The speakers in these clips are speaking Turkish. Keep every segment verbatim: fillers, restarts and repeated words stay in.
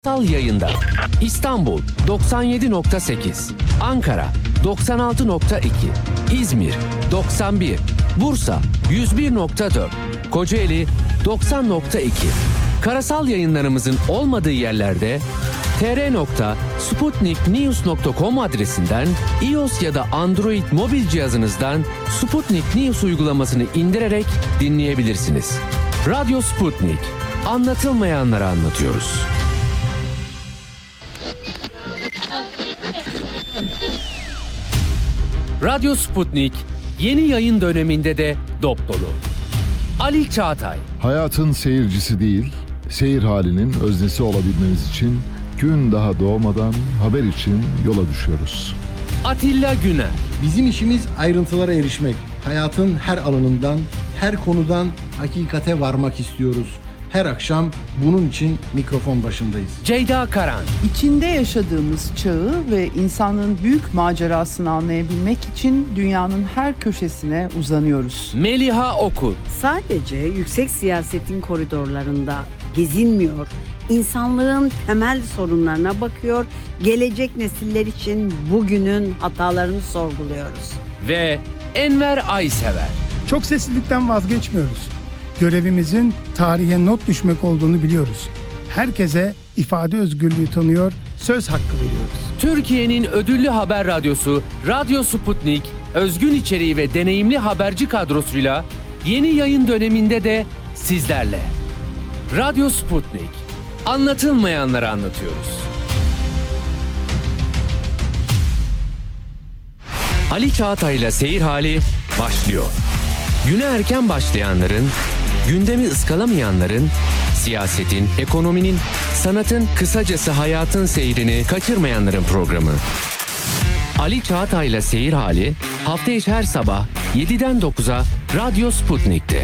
Karasal Yayında İstanbul doksan yedi nokta sekiz, Ankara doksan altı nokta iki, İzmir doksan bir, Bursa yüz bir nokta dört, Kocaeli doksan nokta iki. Karasal yayınlarımızın olmadığı yerlerde t r nokta sputnik news nokta com adresinden iOS ya da Android mobil cihazınızdan Sputnik News uygulamasını indirerek dinleyebilirsiniz. Radyo Sputnik. Anlatılmayanları anlatıyoruz. Radyo Sputnik yeni yayın döneminde de dop dolu. Ali Çağatay. Hayatın seyircisi değil, seyir halinin öznesi olabilmemiz için gün daha doğmadan haber için yola düşüyoruz. Atilla Güner. Bizim işimiz ayrıntılara erişmek. Hayatın her alanından, her konudan hakikate varmak istiyoruz. Her akşam bunun için mikrofon başındayız. Ceyda Karan. İçinde yaşadığımız çağı ve insanın büyük macerasını anlayabilmek için dünyanın her köşesine uzanıyoruz. Meliha Okur. Sadece yüksek siyasetin koridorlarında gezinmiyor, insanlığın temel sorunlarına bakıyor, gelecek nesiller için bugünün hatalarını sorguluyoruz. Ve Enver Aysever. Çok seslilikten vazgeçmiyoruz. Görevimizin tarihe not düşmek olduğunu biliyoruz. Herkese ifade özgürlüğü tanıyor, söz hakkı veriyoruz. Türkiye'nin ödüllü haber radyosu Radyo Sputnik, özgün içeriği ve deneyimli haberci kadrosuyla yeni yayın döneminde de sizlerle. Radyo Sputnik. Anlatılmayanları anlatıyoruz. Ali Çağatay'la Seyir Hali başlıyor. Güne erken başlayanların, gündemi ıskalamayanların, siyasetin, ekonominin, sanatın, kısacası hayatın seyrini kaçırmayanların programı. Ali Çağatay'la Seyir Hali hafta içi her sabah yediden dokuza Radyo Sputnik'te.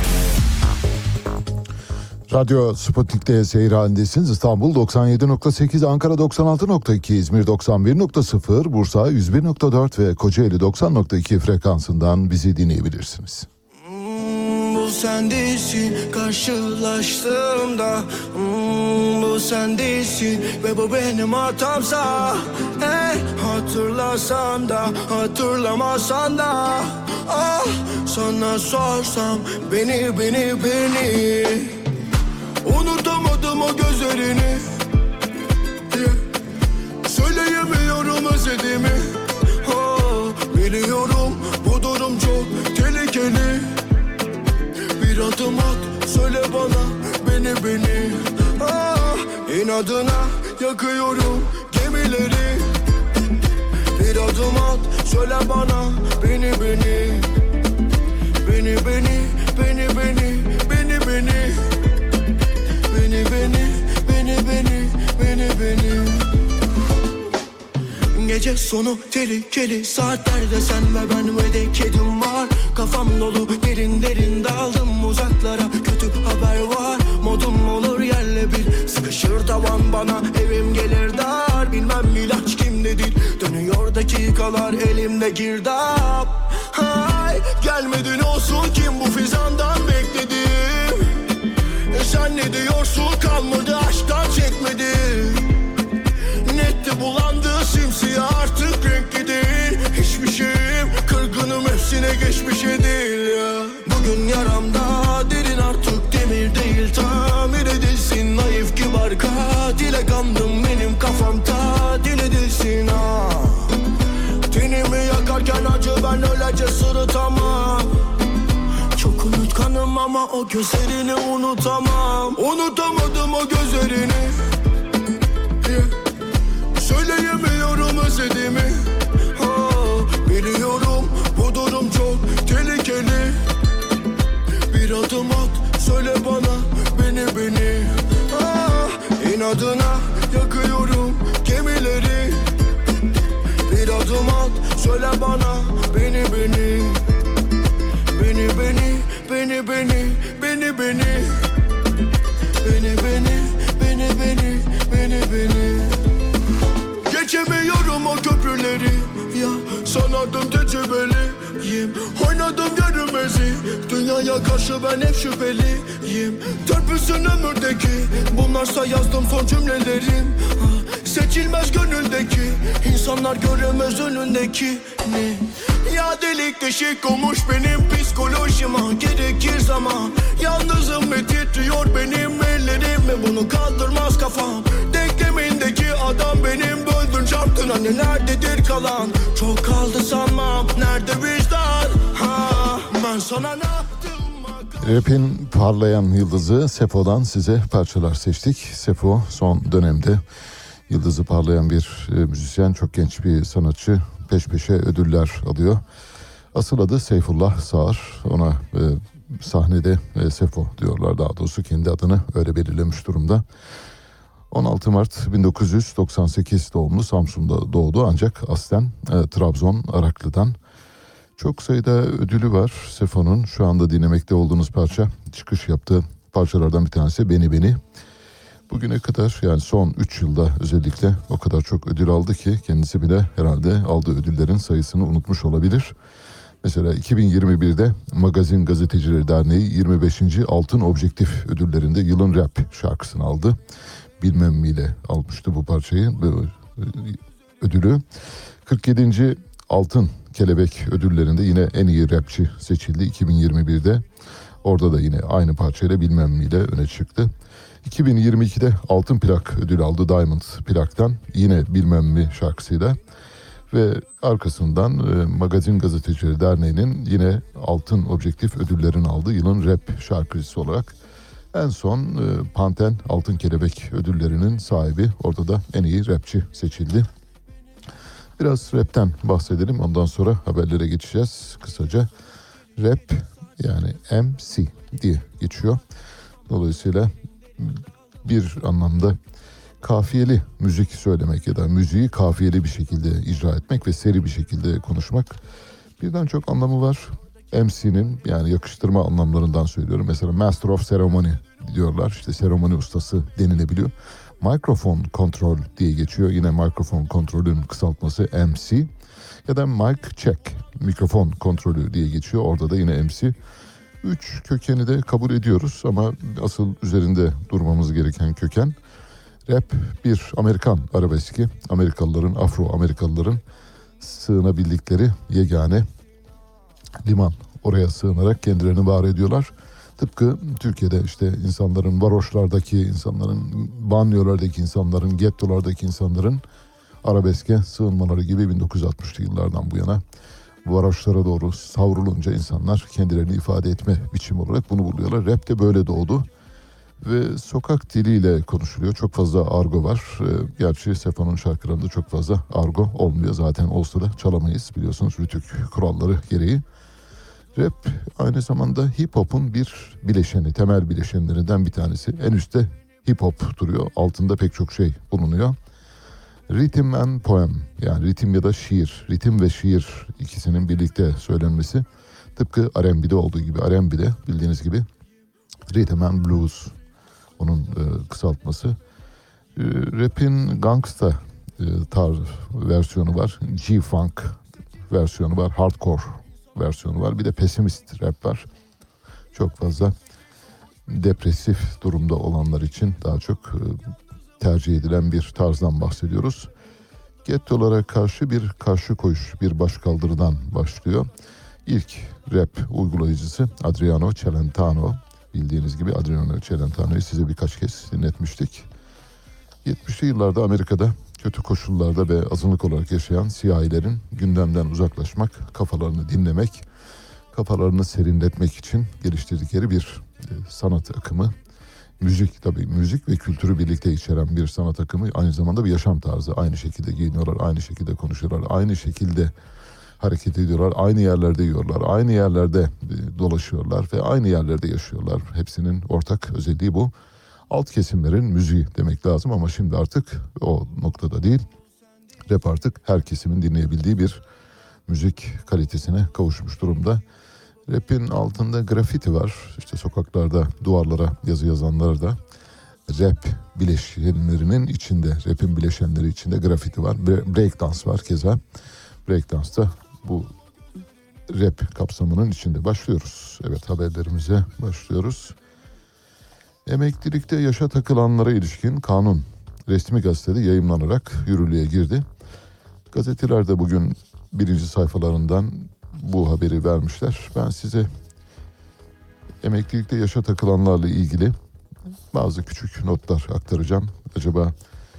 Radyo Sputnik'te seyir halindesiniz. İstanbul doksan yedi nokta sekiz, Ankara doksan altı nokta iki, İzmir doksan bir nokta sıfır, Bursa yüz bir nokta dört ve Kocaeli doksan nokta iki frekansından bizi dinleyebilirsiniz. Hmm, bu sen değilsin karşılaştığımda, hmm, bu sen değilsin ve bu benim hatamsa, hey, hatırlasam da hatırlamasan da, ah, sana sorsam beni beni beni. Unutamadım o gözlerini, yeah. Söyleyemiyorum özlediğimi, oh, biliyorum bu durum çok tehlikeli. Bir adım at, söyle bana beni beni, ah, inadına yakıyorum gemileri. Bir adım at, söyle bana beni beni, beni beni, beni beni, beni beni. Beni beni, beni beni, beni beni. Gece sonu tehlikeli saatlerde sen ve ben ve de kedim var. Kafam dolu derin derin daldım uzaklara, kötü haber var. Modum olur yerle bir, sıkışır tavan bana, evim gelir dar. Bilmem ilaç kimdedir, dönüyor dakikalar elimde girdap. Hay, gelmedin olsun kim bu fizandan bekledim. Sen ne diyorsun, kalmadı aşktan çekmedi. Netti bulandı simsiyah artık renkli değil. Hiçbir şeyim kırgınım hepsine geçmişe değil ya. Bugün yaramda derin artık demir değil, tamir edilsin naif kibar katile kandım benim kafamda dil edilsin ha. Tenimi yakarken acı ben öylece sırıtamam. Çok unutkanım ama o gözlerini unutamam. Unutamadım o gözlerini, yeah. Söyleyemiyorum özlediğimi, oh, biliyorum bu durum çok tehlikeli. Bir adım at, söyle bana beni beni, ah, inadına yakıyorum gemileri. Bir adım at, söyle bana beni beni. Beni beni, beni beni, beni beni. Beni beni, beni beni, beni beni. Geçemiyorum o köprüleri, ya sanadım tecrübeliyim. Oynadım görünmezi, Dünyaya karşı ben hep şüpheliyim. Törpüsün ömürdeki, bunlarsa yazdım son cümlelerim. Seçilmez gönüldeki, insanlar göremez önündeki ne? Ya delik deşik olmuş benim psikolojime. Gerekir zaman, yalnızım ve titriyor benim ellerim ve bunu kaldırmaz kafam. Denklemindeki adam benim, böldün çarptın hani nerededir kalan? Çok kaldı sanmam, nerede vicdan? Ha, ben sana ne yaptım? Rap'in parlayan yıldızı Sefo'dan size parçalar seçtik. Sefo son dönemde yıldızı parlayan bir e, müzisyen, çok genç bir sanatçı, peş peşe ödüller alıyor. Asıl adı Seyfullah Sağır. Ona e, sahnede e, Sefo diyorlar, daha doğrusu kendi adını öyle belirlemiş durumda. on altı Mart bin dokuz yüz doksan sekiz doğumlu, Samsun'da doğdu ancak aslen e, Trabzon Araklı'dan. Çok sayıda ödülü var Sefo'nun. Şu anda dinlemekte olduğunuz parça, çıkış yaptığı parçalardan bir tanesi Beni Beni. Bugüne kadar, yani son üç yılda özellikle o kadar çok ödül aldı ki kendisi bile herhalde aldığı ödüllerin sayısını unutmuş olabilir. Mesela iki bin yirmi birde Magazin Gazetecileri Derneği yirmi beşinci Altın Objektif ödüllerinde yılın rap şarkısını aldı. Bilmem miyle almıştı bu parçayı, bu ödülü. kırk yedinci Altın Kelebek ödüllerinde yine en iyi rapçi seçildi iki bin yirmi birde. Orada da yine aynı parçayla Bilmem miyle öne çıktı. iki bin yirmi ikide Altın Plak ödülü aldı Diamond Plak'tan, yine Bilmem mi şarkısıyla. Ve arkasından e, Magazin Gazetecileri Derneği'nin yine Altın Objektif ödüllerini aldı yılın rap şarkıcısı olarak. En son e, Panten Altın Kelebek ödüllerinin sahibi, orada da en iyi rapçi seçildi. Biraz rapten bahsedelim, ondan sonra haberlere geçeceğiz kısaca. Rap yani M C diye geçiyor. Dolayısıyla bir anlamda kafiyeli müzik söylemek ya da müziği kafiyeli bir şekilde icra etmek ve seri bir şekilde konuşmak. Birden çok anlamı var. M C'nin, yani yakıştırma anlamlarından söylüyorum. Mesela Master of Ceremony diyorlar. İşte seremoni ustası denilebiliyor. Mikrofon kontrol diye geçiyor. Yine mikrofon kontrolün kısaltması M C. Ya da mic check, mikrofon kontrolü diye geçiyor. Orada da yine M C. Üç kökeni de kabul ediyoruz ama asıl üzerinde durmamız gereken köken rap bir Amerikan arabeski. Amerikalıların, Afro-Amerikalıların sığınabildikleri yegane liman. Oraya sığınarak kendilerini var ediyorlar. Tıpkı Türkiye'de işte insanların, varoşlardaki insanların, banyolardaki insanların, gettolardaki insanların arabeske sığınmaları gibi bin dokuz yüz altmışlı yıllardan bu yana varoşlara doğru savrulunca insanlar kendilerini ifade etme biçimi olarak bunu buluyorlar. Rap de böyle doğdu ve sokak diliyle konuşuluyor. Çok fazla argo var. Gerçi Sefo'nun şarkılarında çok fazla argo olmuyor. Zaten olsa da çalamayız, biliyorsunuz rütük kuralları gereği. Rap aynı zamanda hip hop'un bir bileşeni, temel bileşenlerinden bir tanesi. En üstte hip hop duruyor. Altında pek çok şey bulunuyor. Rhythm and poem, yani ritim ya da şiir, ritim ve şiir ikisinin birlikte söylenmesi. Tıpkı R and B'de olduğu gibi, R and B'de bildiğiniz gibi Rhythm and Blues onun e, kısaltması. E, rap'in gangsta e, tarz versiyonu var, G-Funk versiyonu var, hardcore versiyonu var, bir de pesimist rap var. Çok fazla depresif durumda olanlar için daha çok e, tercih edilen bir tarzdan bahsediyoruz. Gettolara karşı bir karşı koyuş, bir başkaldırıdan başlıyor. İlk rap uygulayıcısı Adriano Celentano. Bildiğiniz gibi Adriano Celentano'yu size birkaç kez dinletmiştik. yetmişli yıllarda Amerika'da kötü koşullarda ve azınlık olarak yaşayan siyahilerin gündemden uzaklaşmak, kafalarını dinlemek, kafalarını serinletmek için geliştirdikleri bir sanat akımı. Müzik, tabii müzik ve kültürü birlikte içeren bir sanat akımı, aynı zamanda bir yaşam tarzı. Aynı şekilde giyiniyorlar, aynı şekilde konuşuyorlar, aynı şekilde hareket ediyorlar, aynı yerlerde yiyorlar, aynı yerlerde dolaşıyorlar ve aynı yerlerde yaşıyorlar. Hepsinin ortak özelliği bu. Alt kesimlerin müziği demek lazım ama şimdi artık o noktada değil. Rap artık her kesimin dinleyebildiği bir müzik kalitesine kavuşmuş durumda. Rap'in altında grafiti var. İşte sokaklarda duvarlara yazı yazanlar da rap bileşenlerinin içinde, rap'in bileşenleri içinde grafiti var. Breakdance var keza. Breakdance'da bu rap kapsamının içinde. Başlıyoruz. Evet, haberlerimize başlıyoruz. Emeklilikte yaşa takılanlara ilişkin kanun resmi gazetede yayımlanarak yürürlüğe girdi. Gazeteler de bugün birinci sayfalarından bu haberi vermişler. Ben size emeklilikte yaşa takılanlarla ilgili bazı küçük notlar aktaracağım. Acaba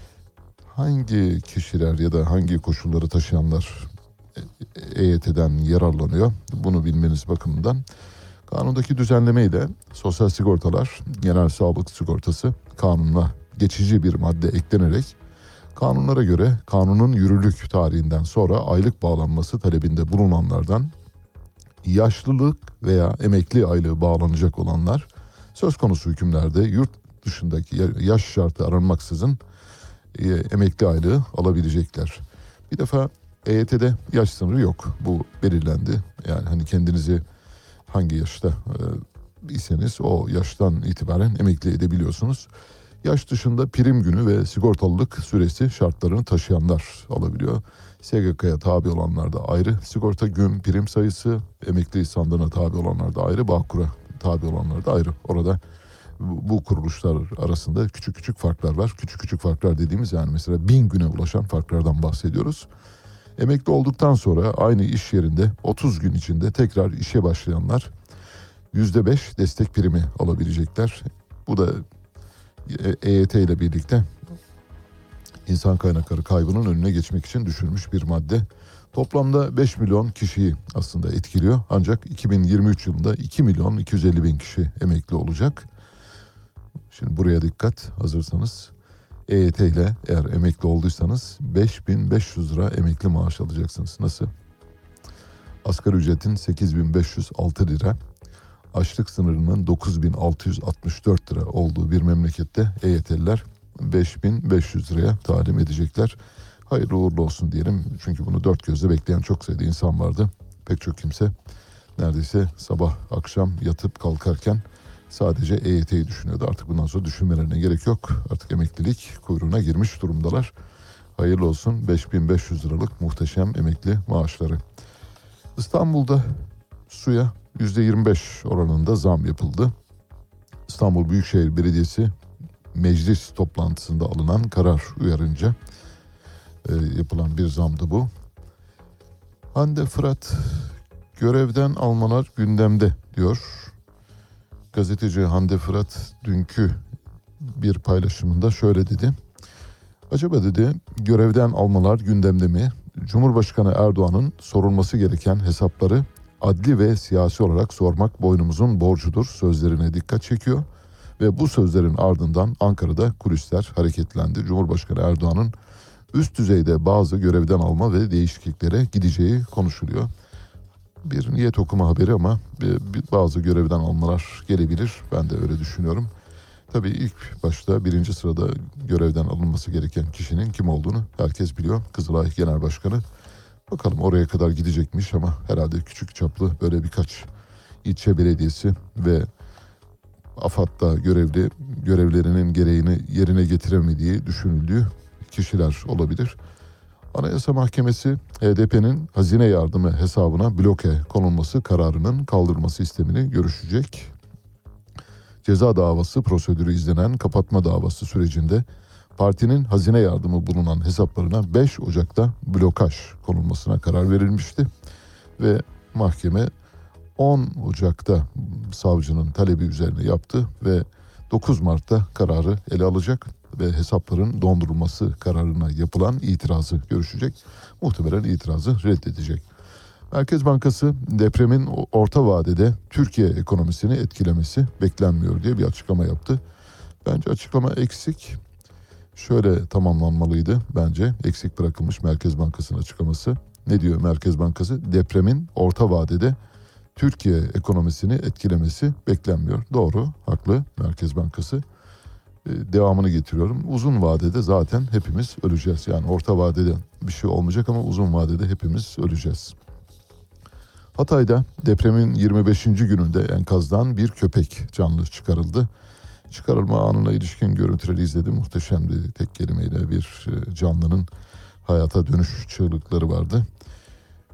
hangi kişiler ya da hangi koşulları taşıyanlar E Y T'den yararlanıyor? Bunu bilmeniz bakımından kanundaki düzenlemeyle sosyal sigortalar, genel sağlık sigortası kanununa geçici bir madde eklenerek kanunlara göre kanunun yürürlük tarihinden sonra aylık bağlanması talebinde bulunanlardan yaşlılık veya emekli aylığı bağlanacak olanlar söz konusu hükümlerde yurt dışındaki yaş şartı aranmaksızın e, emekli aylığı alabilecekler. Bir defa E Y T'de yaş sınırı yok. Bu belirlendi. Yani hani kendinizi hangi yaşta e, iseniz o yaştan itibaren emekli edebiliyorsunuz. Yaş dışında prim günü ve sigortalılık süresi şartlarını taşıyanlar alabiliyor. S G K'ya tabi olanlar da ayrı sigorta gün prim sayısı, emekli sandığına tabi olanlar da ayrı, Bağkur'a tabi olanlar da ayrı. Orada bu kuruluşlar arasında küçük küçük farklar var. Küçük küçük farklar dediğimiz yani mesela bin güne ulaşan farklardan bahsediyoruz. Emekli olduktan sonra aynı iş yerinde otuz gün içinde tekrar işe başlayanlar yüzde beş destek primi alabilecekler. Bu da E Y T ile birlikte insan kaynakları kaybının önüne geçmek için düşünülmüş bir madde. Toplamda beş milyon kişiyi aslında etkiliyor. Ancak iki bin yirmi üç yılında iki milyon iki yüz elli bin kişi emekli olacak. Şimdi buraya dikkat, hazırsanız. E Y T ile eğer emekli olduysanız beş bin beş yüz lira emekli maaş alacaksınız. Nasıl? Asgari ücretin sekiz bin beş yüz altı lira, açlık sınırının dokuz bin altı yüz altmış dört lira olduğu bir memlekette E Y T'liler beş bin beş yüz liraya talim edecekler. Hayırlı uğurlu olsun diyelim. Çünkü bunu dört gözle bekleyen çok sayıda insan vardı. Pek çok kimse neredeyse sabah akşam yatıp kalkarken sadece E Y T'yi düşünüyordu. Artık bundan sonra düşünmelerine gerek yok. Artık emeklilik kuyruğuna girmiş durumdalar. Hayırlı olsun beş bin beş yüz liralık muhteşem emekli maaşları. İstanbul'da suya yüzde yirmi beş oranında zam yapıldı. İstanbul Büyükşehir Belediyesi meclis toplantısında alınan karar uyarınca e, yapılan bir zamdı bu. Hande Fırat görevden almalar gündemde diyor. Gazeteci Hande Fırat dünkü bir paylaşımında şöyle dedi. Acaba dedi görevden almalar gündemde mi? Cumhurbaşkanı Erdoğan'ın sorulması gereken hesapları adli ve siyasi olarak sormak boynumuzun borcudur sözlerine dikkat çekiyor. Ve bu sözlerin ardından Ankara'da kulisler hareketlendi. Cumhurbaşkanı Erdoğan'ın üst düzeyde bazı görevden alma ve değişikliklere gideceği konuşuluyor. Bir niyet okuma haberi ama bazı görevden almalar gelebilir. Ben de öyle düşünüyorum. Tabii ilk başta birinci sırada görevden alınması gereken kişinin kim olduğunu herkes biliyor. Kızılay Genel Başkanı. Bakalım oraya kadar gidecekmiş ama herhalde küçük çaplı böyle birkaç ilçe belediyesi ve AFAD'da görevli görevlerinin gereğini yerine getiremediği düşünüldüğü kişiler olabilir. Anayasa Mahkemesi H D P'nin hazine yardımı hesabına bloke konulması kararının kaldırılması istemini görüşecek. Ceza davası prosedürü izlenen kapatma davası sürecinde partinin hazine yardımı bulunan hesaplarına beş Ocak'ta blokaj konulmasına karar verilmişti. Ve mahkeme on Ocak'ta savcının talebi üzerine yaptı ve dokuz Mart'ta kararı ele alacak ve hesapların dondurulması kararına yapılan itirazı görüşecek. Muhtemelen itirazı reddedecek. Merkez Bankası depremin orta vadede Türkiye ekonomisini etkilemesi beklenmiyor diye bir açıklama yaptı. Bence açıklama eksik. Şöyle tamamlanmalıydı bence. Eksik bırakılmış Merkez Bankası'nın açıklaması. Ne diyor Merkez Bankası? Depremin orta vadede Türkiye ekonomisini etkilemesi beklenmiyor. Doğru, haklı Merkez Bankası. Devamını getiriyorum. Uzun vadede zaten hepimiz öleceğiz. Yani orta vadede bir şey olmayacak ama uzun vadede hepimiz öleceğiz. Hatay'da depremin yirmi beşinci gününde enkazdan bir köpek canlı çıkarıldı. Çıkarılma anına ilişkin görüntüleri izledim. Muhteşemdi. Tek kelimeyle bir canlının hayata dönüş çığlıkları vardı.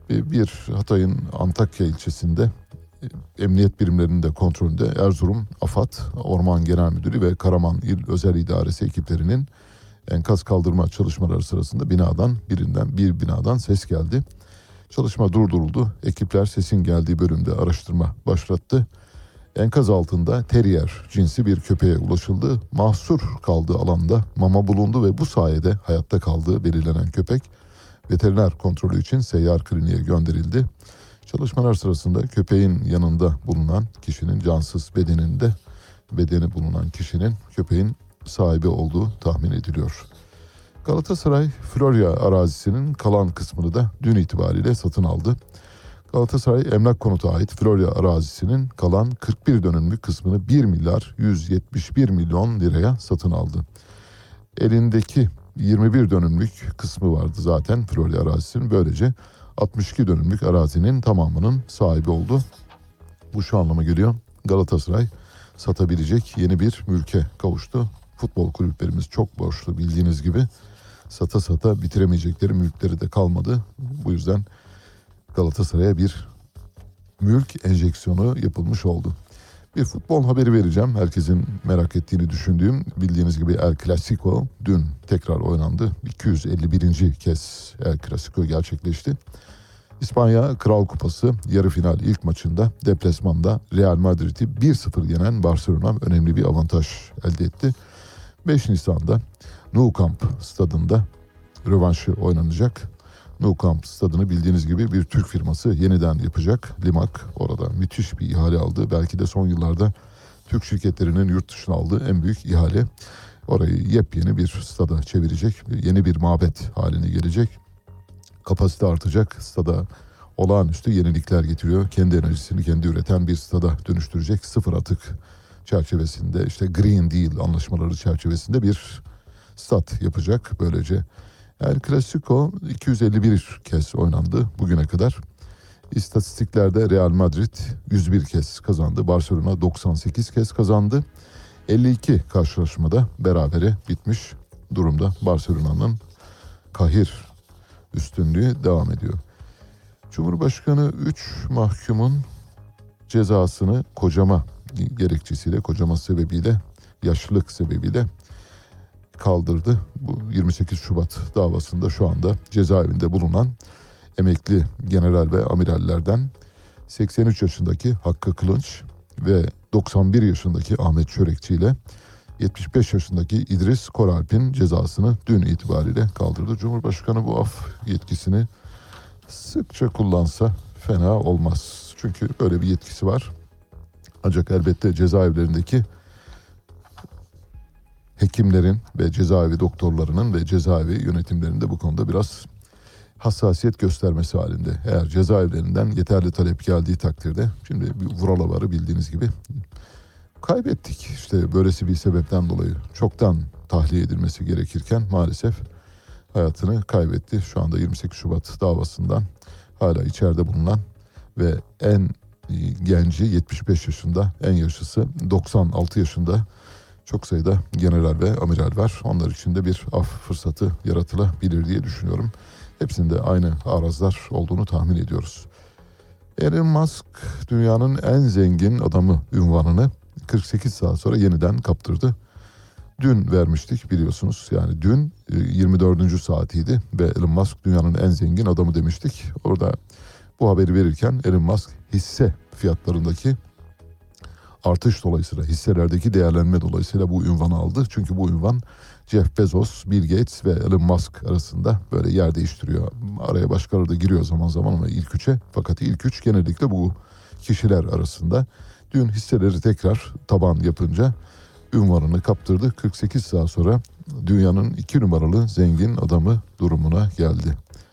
Bir Hatay'ın Antakya ilçesinde emniyet birimlerinin de kontrolünde Erzurum AFAD Orman Genel Müdürü ve Karaman İl Özel İdaresi ekiplerinin enkaz kaldırma çalışmaları sırasında binadan birinden bir binadan ses geldi. Çalışma durduruldu. Ekipler sesin geldiği bölümde araştırma başlattı. Enkaz altında terrier cinsi bir köpeğe ulaşıldı. Mahsur kaldığı alanda mama bulundu ve bu sayede hayatta kaldığı belirlenen köpek veteriner kontrolü için seyyar kliniğe gönderildi. Çalışmalar sırasında köpeğin yanında bulunan kişinin cansız bedeninde bedeni bulunan kişinin köpeğin sahibi olduğu tahmin ediliyor. Galatasaray Florya arazisinin kalan kısmını da dün itibariyle satın aldı. Galatasaray Emlak Konut'a ait Florya arazisinin kalan kırk bir dönümlük kısmını bir milyar yüz yetmiş bir milyon liraya satın aldı. Elindeki yirmi bir dönümlük kısmı vardı zaten Florya arazisinin. Böylece altmış iki dönümlük arazinin tamamının sahibi oldu. Bu şu anlama geliyor: Galatasaray satabilecek yeni bir mülke kavuştu. Futbol kulüplerimiz çok borçlu bildiğiniz gibi. Sata sata bitiremeyecekleri mülkleri de kalmadı. Bu yüzden Galatasaray'a bir mülk enjeksiyonu yapılmış oldu. Bir futbol haberi vereceğim. Herkesin merak ettiğini düşündüğüm, bildiğiniz gibi El Clasico dün tekrar oynandı. iki yüz elli birinci kez El Clasico gerçekleşti. İspanya Kral Kupası yarı final ilk maçında deplasmanda Real Madrid'i bir sıfır yenen Barcelona önemli bir avantaj elde etti. beş Nisan'da Nou Camp stadında rövanşı oynanacak. Nou Camp stadını bildiğiniz gibi bir Türk firması yeniden yapacak. Limak orada müthiş bir ihale aldı. Belki de son yıllarda Türk şirketlerinin yurt dışına aldığı en büyük ihale. Orayı yepyeni bir stada çevirecek. Yeni bir mabet haline gelecek. Kapasite artacak. Stada olağanüstü yenilikler getiriyor. Kendi enerjisini kendi üreten bir stada dönüştürecek. Sıfır atık çerçevesinde, işte Green Deal anlaşmaları çerçevesinde bir stat yapacak. Böylece El Clasico iki yüz elli bir kez oynandı bugüne kadar. İstatistiklerde Real Madrid yüz bir kez kazandı. Barcelona doksan sekiz kez kazandı. elli iki karşılaşmada berabere bitmiş durumda. Barcelona'nın kahir üstünlüğü devam ediyor. Cumhurbaşkanı üç mahkumun cezasını kocama gerekçesiyle, kocama sebebiyle, yaşlılık sebebiyle kaldırdı. Bu yirmi sekiz Şubat davasında şu anda cezaevinde bulunan emekli general ve amirallerden seksen üç yaşındaki Hakkı Kılınç ve doksan bir yaşındaki Ahmet Çörekçi ile yetmiş beş yaşındaki İdris Koralp'in cezasını dün itibariyle kaldırdı. Cumhurbaşkanı bu af yetkisini sıkça kullansa fena olmaz. Çünkü böyle bir yetkisi var. Ancak elbette cezaevlerindeki hekimlerin ve cezaevi doktorlarının ve cezaevi yönetimlerinde bu konuda biraz hassasiyet göstermesi halinde. Eğer cezaevlerinden yeterli talep geldiği takdirde, şimdi Vural Avar'ı bildiğiniz gibi kaybettik. İşte böylesi bir sebepten dolayı çoktan tahliye edilmesi gerekirken maalesef hayatını kaybetti. Şu anda yirmi sekiz Şubat davasından hala içeride bulunan ve en genci yetmiş beş yaşında, en yaşlısı doksan altı yaşında çok sayıda general ve amiral var. Onlar için de bir af fırsatı yaratılabilir diye düşünüyorum. Hepsinde aynı arazlar olduğunu tahmin ediyoruz. Elon Musk dünyanın en zengin adamı unvanını kırk sekiz saat sonra yeniden kaptırdı. Dün vermiştik biliyorsunuz. Yani dün yirmi dördüncü saatiydi ve Elon Musk dünyanın en zengin adamı demiştik. Orada bu haberi verirken Elon Musk hisse fiyatlarındaki artış dolayısıyla, hisselerdeki değerlenme dolayısıyla bu ünvanı aldı. Çünkü bu ünvan Jeff Bezos, Bill Gates ve Elon Musk arasında böyle yer değiştiriyor. Araya başkaları da giriyor zaman zaman ama ilk üçe. Fakat ilk üç genellikle bu kişiler arasında. Dün hisseleri tekrar taban yapınca ünvanını kaptırdı. kırk sekiz saat sonra dünyanın iki numaralı zengin adamı durumuna geldi.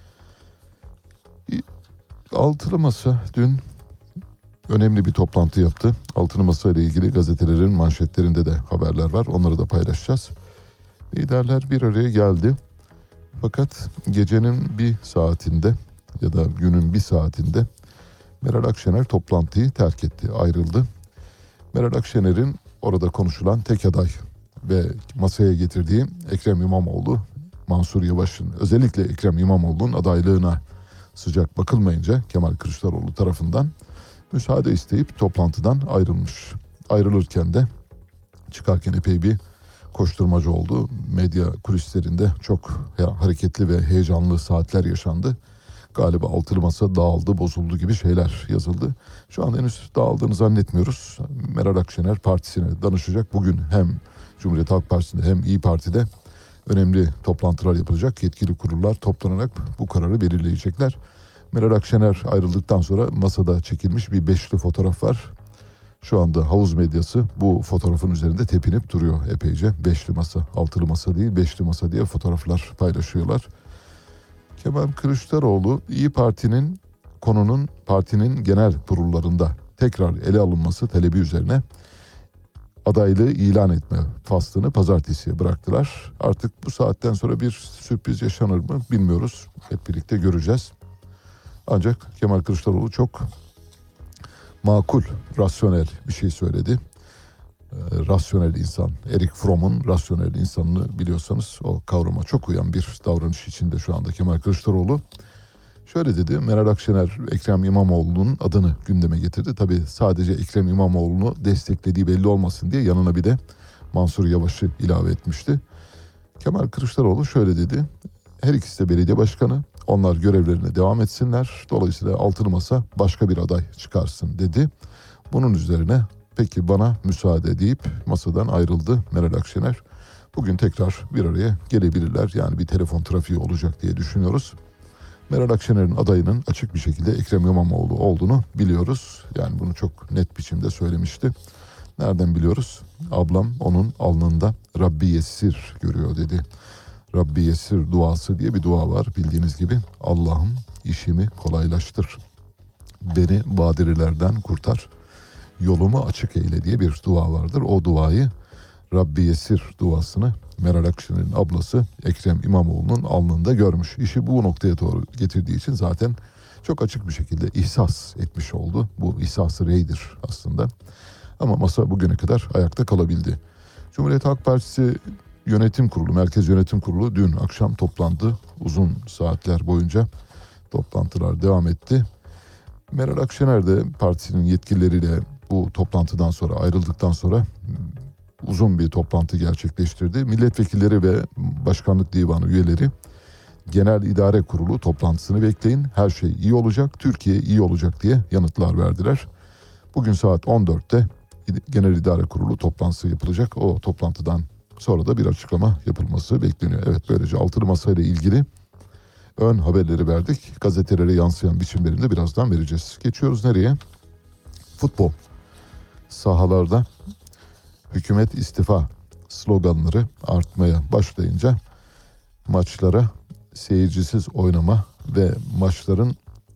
Altılı Masa dün önemli bir toplantı yaptı. Altılı Masa ile ilgili gazetelerin manşetlerinde de haberler var. Onları da paylaşacağız. Liderler bir araya geldi. Fakat gecenin bir saatinde ya da günün bir saatinde Meral Akşener toplantıyı terk etti, ayrıldı. Meral Akşener'in orada konuşulan tek aday ve masaya getirdiği Ekrem İmamoğlu, Mansur Yavaş'ın, özellikle Ekrem İmamoğlu'nun adaylığına sıcak bakılmayınca Kemal Kılıçdaroğlu tarafından müsaade isteyip toplantıdan ayrılmış. Ayrılırken de çıkarken epey bir koşturmacı oldu. Medya kulislerinde çok hareketli ve heyecanlı saatler yaşandı. Galiba altılı masa dağıldı, bozuldu gibi şeyler yazıldı. Şu an henüz dağıldığını zannetmiyoruz. Meral Akşener partisine danışacak. Bugün hem Cumhuriyet Halk Partisi'nde hem İYİ Parti'de önemli toplantılar yapılacak. Yetkili kurullar toplanarak bu kararı belirleyecekler. Meral Akşener ayrıldıktan sonra masada çekilmiş bir beşli fotoğraf var. Şu anda havuz medyası bu fotoğrafın üzerinde tepinip duruyor epeyce. Beşli masa, altılı masa değil beşli masa diye fotoğraflar paylaşıyorlar. Kemal Kılıçdaroğlu İYİ Parti'nin konunun partinin genel kurullarında tekrar ele alınması talebi üzerine adaylığı ilan etme faslını pazartesiye bıraktılar. Artık bu saatten sonra bir sürpriz yaşanır mı bilmiyoruz. Hep birlikte göreceğiz. Ancak Kemal Kılıçdaroğlu çok makul, rasyonel bir şey söyledi. Ee, rasyonel insan, Erik Fromm'un rasyonel insanını biliyorsanız o kavrama çok uyan bir davranış içinde şu anda Kemal Kılıçdaroğlu. Şöyle dedi, Meral Akşener Ekrem İmamoğlu'nun adını gündeme getirdi. Tabii sadece Ekrem İmamoğlu'nu desteklediği belli olmasın diye yanına bir de Mansur Yavaş'ı ilave etmişti. Kemal Kılıçdaroğlu şöyle dedi, her ikisi de belediye başkanı, onlar görevlerine devam etsinler. Dolayısıyla altılı masa başka bir aday çıkarsın dedi. Bunun üzerine peki bana müsaade deyip masadan ayrıldı Meral Akşener. Bugün tekrar bir araya gelebilirler. Yani bir telefon trafiği olacak diye düşünüyoruz. Meral Akşener'in adayının açık bir şekilde Ekrem İmamoğlu olduğunu biliyoruz. Yani bunu çok net biçimde söylemişti. Nereden biliyoruz? Ablam onun alnında Rabbi Yessir görüyor dedi. Rabbi Yessir duası diye bir dua var bildiğiniz gibi. Allah'ım işimi kolaylaştır. Beni badirelerden kurtar. Yolumu açık eyle diye bir dua vardır. O duayı Rabbi Yessir duasını Meral Akşener'in ablası Ekrem İmamoğlu'nun alnında görmüş. İşi bu noktaya doğru getirdiği için zaten çok açık bir şekilde ihsas etmiş oldu. Bu ihsas-ı reydir aslında. Ama masa bugüne kadar ayakta kalabildi. Cumhuriyet Halk Partisi Yönetim Kurulu, Merkez Yönetim Kurulu dün akşam toplandı. Uzun saatler boyunca toplantılar devam etti. Meral Akşener de partisinin yetkilileriyle bu toplantıdan sonra ayrıldıktan sonra uzun bir toplantı gerçekleştirdi. Milletvekilleri ve Başkanlık Divanı üyeleri Genel İdare Kurulu toplantısını bekleyin. Her şey iyi olacak, Türkiye iyi olacak diye yanıtlar verdiler. Bugün saat on dörtte Genel İdare Kurulu toplantısı yapılacak. O toplantıdan sonra da bir açıklama yapılması bekleniyor. Evet, böylece altılı masa ile ilgili ön haberleri verdik. Gazetelere yansıyan biçimlerini de birazdan vereceğiz. Geçiyoruz nereye? Futbol. Sahalarda hükümet istifa sloganları artmaya başlayınca maçlara seyircisiz oynama ve maçların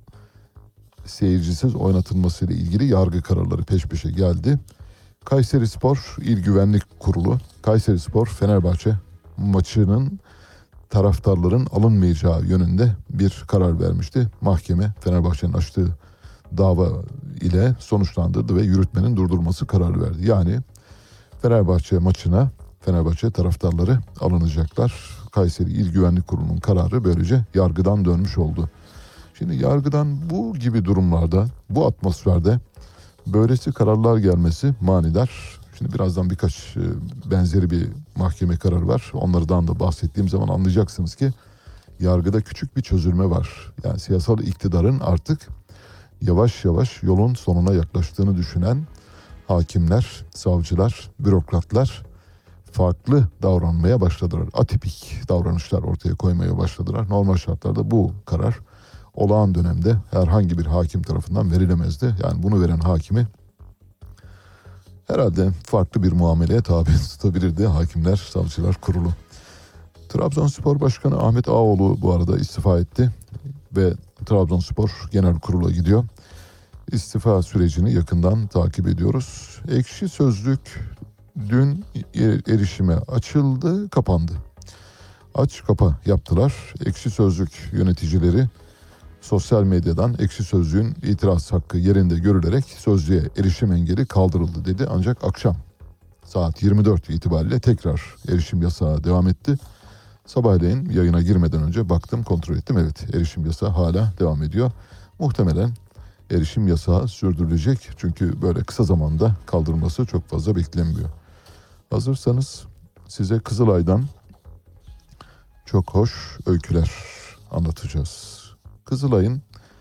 seyircisiz oynatılması ile ilgili yargı kararları peş peşe geldi. Kayserispor İl Güvenlik Kurulu, Kayserispor Fenerbahçe maçının taraftarların alınmayacağı yönünde bir karar vermişti. Mahkeme Fenerbahçe'nin açtığı dava ile sonuçlandırdı ve yürütmenin durdurulması kararı verdi. Yani Fenerbahçe maçına Fenerbahçe taraftarları alınacaklar. Kayseri İl Güvenlik Kurulu'nun kararı böylece yargıdan dönmüş oldu. Şimdi yargıdan bu gibi durumlarda, bu atmosferde böylesi kararlar gelmesi manidar. Şimdi birazdan birkaç benzeri bir mahkeme kararı var. Onlardan da bahsettiğim zaman anlayacaksınız ki yargıda küçük bir çözülme var. Yani siyasal iktidarın artık yavaş yavaş yolun sonuna yaklaştığını düşünen hakimler, savcılar, bürokratlar farklı davranmaya başladılar. Atipik davranışlar ortaya koymaya başladılar. Normal şartlarda bu karar olağan dönemde herhangi bir hakim tarafından verilemezdi. Yani bunu veren hakimi herhalde farklı bir muameleye tabi tutabilirdi Hakimler Savcılar Kurulu. Trabzonspor Başkanı Ahmet Ağaoğlu bu arada istifa etti ve Trabzonspor Genel Kurulu'na gidiyor. İstifa sürecini yakından takip ediyoruz. Ekşi Sözlük dün erişime açıldı, kapandı. Aç kapa yaptılar. Ekşi Sözlük yöneticileri sosyal medyadan Ekşi Sözlük'ün itiraz hakkı yerinde görülerek sözlüğe erişim engeli kaldırıldı dedi. Ancak akşam saat yirmi dört itibariyle tekrar erişim yasağı devam etti. Sabahleyin yayına girmeden önce baktım, kontrol ettim. Evet, erişim yasağı hala devam ediyor. Muhtemelen erişim yasağı sürdürülecek. Çünkü böyle kısa zamanda kaldırılması çok fazla beklenmiyor. Hazırsanız size Kızılay'dan çok hoş öyküler anlatacağız. Kızılay'ın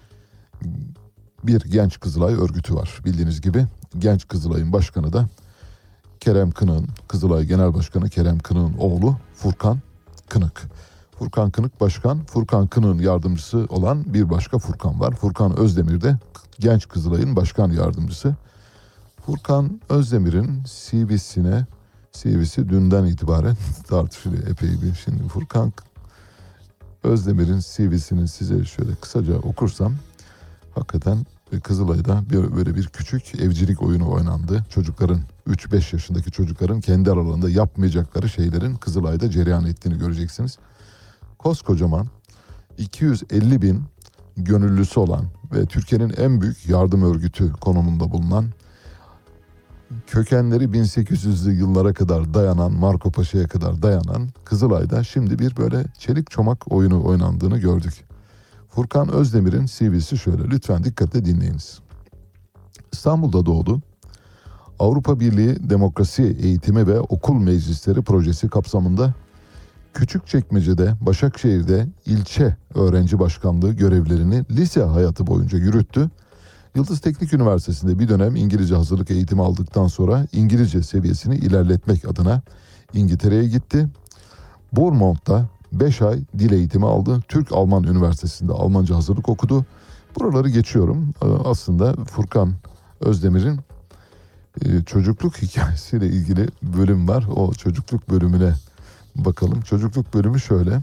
bir Genç Kızılay örgütü var. Bildiğiniz gibi Genç Kızılay'ın başkanı da Kerem Kınık'ın, Kızılay Genel Başkanı Kerem Kınık'ın oğlu Furkan Kınık. Furkan Kınık başkan, Furkan Kınık'ın yardımcısı olan bir başka Furkan var. Furkan Özdemir de Genç Kızılay'ın başkan yardımcısı. Furkan Özdemir'in C V'sine, C V'si dünden itibaren tartışılıyor epey bir. Şimdi Furkan Özdemir'in C V'sini size şöyle kısaca okursam, hakikaten Kızılay'da bir, böyle bir küçük evcilik oyunu oynandı. Çocukların, üç beş yaşındaki çocukların kendi aralarında yapmayacakları şeylerin Kızılay'da cereyan ettiğini göreceksiniz. Koskocaman iki yüz elli bin gönüllüsü olan ve Türkiye'nin en büyük yardım örgütü konumunda bulunan, kökenleri bin sekiz yüzlü yıllara kadar dayanan, Marco Paşa'ya kadar dayanan Kızılay'da şimdi bir böyle çelik çomak oyunu oynandığını gördük. Furkan Özdemir'in C V'si şöyle, lütfen dikkatle dinleyiniz. İstanbul'da doğdu. Avrupa Birliği Demokrasi Eğitimi ve Okul Meclisleri projesi kapsamında Küçükçekmece'de, Başakşehir'de ilçe öğrenci başkanlığı görevlerini lise hayatı boyunca yürüttü. Yıldız Teknik Üniversitesi'nde bir dönem İngilizce hazırlık eğitimi aldıktan sonra İngilizce seviyesini ilerletmek adına İngiltere'ye gitti. Bournemouth'ta beş ay dil eğitimi aldı. Türk-Alman Üniversitesi'nde Almanca hazırlık okudu. Buraları geçiyorum. Aslında Furkan Özdemir'in çocukluk hikayesiyle ilgili bölüm var. O çocukluk bölümüne bakalım. Çocukluk bölümü şöyle.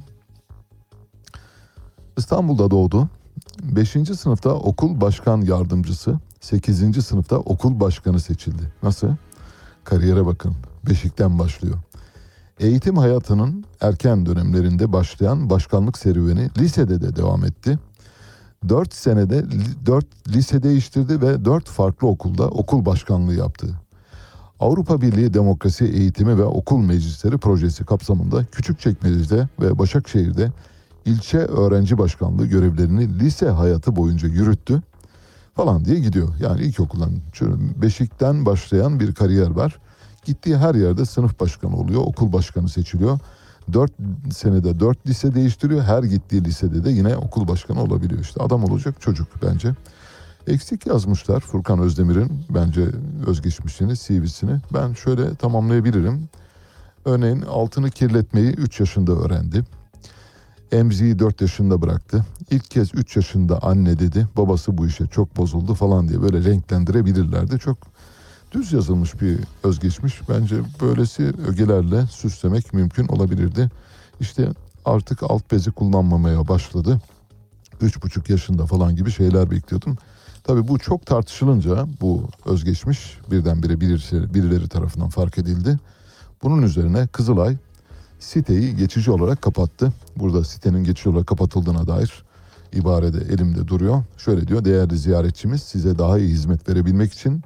İstanbul'da doğdu. beşinci sınıfta okul başkan yardımcısı, sekizinci sınıfta okul başkanı seçildi. Nasıl? Kariyere bakın. Beşikten başlıyor. Eğitim hayatının erken dönemlerinde başlayan başkanlık serüveni lisede de devam etti. dört senede dört lise değiştirdi ve dört farklı okulda okul başkanlığı yaptı. Avrupa Birliği Demokrasi Eğitimi ve Okul Meclisleri projesi kapsamında Küçükçekmece'de ve Başakşehir'de ilçe öğrenci başkanlığı görevlerini lise hayatı boyunca yürüttü falan diye gidiyor. Yani ilkokuldan, beşikten başlayan bir kariyer var. Gittiği her yerde sınıf başkanı oluyor, okul başkanı seçiliyor. Dört senede dört lise değiştiriyor. Her gittiği lisede de yine okul başkanı olabiliyor. İşte adam olacak çocuk bence. Eksik yazmışlar Furkan Özdemir'in bence özgeçmişini, C V'sini. Ben şöyle tamamlayabilirim. Örneğin altını kirletmeyi üç yaşında öğrendi. Emziği dört yaşında bıraktı. İlk kez üç yaşında anne dedi. Babası bu işe çok bozuldu falan diye böyle renklendirebilirlerdi. Çok düz yazılmış bir özgeçmiş. Bence böylesi ögelerle süslemek mümkün olabilirdi. İşte artık alt bezi kullanmamaya başladı. Üç buçuk yaşında falan gibi şeyler bekliyordum. Tabii bu çok tartışılınca bu özgeçmiş birdenbire birileri, birileri tarafından fark edildi. Bunun üzerine Kızılay siteyi geçici olarak kapattı. Burada sitenin geçici olarak kapatıldığına dair ibare de elimde duruyor. Şöyle diyor: değerli ziyaretçimiz, size daha iyi hizmet verebilmek için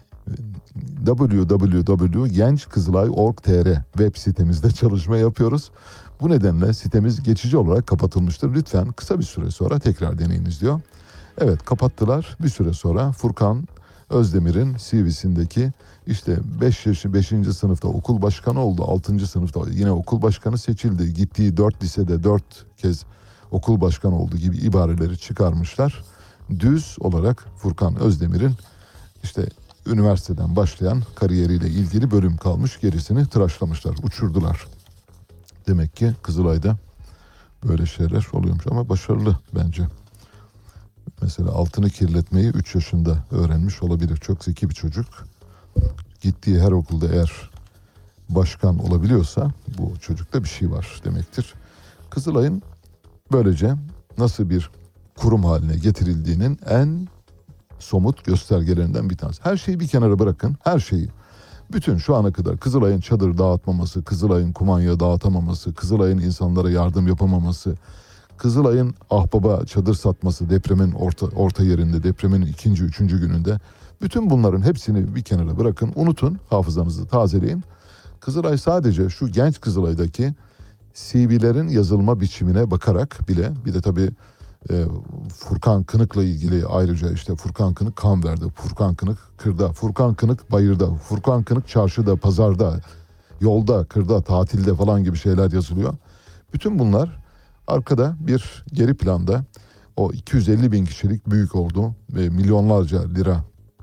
double-u double-u double-u nokta gençkızılay nokta org nokta t r web sitemizde çalışma yapıyoruz. Bu nedenle sitemiz geçici olarak kapatılmıştır. Lütfen kısa bir süre sonra tekrar deneyiniz diyor. Evet, kapattılar. Bir süre sonra Furkan Özdemir'in C V'sindeki işte beş yaşı beşinci sınıfta okul başkanı oldu. altıncı sınıfta yine okul başkanı seçildi. Gittiği dört lisede dört kez okul başkanı oldu gibi ibareleri çıkarmışlar. Düz olarak Furkan Özdemir'in işte üniversiteden başlayan kariyeriyle ilgili bölüm kalmış. Gerisini tıraşlamışlar, uçurdular. Demek ki Kızılay'da böyle şeyler oluyormuş ama başarılı bence. Mesela altını kirletmeyi üç yaşında öğrenmiş olabilir. Çok zeki bir çocuk. Gittiği her okulda eğer başkan olabiliyorsa bu çocukta bir şey var demektir. Kızılay'ın böylece nasıl bir kurum haline getirildiğinin en somut göstergelerinden bir tanesi. Her şeyi bir kenara bırakın, her şeyi. Bütün şu ana kadar Kızılay'ın çadır dağıtmaması, Kızılay'ın kumanya dağıtamaması, Kızılay'ın insanlara yardım yapamaması, Kızılay'ın ahbaba çadır satması depremin orta, orta yerinde, depremin ikinci, üçüncü gününde. Bütün bunların hepsini bir kenara bırakın, unutun, hafızanızı tazeleyin. Kızılay sadece şu genç Kızılay'daki C V'lerin yazılma biçimine bakarak bile, bir de tabii e, Furkan Kınık'la ilgili ayrıca işte Furkan Kınık kan verdi, Furkan Kınık kırda, Furkan Kınık bayırda, Furkan Kınık çarşıda, pazarda, yolda, kırda, tatilde falan gibi şeyler yazılıyor. Bütün bunlar arkada bir geri planda o iki yüz elli bin kişilik büyük ordu ve milyonlarca lira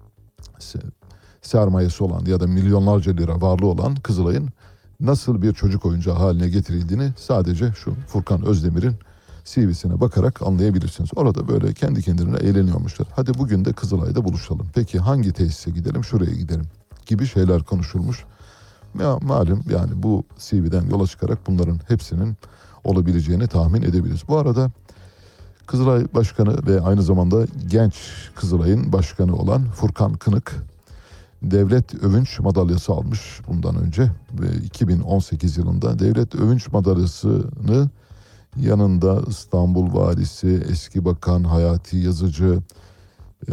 sermayesi olan ya da milyonlarca lira varlığı olan Kızılay'ın nasıl bir çocuk oyuncağı haline getirildiğini sadece şu Furkan Özdemir'in C V'sine bakarak anlayabilirsiniz. Orada böyle kendi kendine eğleniyormuşlar. Hadi bugün de Kızılay'da buluşalım. Peki hangi tesise gidelim? Şuraya gidelim gibi şeyler konuşulmuş. Ya, malum yani bu C V'den yola çıkarak bunların hepsinin olabileceğini tahmin edebiliriz. Bu arada Kızılay Başkanı ve aynı zamanda genç Kızılay'ın başkanı olan Furkan Kınık Devlet Övünç Madalyası almış bundan önce ve iki bin on sekiz yılında Devlet Övünç Madalyası'nı yanında İstanbul Valisi, eski Bakan Hayati Yazıcı e,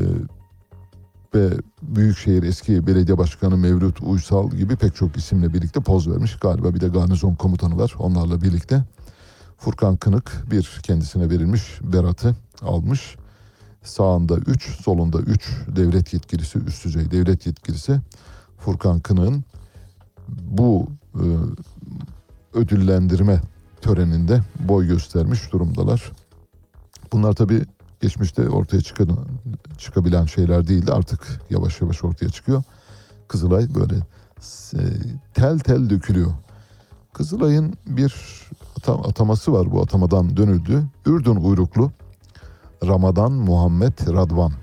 ve Büyükşehir eski Belediye Başkanı Mevlüt Uysal gibi pek çok isimle birlikte poz vermiş. Galiba bir de garnizon komutanı var, onlarla birlikte. Furkan Kınık bir kendisine verilmiş beratı almış. Sağında üç, solunda üç devlet yetkilisi, üst düzey devlet yetkilisi Furkan Kınık'ın bu e, ödüllendirme töreninde boy göstermiş durumdalar. Bunlar tabii geçmişte ortaya çıkan, çıkabilen şeyler değildi. Artık yavaş yavaş ortaya çıkıyor. Kızılay böyle e, tel tel dökülüyor. Kızılay'ın bir ataması var, bu atamadan dönüldü. Ürdün uyruklu Ramadan Muhammed Radvan.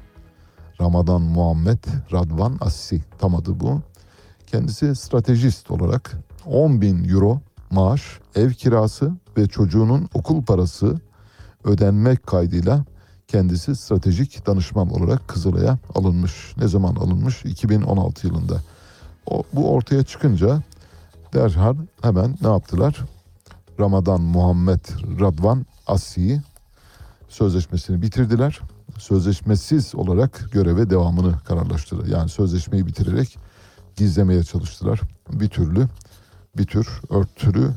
Ramadan Muhammed Radvan Assi, tam adı bu. Kendisi stratejist olarak on bin euro maaş, ev kirası ve çocuğunun okul parası ödenmek kaydıyla kendisi stratejik danışman olarak Kızılay'a alınmış. Ne zaman alınmış? iki bin on altı yılında. O, bu ortaya çıkınca derhal hemen ne yaptılar? Ramadan Muhammed Radvan Assi'yi sözleşmesini bitirdiler. Sözleşmesiz olarak göreve devamını kararlaştırdılar. Yani sözleşmeyi bitirerek gizlemeye çalıştılar. Bir türlü, bir tür örtülü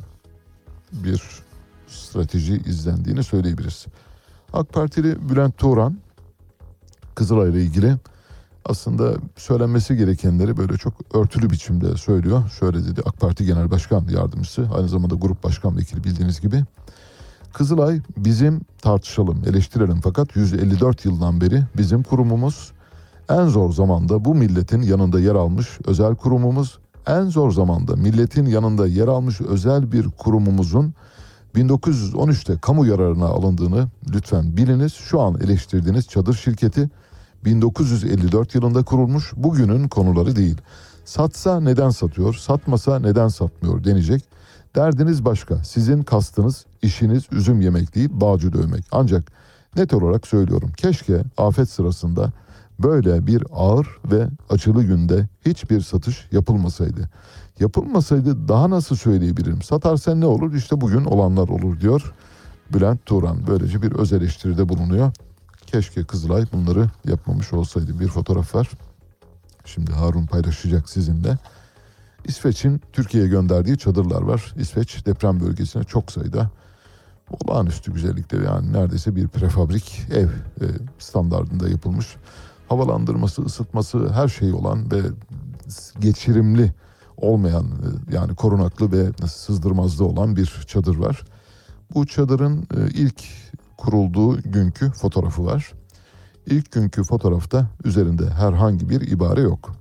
bir strateji izlendiğini söyleyebiliriz. AK Partili Bülent Turan Kızılay'la ilgili aslında söylenmesi gerekenleri böyle çok örtülü biçimde söylüyor. Şöyle dedi AK Parti Genel Başkan Yardımcısı, aynı zamanda Grup Başkan Vekili bildiğiniz gibi. Kızılay bizim tartışalım, eleştirelim fakat yüz elli dört yıldan beri bizim kurumumuz, en zor zamanda bu milletin yanında yer almış özel kurumumuz, en zor zamanda milletin yanında yer almış özel bir kurumumuzun bin dokuz yüz on üçte kamu yararına alındığını lütfen biliniz. Şu an eleştirdiğiniz çadır şirketi bin dokuz yüz elli dört yılında kurulmuş, bugünün konuları değil. Satsa neden satıyor, satmasa neden satmıyor denecek. Derdiniz başka. Sizin kastınız, işiniz üzüm yemek değil, bağcı dövmek. Ancak net olarak söylüyorum, keşke afet sırasında böyle bir ağır ve acılı günde hiçbir satış yapılmasaydı. Yapılmasaydı daha nasıl söyleyebilirim? Satarsan ne olur? İşte bugün olanlar olur diyor Bülent Turan. Böylece bir öz eleştiride bulunuyor. Keşke Kızılay bunları yapmamış olsaydı. Bir fotoğraf var. Şimdi Harun paylaşacak sizinle. İsveç'in Türkiye'ye gönderdiği çadırlar var. İsveç deprem bölgesine çok sayıda olağanüstü güzellikte, yani neredeyse bir prefabrik ev standardında yapılmış. Havalandırması, ısıtması, her şey olan ve geçirimli olmayan, yani korunaklı ve sızdırmazlı olan bir çadır var. Bu çadırın ilk kurulduğu günkü fotoğrafı var. İlk günkü fotoğrafta üzerinde herhangi bir ibare yok.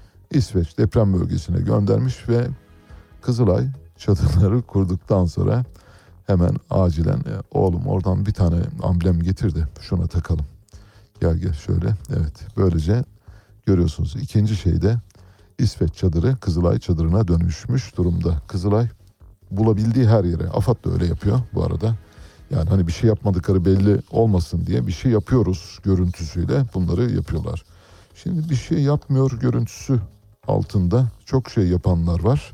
İsveç deprem bölgesine göndermiş ve Kızılay çadırları kurduktan sonra hemen acilen oğlum oradan bir tane amblem getir de şuna takalım. Gel gel şöyle, evet, böylece görüyorsunuz. İkinci şeyde İsveç çadırı Kızılay çadırına dönüşmüş durumda. Kızılay bulabildiği her yere, AFAD da öyle yapıyor bu arada. Yani hani bir şey yapmadıkları belli olmasın diye bir şey yapıyoruz görüntüsüyle bunları yapıyorlar. Şimdi bir şey yapmıyor görüntüsü altında çok şey yapanlar var.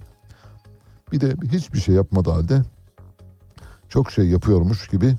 Bir de hiçbir şey yapmadığı halde çok şey yapıyormuş gibi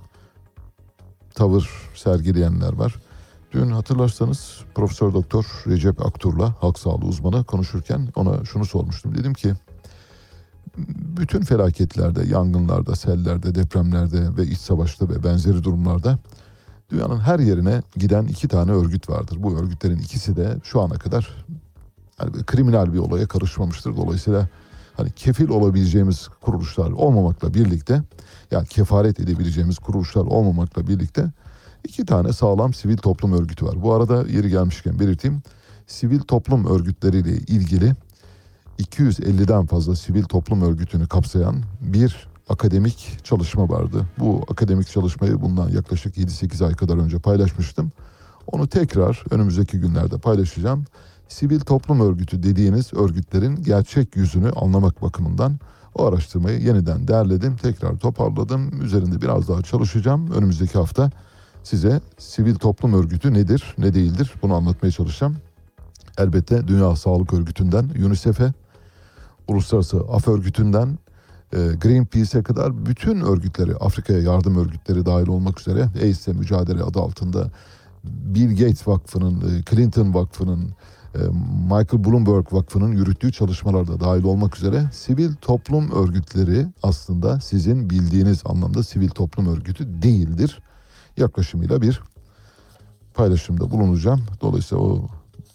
tavır sergileyenler var. Dün hatırlarsanız Profesör Doktor Recep Aktur'la halk sağlığı uzmanı konuşurken ona şunu sormuştum. Dedim ki bütün felaketlerde, yangınlarda, sellerde, depremlerde ve iç savaşta ve benzeri durumlarda dünyanın her yerine giden iki tane örgüt vardır. Bu örgütlerin ikisi de şu ana kadar yani kriminal bir olaya karışmamıştır. Dolayısıyla hani kefil olabileceğimiz kuruluşlar olmamakla birlikte, yani kefaret edebileceğimiz kuruluşlar olmamakla birlikte iki tane sağlam sivil toplum örgütü var. Bu arada yeri gelmişken belirteyim, sivil toplum örgütleriyle ilgili iki yüz elliden fazla sivil toplum örgütünü kapsayan bir akademik çalışma vardı. Bu akademik çalışmayı bundan yaklaşık yedi sekiz ay kadar önce paylaşmıştım. Onu tekrar önümüzdeki günlerde paylaşacağım. Sivil toplum örgütü dediğiniz örgütlerin gerçek yüzünü anlamak bakımından o araştırmayı yeniden derledim, tekrar toparladım. Üzerinde biraz daha çalışacağım. Önümüzdeki hafta size sivil toplum örgütü nedir, ne değildir bunu anlatmaya çalışacağım. Elbette Dünya Sağlık Örgütü'nden UNICEF'e, Uluslararası Af Örgütü'nden e, Greenpeace'e kadar bütün örgütleri, Afrika'ya yardım örgütleri dahil olmak üzere AIDS'e mücadele adı altında Bill Gates Vakfı'nın, Clinton Vakfı'nın, Michael Bloomberg Vakfı'nın yürüttüğü çalışmalarda dahil olmak üzere sivil toplum örgütleri aslında sizin bildiğiniz anlamda sivil toplum örgütü değildir. Yaklaşımıyla bir paylaşımda bulunacağım. Dolayısıyla o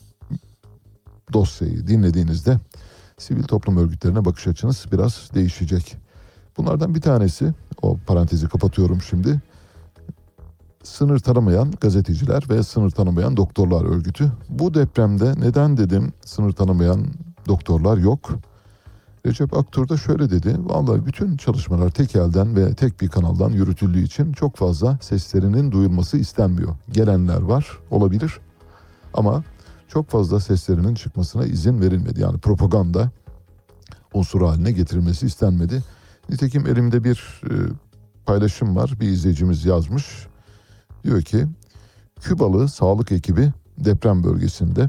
dosyayı dinlediğinizde sivil toplum örgütlerine bakış açınız biraz değişecek. Bunlardan bir tanesi, o parantezi kapatıyorum şimdi, Sınır Tanımayan Gazeteciler ve Sınır Tanımayan Doktorlar Örgütü. Bu depremde neden dedim sınır tanımayan doktorlar yok? Recep Aktur da şöyle dedi, vallahi bütün çalışmalar tek elden ve tek bir kanaldan yürütüldüğü için çok fazla seslerinin duyulması istenmiyor. Gelenler var, olabilir ama çok fazla seslerinin çıkmasına izin verilmedi. Yani propaganda unsuru haline getirilmesi istenmedi. Nitekim elimde bir e, paylaşım var, bir izleyicimiz yazmış. Diyor ki, Kübalı sağlık ekibi deprem bölgesinde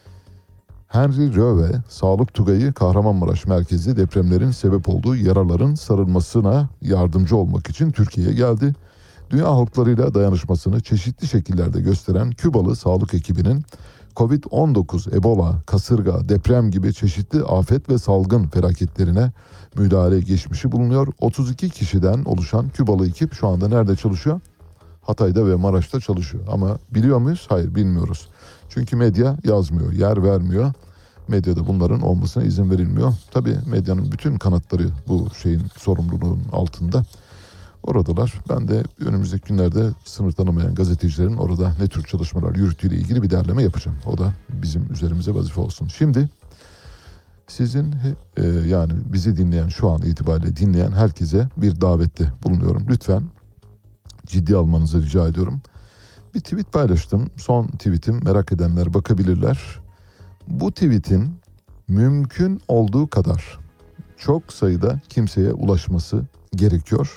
Henry Röve Sağlık Tugayı Kahramanmaraş merkezli depremlerin sebep olduğu yaraların sarılmasına yardımcı olmak için Türkiye'ye geldi. Dünya halklarıyla dayanışmasını çeşitli şekillerde gösteren Kübalı sağlık ekibinin kovid on dokuz, Ebola, kasırga, deprem gibi çeşitli afet ve salgın felaketlerine müdahale geçmişi bulunuyor. otuz iki kişiden oluşan Kübalı ekip şu anda nerede çalışıyor? Hatay'da ve Maraş'ta çalışıyor. Ama biliyor muyuz? Hayır, bilmiyoruz. Çünkü medya yazmıyor, yer vermiyor. Medyada bunların olmasına izin verilmiyor. Tabii medyanın bütün kanatları bu şeyin sorumluluğun altında. Oradalar. Ben de önümüzdeki günlerde sınır tanımayan gazetecilerin orada ne tür çalışmalar yürüttüğüyle ilgili bir derleme yapacağım. O da bizim üzerimize vazife olsun. Şimdi sizin e, yani bizi dinleyen, şu an itibariyle dinleyen herkese bir davette bulunuyorum. Lütfen ciddi almanızı rica ediyorum. Bir tweet paylaştım. Son tweetim, merak edenler bakabilirler. Bu tweetin mümkün olduğu kadar çok sayıda kimseye ulaşması gerekiyor.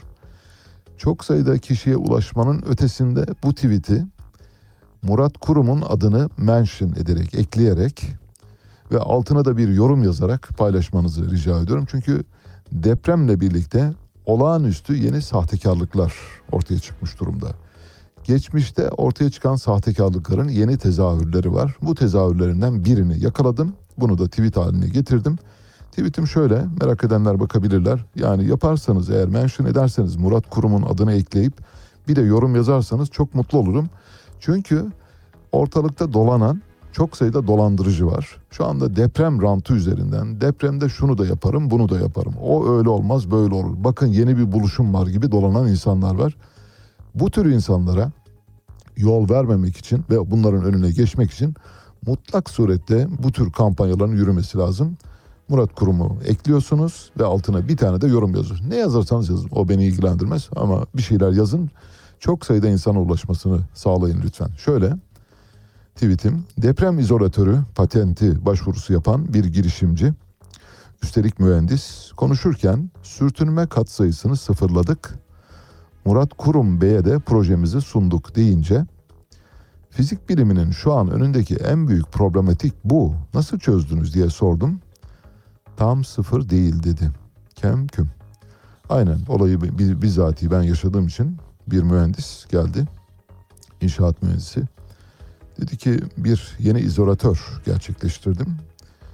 Çok sayıda kişiye ulaşmanın ötesinde bu tweet'i Murat Kurum'un adını mention ederek, ekleyerek ve altına da bir yorum yazarak paylaşmanızı rica ediyorum. Çünkü depremle birlikte olağanüstü yeni sahtekarlıklar ortaya çıkmış durumda. Geçmişte ortaya çıkan sahtekarlıkların yeni tezahürleri var. Bu tezahürlerinden birini yakaladım. Bunu da tweet haline getirdim. Tweetim şöyle, merak edenler bakabilirler. Yani yaparsanız, eğer mention ederseniz, Murat Kurum'un adını ekleyip bir de yorum yazarsanız çok mutlu olurum. Çünkü ortalıkta dolanan çok sayıda dolandırıcı var. Şu anda deprem rantı üzerinden depremde şunu da yaparım, bunu da yaparım. O öyle olmaz, böyle olur. Bakın yeni bir buluşum var gibi dolanan insanlar var. Bu tür insanlara yol vermemek için ve bunların önüne geçmek için mutlak surette bu tür kampanyaların yürümesi lazım. Murat Kurum'u ekliyorsunuz ve altına bir tane de yorum yazıyorsunuz. Ne yazarsanız yazın, o beni ilgilendirmez ama bir şeyler yazın. Çok sayıda insana ulaşmasını sağlayın lütfen. Şöyle, tweetim, deprem izolatörü patenti başvurusu yapan bir girişimci, üstelik mühendis, konuşurken sürtünme katsayısını sıfırladık. Murat Kurum Bey'e de projemizi sunduk deyince, fizik biliminin şu an önündeki en büyük problematik bu, nasıl çözdünüz diye sordum. Tam sıfır değil dedi. Kem küm. Aynen, olayı bizzatihi ben yaşadığım için bir mühendis geldi. İnşaat mühendisi. Dedi ki bir yeni izolatör gerçekleştirdim.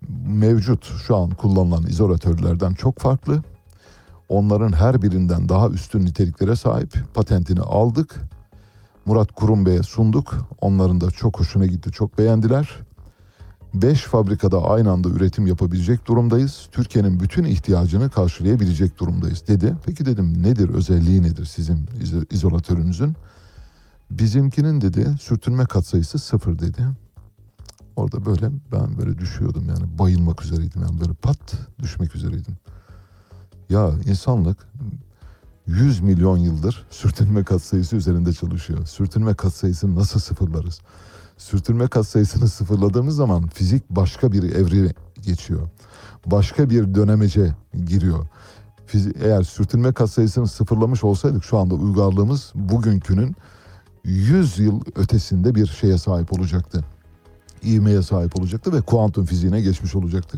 mevcut şu an kullanılan izolatörlerden çok farklı. Onların her birinden daha üstün niteliklere sahip. Patentini aldık. Murat Kurum Bey'e sunduk. Onların da çok hoşuna gitti, çok beğendiler. Beş fabrikada aynı anda üretim yapabilecek durumdayız. Türkiye'nin bütün ihtiyacını karşılayabilecek durumdayız dedi. Peki dedim, nedir, özelliği nedir sizin izolatörünüzün? Bizimkinin dedi sürtünme katsayısı sıfır dedi. Orada böyle ben böyle düşüyordum, yani bayılmak üzereydim, yani böyle pat düşmek üzereydim. Ya insanlık yüz milyon yıldır sürtünme katsayısı üzerinde çalışıyor. Sürtünme katsayısını nasıl sıfırlarız? Sürtünme katsayısını sıfırladığımız zaman fizik başka bir evreye geçiyor. Başka bir dönemece giriyor. Fizik, eğer sürtünme katsayısını sıfırlamış olsaydık şu anda uygarlığımız bugünkünün yüz yıl ötesinde bir şeye sahip olacaktı. İvmeye sahip olacaktı ve kuantum fiziğine geçmiş olacaktık.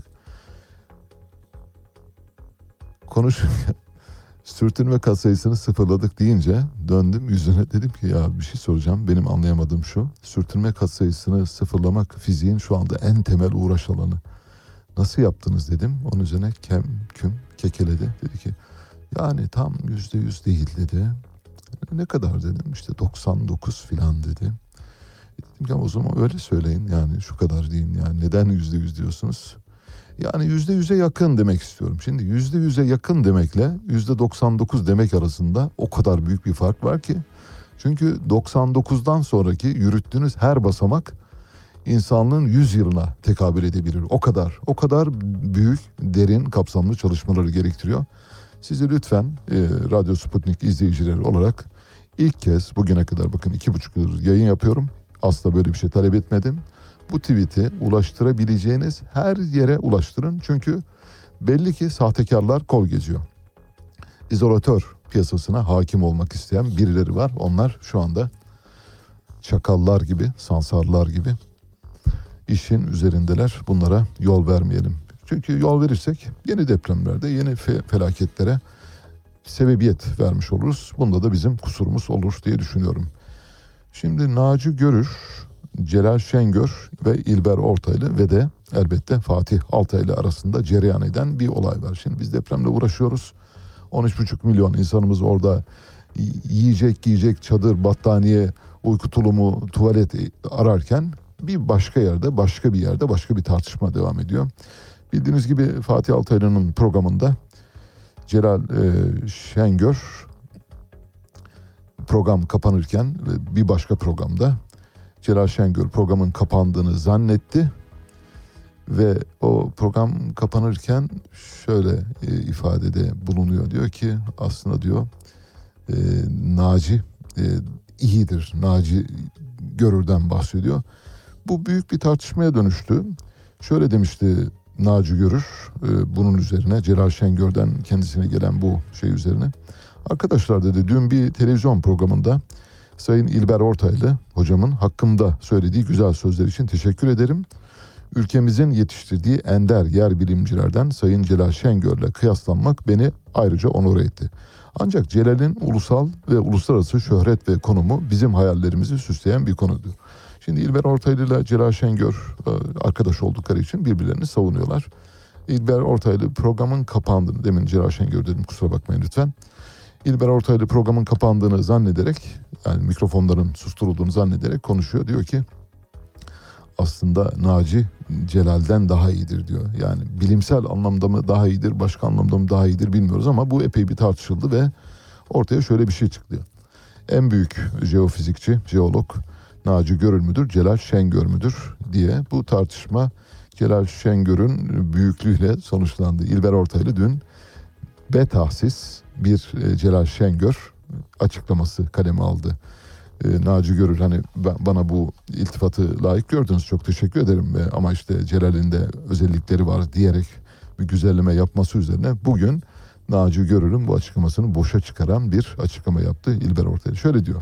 Konuşurken sürtünme katsayısını sıfırladık deyince döndüm yüzüne, dedim ki ya bir şey soracağım, benim anlayamadığım şu: sürtünme katsayısını sıfırlamak fiziğin şu anda en temel uğraş alanı. Nasıl yaptınız dedim. Onun üzerine kem küm kekeledi. Dedi ki yani tam yüzde yüz değil dedi. Ne kadar dedim, işte doksan dokuz filan dedi. Dedim ki o zaman öyle söyleyin, yani şu kadar deyin, yani neden yüzde yüz diyorsunuz? Yani yüzde yüze yakın demek istiyorum. Şimdi yüzde yüze yakın demekle yüzde doksan dokuz demek arasında o kadar büyük bir fark var ki. Çünkü doksan dokuzdan sonraki yürüttüğünüz her basamak insanlığın yüz yılına tekabül edebilir. O kadar, o kadar büyük, derin, kapsamlı çalışmaları gerektiriyor. Sizi lütfen e, Radyo Sputnik izleyicileri olarak ilk kez bugüne kadar, bakın iki buçuk yıldır yayın yapıyorum. Asla böyle bir şey talep etmedim. Bu tweet'i ulaştırabileceğiniz her yere ulaştırın. Çünkü belli ki sahtekarlar kol geziyor. İzolatör piyasasına hakim olmak isteyen birileri var. Onlar şu anda çakallar gibi, sansarlar gibi işin üzerindeler. Bunlara yol vermeyelim. Çünkü yol verirsek yeni depremlerde, yeni fe- felaketlere sebebiyet vermiş oluruz. Bunda da bizim kusurumuz olur diye düşünüyorum. Şimdi Naci Görür, Celal Şengör ve İlber Ortaylı ve de elbette Fatih Altaylı arasında cereyan eden bir olay var. Şimdi biz depremle uğraşıyoruz. on üç buçuk milyon insanımız orada yiyecek, giyecek, çadır, battaniye, uyku tulumu, tuvalet ararken bir başka yerde, başka bir yerde başka bir tartışma devam ediyor. Bildiğiniz gibi Fatih Altaylı'nın programında Celal e, Şengör program kapanırken bir başka programda Celal Şengör programın kapandığını zannetti ve o program kapanırken şöyle e, ifadede bulunuyor. Diyor ki aslında diyor e, Naci e, iyidir. Naci Görür'den bahsediyor. Bu büyük bir tartışmaya dönüştü. Şöyle demişti Naci Görür e, bunun üzerine, Celal Şengör'den kendisine gelen bu şey üzerine. Arkadaşlar dedi, dün bir televizyon programında Sayın İlber Ortaylı hocamın hakkımda söylediği güzel sözler için teşekkür ederim. Ülkemizin yetiştirdiği ender yer bilimcilerden Sayın Celal Şengör'le kıyaslanmak beni ayrıca onore etti. Ancak Celal'in ulusal ve uluslararası şöhret ve konumu bizim hayallerimizi süsleyen bir konudur. Şimdi İlber Ortaylı ile Celal Şengör arkadaş oldukları için birbirlerini savunuyorlar. İlber Ortaylı programın kapandığını, demin Celal Şengör dedim, kusura bakmayın lütfen. İlber Ortaylı programın kapandığını zannederek, yani mikrofonların susturulduğunu zannederek konuşuyor. Diyor ki aslında Naci Celal'den daha iyidir diyor. Yani bilimsel anlamda mı daha iyidir, başka anlamda mı daha iyidir bilmiyoruz ama bu epey bir tartışıldı ve ortaya şöyle bir şey çıktı. En büyük jeofizikçi, jeolog Naci Görür müdür, Celal Şengör müdür diye bu tartışma Celal Şengör'ün büyüklüğüyle sonuçlandı. İlber Ortaylı dün betahsis bir Celal Şengör açıklaması kaleme aldı. E, Naci Görür, hani bana bu iltifatı layık gördünüz, çok teşekkür ederim ve ama işte Celal'in de özellikleri var diyerek bir güzelleme yapması üzerine bugün Naci Görür'ün bu açıklamasını boşa çıkaran bir açıklama yaptı İlber Ortaylı. Şöyle diyor.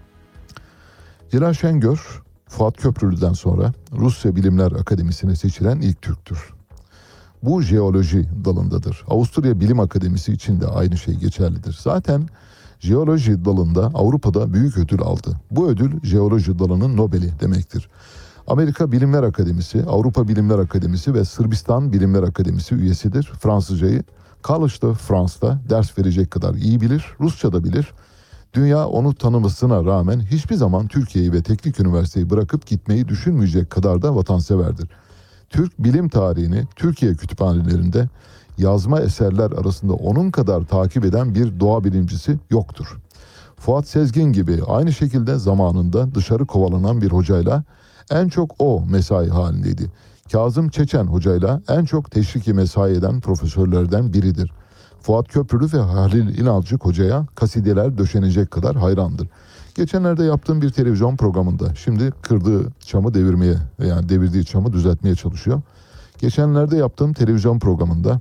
Celal Şengör, Fuat Köprülü'den sonra Rusya Bilimler Akademisi'ne seçilen ilk Türktür. Bu jeoloji dalındadır. Avusturya Bilim Akademisi için de aynı şey geçerlidir. Zaten jeoloji dalında Avrupa'da büyük ödül aldı. Bu ödül jeoloji dalının Nobel'i demektir. Amerika Bilimler Akademisi, Avrupa Bilimler Akademisi ve Sırbistan Bilimler Akademisi üyesidir. Fransızcayı Collège de France'da ders verecek kadar iyi bilir, Rusça da bilir. Dünya onu tanımasına rağmen hiçbir zaman Türkiye'yi ve teknik üniversiteyi bırakıp gitmeyi düşünmeyecek kadar da vatanseverdir. Türk bilim tarihini Türkiye kütüphanelerinde yazma eserler arasında onun kadar takip eden bir doğa bilimcisi yoktur. Fuat Sezgin gibi aynı şekilde zamanında dışarı kovalanan bir hocayla en çok o mesai halindeydi. Kazım Çeçen hocayla en çok teşviki mesai eden profesörlerden biridir. Fuat Köprülü ve Halil İnalcık hocaya kasideler döşenecek kadar hayrandır. Geçenlerde yaptığım bir televizyon programında şimdi kırdığı çamı devirmeye, yani devirdiği çamı düzeltmeye çalışıyor. Geçenlerde yaptığım televizyon programında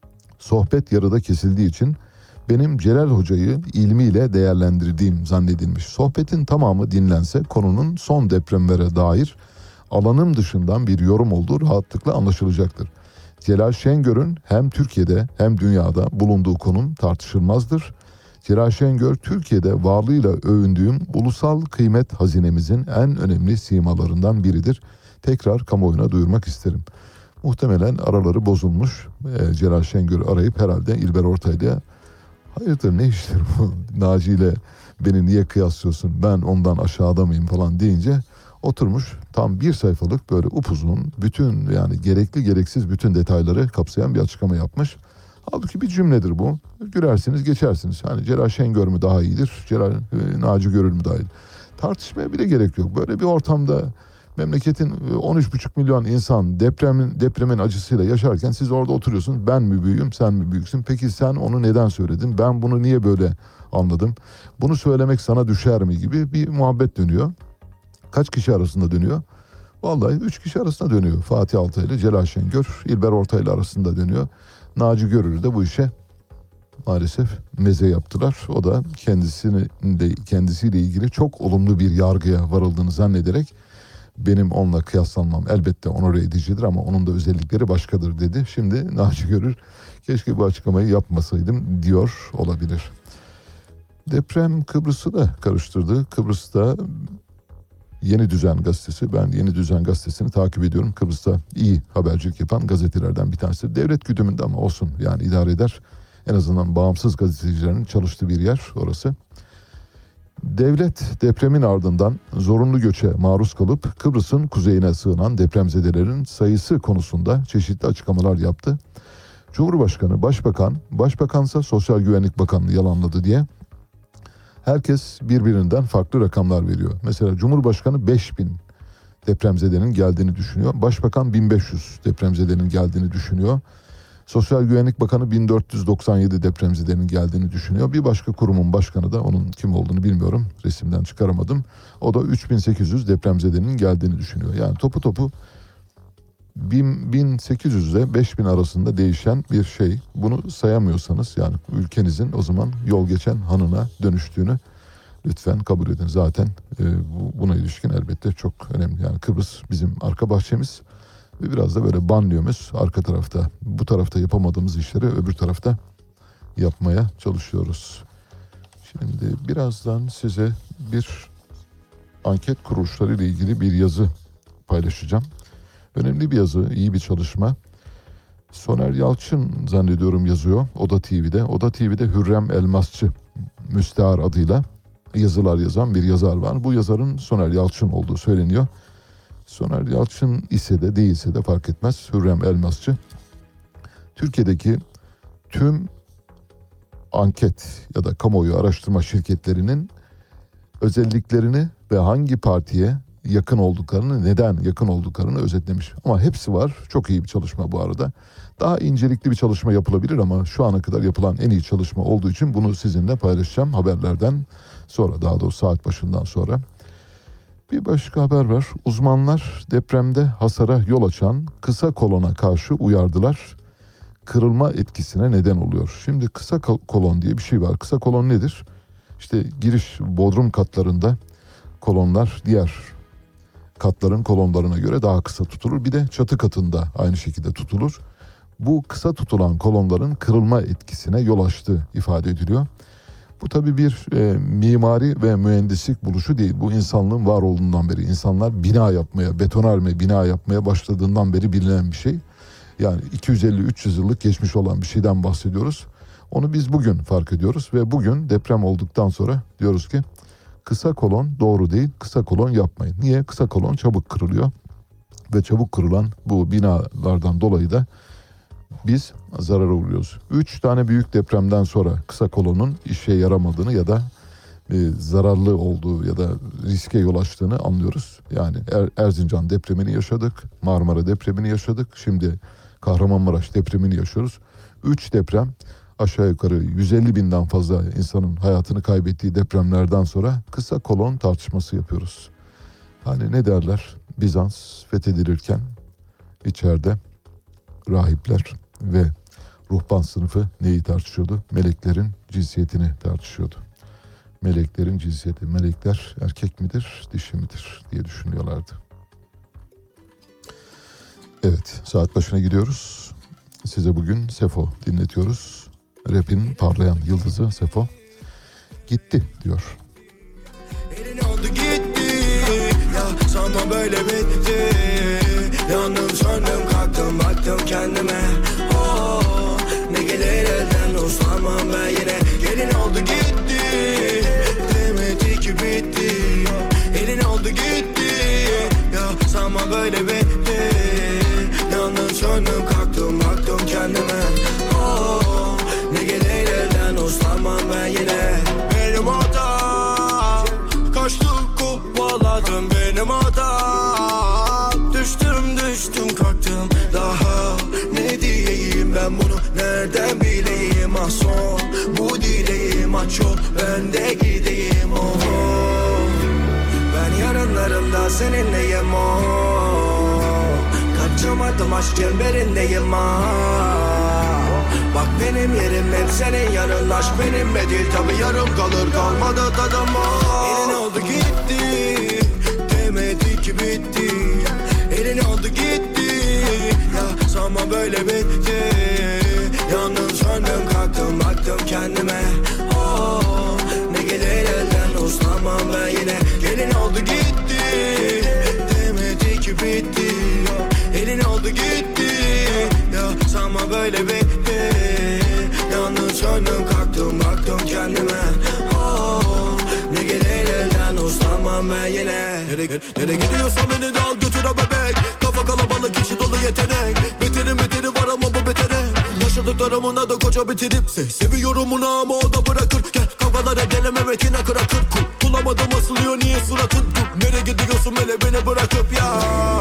sohbet yarıda kesildiği için benim Celal Hoca'yı ilmiyle değerlendirdiğim zannedilmiş. Sohbetin tamamı dinlense konunun son depremlere dair alanım dışından bir yorum olduğu rahatlıkla anlaşılacaktır. Celal Şengör'ün hem Türkiye'de hem dünyada bulunduğu konum tartışılmazdır. Celal Şengör, Türkiye'de varlığıyla övündüğüm ulusal kıymet hazinemizin en önemli simalarından biridir. Tekrar kamuoyuna duyurmak isterim. Muhtemelen araları bozulmuş. E, Celal Şengör'ü arayıp herhalde İlber Ortaylı'ya hayırdır ne iştir bu Naci ile beni niye kıyaslıyorsun, ben ondan aşağıda mıyım falan deyince oturmuş tam bir sayfalık böyle upuzun bütün yani gerekli gereksiz bütün detayları kapsayan bir açıklama yapmış. Halbuki bir cümledir bu. Gülersiniz geçersiniz. Hani Celal Şengör mü daha iyidir, Celal e, Naci Görür mü daha iyidir? Tartışmaya bile gerek yok. Böyle bir ortamda memleketin on üç buçuk milyon insan depremin depremin acısıyla yaşarken siz orada oturuyorsunuz. Ben mi büyüğüm, sen mi büyüksün? Peki sen onu neden söyledin? Ben bunu niye böyle anladım? Bunu söylemek sana düşer mi gibi bir muhabbet dönüyor. Kaç kişi arasında dönüyor? Vallahi üç kişi arasında dönüyor. Fatih Altaylı ile Celal Şengör, İlber Ortaylı arasında dönüyor. Naci Görür de bu işe maalesef meze yaptılar. O da kendisini de kendisiyle ilgili çok olumlu bir yargıya varıldığını zannederek benim onunla kıyaslanmam elbette onore edicidir ama onun da özellikleri başkadır dedi. Şimdi Naci Görür keşke bu açıklamayı yapmasaydım diyor olabilir. Deprem Kıbrıs'ı da karıştırdı. Kıbrıs'ta Yeni Düzen gazetesi, ben Yeni Düzen gazetesini takip ediyorum. Kıbrıs'ta iyi habercilik yapan gazetelerden bir tanesi. Devlet güdümünde ama olsun yani idare eder. En azından bağımsız gazetecilerin çalıştığı bir yer orası. Devlet depremin ardından zorunlu göçe maruz kalıp Kıbrıs'ın kuzeyine sığınan depremzedelerin sayısı konusunda çeşitli açıklamalar yaptı. Cumhurbaşkanı, Başbakan, Başbakansa Sosyal Güvenlik Bakanlığı yalanladı diye herkes birbirinden farklı rakamlar veriyor. Mesela Cumhurbaşkanı beş bin depremzedenin geldiğini düşünüyor. Başbakan bin beş yüz depremzedenin geldiğini düşünüyor. Sosyal Güvenlik Bakanı bin dört yüz doksan yedi depremzedenin geldiğini düşünüyor. Bir başka kurumun başkanı da onun kim olduğunu bilmiyorum. Resimden çıkaramadım. O da üç bin sekiz yüz depremzedenin geldiğini düşünüyor. Yani topu topu bin sekiz yüz ile beş bin arasında değişen bir şey. Bunu sayamıyorsanız yani ülkenizin o zaman yol geçen hanına dönüştüğünü lütfen kabul edin. Zaten e, buna ilişkin elbette çok önemli. Yani Kıbrıs bizim arka bahçemiz ve biraz da böyle banliyomuz arka tarafta. Bu tarafta yapamadığımız işleri öbür tarafta yapmaya çalışıyoruz. Şimdi birazdan size bir anket kuruluşları ile ilgili bir yazı paylaşacağım. Önemli bir yazı, iyi bir çalışma. Soner Yalçın zannediyorum yazıyor Oda T V'de. Oda T V'de Hürrem Elmasçı Müstehar adıyla yazılar yazan bir yazar var. Bu yazarın Soner Yalçın olduğu söyleniyor. Soner Yalçın ise de değilse de fark etmez. Hürrem Elmasçı Türkiye'deki tüm anket ya da kamuoyu araştırma şirketlerinin özelliklerini ve hangi partiye yakın olduklarını, neden yakın olduklarını özetlemiş. Ama hepsi var. Çok iyi bir çalışma bu arada. Daha incelikli bir çalışma yapılabilir ama şu ana kadar yapılan en iyi çalışma olduğu için bunu sizinle paylaşacağım haberlerden sonra, daha doğrusu saat başından sonra. Bir başka haber var. Uzmanlar depremde hasara yol açan kısa kolona karşı uyardılar. Kırılma etkisine neden oluyor. Şimdi kısa kolon diye bir şey var. Kısa kolon nedir? İşte giriş bodrum katlarında kolonlar diğer katların kolonlarına göre daha kısa tutulur. Bir de çatı katında aynı şekilde tutulur. Bu kısa tutulan kolonların kırılma etkisine yol açtığı ifade ediliyor. Bu tabii bir e, mimari ve mühendislik buluşu değil. Bu insanlığın var olduğundan beri. İnsanlar bina yapmaya, betonarme bina yapmaya başladığından beri bilinen bir şey. Yani iki yüz elli üç yüz yıllık geçmiş olan bir şeyden bahsediyoruz. Onu biz bugün fark ediyoruz ve bugün deprem olduktan sonra diyoruz ki kısa kolon doğru değil, kısa kolon yapmayın. Niye? Kısa kolon çabuk kırılıyor ve çabuk kırılan bu binalardan dolayı da biz zarara uğruyoruz. Üç tane büyük depremden sonra kısa kolonun işe yaramadığını ya da e, zararlı olduğu ya da riske yol açtığını anlıyoruz. Yani er, Erzincan depremini yaşadık, Marmara depremini yaşadık, şimdi Kahramanmaraş depremini yaşıyoruz. Üç deprem aşağı yukarı yüz elli binden fazla insanın hayatını kaybettiği depremlerden sonra kısa kolon tartışması yapıyoruz. Hani ne derler? Bizans fethedilirken içeride rahipler ve ruhban sınıfı neyi tartışıyordu? Meleklerin cinsiyetini tartışıyordu. Meleklerin cinsiyeti, melekler erkek midir, dişi midir diye düşünüyorlardı. Evet, saat başına gidiyoruz. Size bugün Sefo dinletiyoruz. Rap'in parlayan yıldızı Sefo gitti diyor. Elin oldu gitti ya, sana böyle bitti. Yandım söndüm kalktım baktım kendime. Oh, ne gelir elden uslanmam ben yine. Elin oldu gitti, demedi ki bitti. Elin oldu gitti ya, sana böyle bitti. Yandım söndüm kalktım baktım kendime. Oh, ne gelir elden uslanmam ben yine. Benim hatam, kaçtım kovaladım benim hatam. Düştüm düştüm kalktım daha ne diyeyim ben bunu nereden bileyim. Ah son bu dileğim, aç yol ben de gideyim. Oh, ben yarınlarımda seninleyim. Oh, kaçamadım aşk çemberindeyim. Ah, bak benim yerim hep senin yanın. Aşk benimle değil tabi, yarım kalır kalmadı tadım. Oh, elin oldu gitti, demedi ki bitti. Elin oldu gitti ya, sana böyle bitti. Yandım söndüm kalktım baktım kendime. Oh, ne gelir elden uslanmam ben yine. Elin oldu gitti, demedi ki bitti. Elin oldu gitti ya, sana böyle bitti. Yandım söndüm kalktım baktım kendime. Oh, ne gelir elden uslanmam ben yine. Nereye, nereye gidiyorsan beni de al götür o bebek. Kafa kalabalık içi dolu yetenek. Beterin beteri var ama bu betere. Yaşadıklarımına da koca bitirip se seviyorum onu ama o da bırakır. Gel kavgalara gelememek yine kırakır. Bulamadım asılıyor niye suratın. Nereye gidiyorsun hele beni bırakıp ya.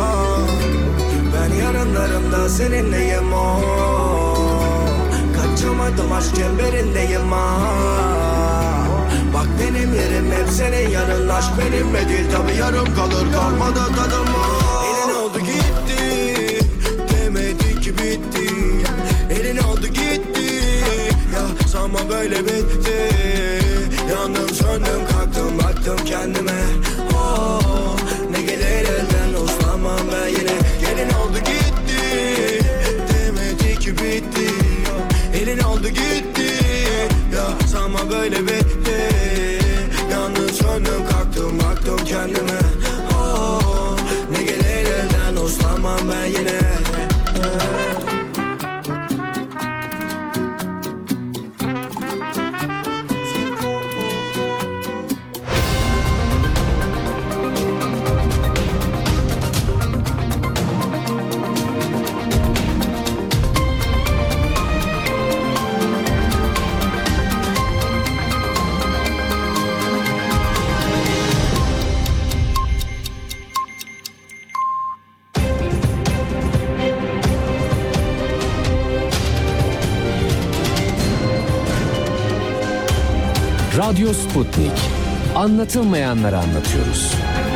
Ben yarınlarımda seninleyim. Oh, kaçamadım aşk çemberindeyim. Ah, bak benim yerim hep senin yanın. Aşk benimle değil tabi, yarım kalır kalmadı tadım. Oh, elin oldu gitti, demedi ki bitti. Elin oldu gitti ya, sana böyle bitti. Yandım söndüm kalktım baktım kendime. Oh, ne gelir elden uslanmam ben yine. Elin oldu gitti, demedi ki bitti. Elin oldu gitti ya, sana böyle bitti. Yandım söndüm kalktım baktım kendime. Oh, ne gelir elden uslanmam ben yine. Radyo Sputnik. Anlatılmayanları anlatıyoruz.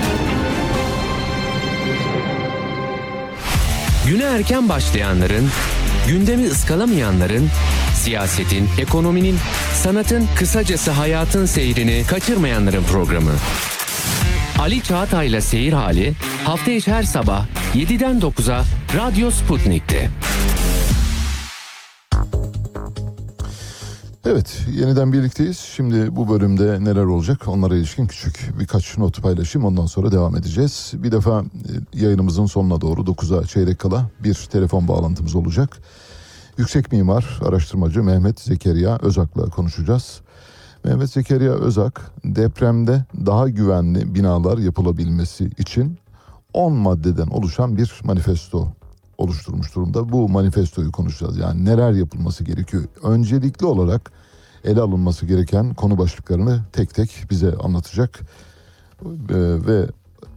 Güne erken başlayanların, gündemi ıskalamayanların, siyasetin, ekonominin, sanatın, kısacası hayatın seyrini kaçırmayanların programı. Ali Çağatay'la Seyir Hali hafta içi her sabah yediden dokuza Radyo Sputnik'te. Evet, yeniden birlikteyiz. Şimdi bu bölümde neler olacak onlara ilişkin küçük birkaç not paylaşayım. Ondan sonra devam edeceğiz. Bir defa yayınımızın sonuna doğru dokuza çeyrek kala bir telefon bağlantımız olacak. Yüksek mimar, araştırmacı Mehmet Zekeriya Özak'la konuşacağız. Mehmet Zekeriya Özak, depremde daha güvenli binalar yapılabilmesi için on maddeden oluşan bir manifesto oluşturmuş durumda. Bu manifestoyu konuşacağız. Yani neler yapılması gerekiyor? Öncelikli olarak ele alınması gereken konu başlıklarını tek tek bize anlatacak. Ee, ve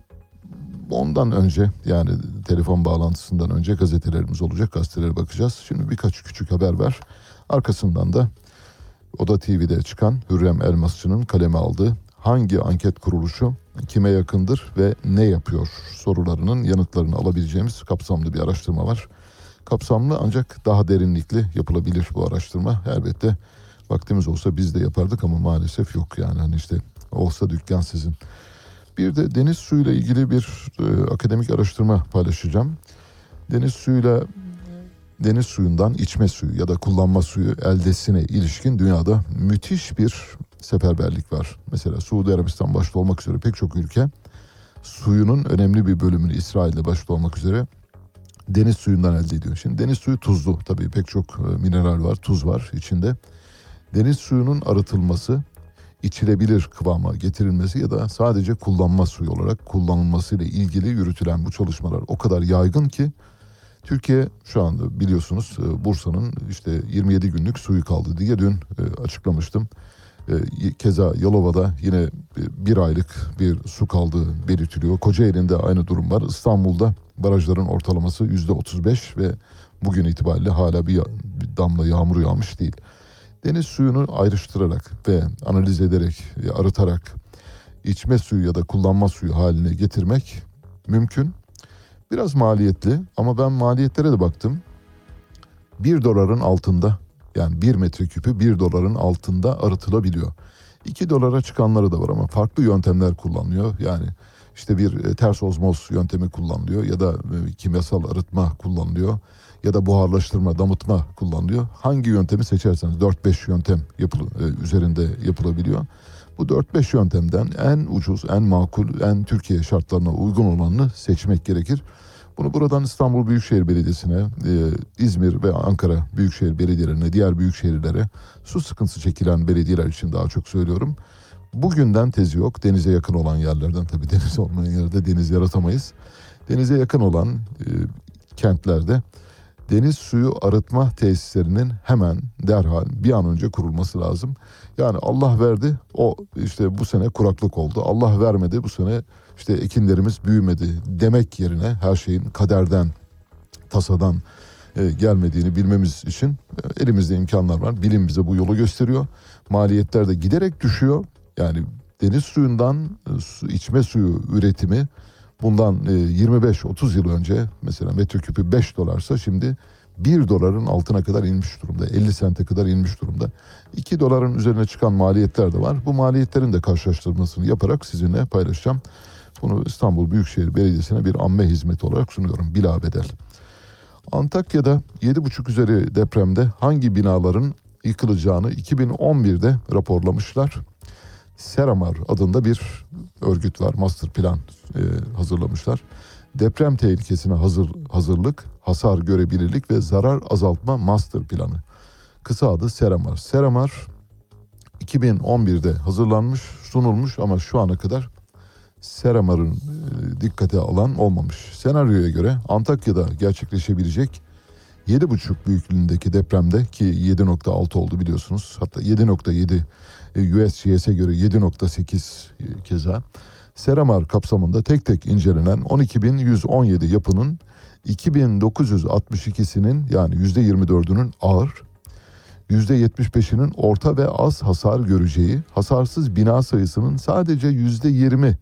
ondan önce, yani telefon bağlantısından önce gazetelerimiz olacak. Gazetelere bakacağız. Şimdi birkaç küçük haber var. Arkasından da Oda T V'de çıkan Hürrem Elmasçı'nın kaleme aldığı hangi anket kuruluşu kime yakındır ve ne yapıyor sorularının yanıtlarını alabileceğimiz kapsamlı bir araştırma var. Kapsamlı ancak daha derinlikli yapılabilir bu araştırma. Elbette vaktimiz olsa biz de yapardık ama maalesef yok, yani hani işte olsa dükkan sizin. Bir de deniz suyuyla ilgili bir e, akademik araştırma paylaşacağım. Deniz suyuyla deniz suyundan içme suyu ya da kullanma suyu eldesine ilişkin dünyada müthiş bir seferberlik var. Mesela Suudi Arabistan başta olmak üzere pek çok ülke suyunun önemli bir bölümünü İsrail'de başta olmak üzere deniz suyundan elde ediyor. Şimdi deniz suyu tuzlu, tabii pek çok mineral var, tuz var içinde. Deniz suyunun arıtılması, içilebilir kıvama getirilmesi ya da sadece kullanma suyu olarak kullanılmasıyla ilgili yürütülen bu çalışmalar o kadar yaygın ki Türkiye şu anda biliyorsunuz Bursa'nın işte yirmi yedi günlük suyu kaldı diye dün açıklamıştım. Keza Yalova'da yine bir aylık bir su kaldığı belirtiliyor. Kocaeli'nde aynı durum var. İstanbul'da barajların ortalaması yüzde otuz beş ve bugün itibariyle hala bir damla yağmur yağmış değil. Deniz suyunu ayrıştırarak ve analiz ederek, arıtarak içme suyu ya da kullanma suyu haline getirmek mümkün. Biraz maliyetli ama ben maliyetlere de baktım. Bir doların altında, yani bir metreküpü bir doların altında arıtılabiliyor. iki dolara çıkanları da var ama farklı yöntemler kullanılıyor. Yani işte bir ters ozmoz yöntemi kullanılıyor ya da kimyasal arıtma kullanılıyor ya da buharlaştırma, damıtma kullanılıyor. Hangi yöntemi seçerseniz dört beş yöntem yapıl- üzerinde yapılabiliyor. Bu dört beş yöntemden en ucuz, en makul, en Türkiye şartlarına uygun olanını seçmek gerekir. Bunu buradan İstanbul Büyükşehir Belediyesi'ne, e, İzmir ve Ankara Büyükşehir Belediyelerine, diğer büyük şehirlere, su sıkıntısı çekilen belediyeler için daha çok söylüyorum. Bugünden tezi yok. Denize yakın olan yerlerden, tabii deniz olmayan yerde deniz yaratamayız. Denize yakın olan e, kentlerde deniz suyu arıtma tesislerinin hemen derhal bir an önce kurulması lazım. Yani Allah verdi, o işte bu sene kuraklık oldu. Allah vermedi, bu sene işte ekinlerimiz büyümedi demek yerine her şeyin kaderden, tasadan e, gelmediğini bilmemiz için e, elimizde imkanlar var. Bilim bize bu yolu gösteriyor. Maliyetler de giderek düşüyor. Yani deniz suyundan e, su, içme suyu üretimi bundan e, yirmi beş otuz yıl önce mesela metreküpü beş dolarsa şimdi bir doların altına kadar inmiş durumda. elli sente kadar inmiş durumda. iki doların üzerine çıkan maliyetler de var. Bu maliyetlerin de karşılaştırmasını yaparak sizinle paylaşacağım. Bunu İstanbul Büyükşehir Belediyesi'ne bir amme hizmeti olarak sunuyorum. Bilabedel. Antakya'da yedi buçuk üzeri depremde hangi binaların yıkılacağını iki bin on birde raporlamışlar. Seramar adında bir örgüt var. Master plan e, hazırlamışlar. Deprem tehlikesine hazır, hazırlık, hasar görebilirlik ve zarar azaltma master planı. Kısa adı Seramar. Seramar iki bin on birde hazırlanmış, sunulmuş ama şu ana kadar Seramar'ın e, dikkate alan olmamış. Senaryoya göre Antakya'da gerçekleşebilecek yedi buçuk büyüklüğündeki depremde, ki yedi nokta altı oldu biliyorsunuz. Hatta yedi nokta yedi e, U S G S'e göre yedi nokta sekiz e, keza. Seramar kapsamında tek tek incelenen on iki bin yüz on yedi yapının iki bin dokuz yüz altmış ikisinin yani yüzde yirmi dördünün ağır, yüzde yetmiş beşinin orta ve az hasar göreceği, hasarsız bina sayısının sadece yüzde yirmi,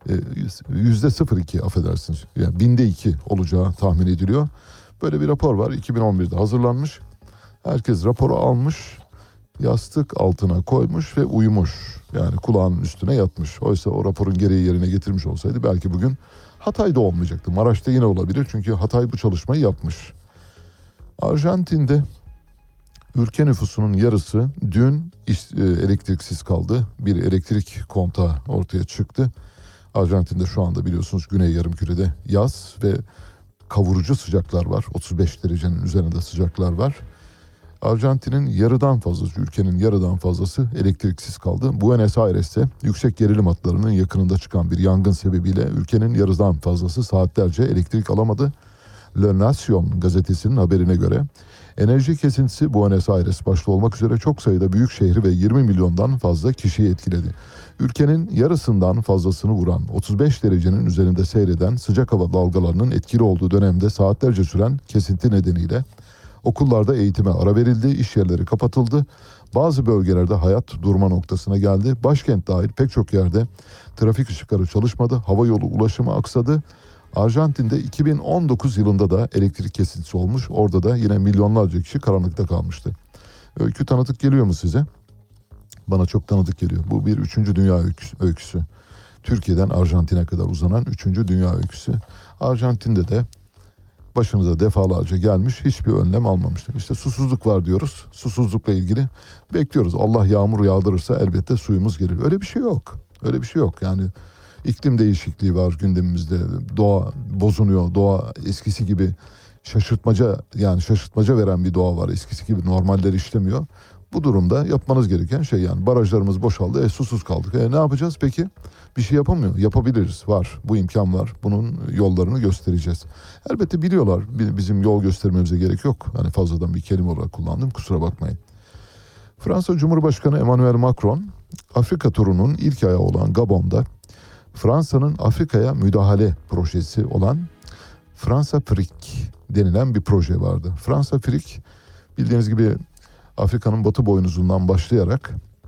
yüzde sıfır virgül iki affedersiniz, yani binde iki olacağı tahmin ediliyor. Böyle bir rapor var, iki bin on birde hazırlanmış. Herkes raporu almış, yastık altına koymuş ve uyumuş. Yani kulağının üstüne yatmış. Oysa o raporun gereği yerine getirmiş olsaydı belki bugün Hatay'da olmayacaktı. Maraş'ta yine olabilir çünkü Hatay bu çalışmayı yapmış. Arjantin'de Ülke nüfusunun yarısı dün elektriksiz kaldı. Bir elektrik kontağı ortaya çıktı. Arjantin'de şu anda biliyorsunuz Güney Yarımküre'de yaz ve kavurucu sıcaklar var. otuz beş derecenin üzerinde sıcaklar var. Arjantin'in yarıdan fazlası, ülkenin yarıdan fazlası elektriksiz kaldı. Buenos Aires'te yüksek gerilim hatlarının yakınında çıkan bir yangın sebebiyle ülkenin yarıdan fazlası saatlerce elektrik alamadı. La Nación gazetesinin haberine göre enerji kesintisi Buenos Aires başta olmak üzere çok sayıda büyük şehri ve yirmi milyondan fazla kişiyi etkiledi. Ülkenin yarısından fazlasını vuran, otuz beş derecenin üzerinde seyreden sıcak hava dalgalarının etkili olduğu dönemde saatlerce süren kesinti nedeniyle okullarda eğitime ara verildi, iş yerleri kapatıldı. Bazı bölgelerde hayat durma noktasına geldi. Başkent dahil pek çok yerde trafik ışıkları çalışmadı, hava yolu ulaşımı aksadı. Arjantin'de iki bin on dokuz yılında da elektrik kesintisi olmuş. Orada da yine milyonlarca kişi karanlıkta kalmıştı. Öykü tanıdık geliyor mu size? Bana çok tanıdık geliyor. Bu bir üçüncü dünya öyküsü. Türkiye'den Arjantin'e kadar uzanan üçüncü dünya öyküsü. Arjantin'de de başınıza defalarca gelmiş, hiçbir önlem almamıştır. İşte susuzluk var diyoruz. Susuzlukla ilgili bekliyoruz. Allah yağmur yağdırırsa elbette suyumuz gelir. Öyle bir şey yok. Öyle bir şey yok. Yani iklim değişikliği var gündemimizde. Doğa bozunuyor. Doğa eskisi gibi şaşırtmaca yani şaşırtmaca veren bir doğa var. Eskisi gibi normaller işlemiyor. Bu durumda yapmanız gereken şey yani barajlarımız boşaldı. E susuz kaldık. E ne yapacağız peki? Bir şey yapamıyor. Yapabiliriz. Var. Bu imkan var. Bunun yollarını göstereceğiz. Elbette biliyorlar. Bizim yol göstermemize gerek yok. Hani fazladan bir kelime olarak kullandım. Kusura bakmayın. Fransa Cumhurbaşkanı Emmanuel Macron Afrika turunun ilk ayağı olan Gabon'da Fransa'nın Afrika'ya müdahale projesi olan Fransa Frik denilen bir proje vardı. Fransa Frik bildiğiniz gibi Afrika'nın batı boynuzundan başlayarak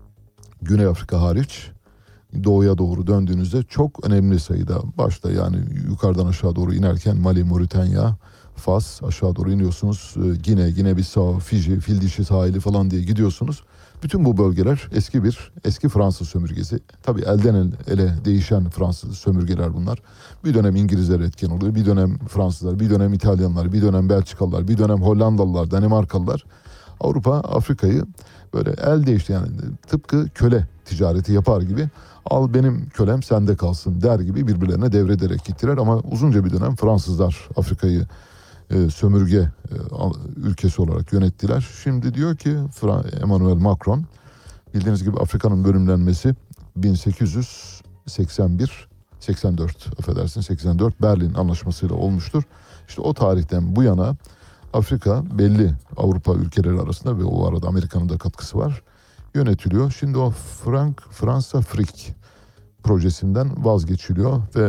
Güney Afrika hariç doğuya doğru döndüğünüzde çok önemli sayıda başta yani yukarıdan aşağı doğru inerken Mali, Moritanya, Fas aşağı doğru iniyorsunuz. Gine, Gine-Bissau, Fiji, Fildişi sahili falan diye gidiyorsunuz. Bütün bu bölgeler eski bir eski Fransız sömürgesi. Tabii elden ele değişen Fransız sömürgeler bunlar. Bir dönem İngilizler etken oluyor, bir dönem Fransızlar, bir dönem İtalyanlar, bir dönem Belçikalılar, bir dönem Hollandalılar, Danimarkalılar. Avrupa Afrika'yı böyle el değişti yani tıpkı köle ticareti yapar gibi al benim kölem sende kalsın der gibi birbirlerine devrederek gittiler ama uzunca bir dönem Fransızlar Afrika'yı e, sömürge e, ülkesi olarak yönettiler. Şimdi diyor ki Emmanuel Macron bildiğiniz gibi Afrika'nın bölümlenmesi bin sekiz yüz seksen bir seksen dört affedersin seksen dört Berlin Anlaşması'yla olmuştur. İşte o tarihten bu yana Afrika belli Avrupa ülkeleri arasında ve o arada Amerika'nın da katkısı var yönetiliyor. Şimdi o Frank Fransa Frik projesinden vazgeçiliyor ve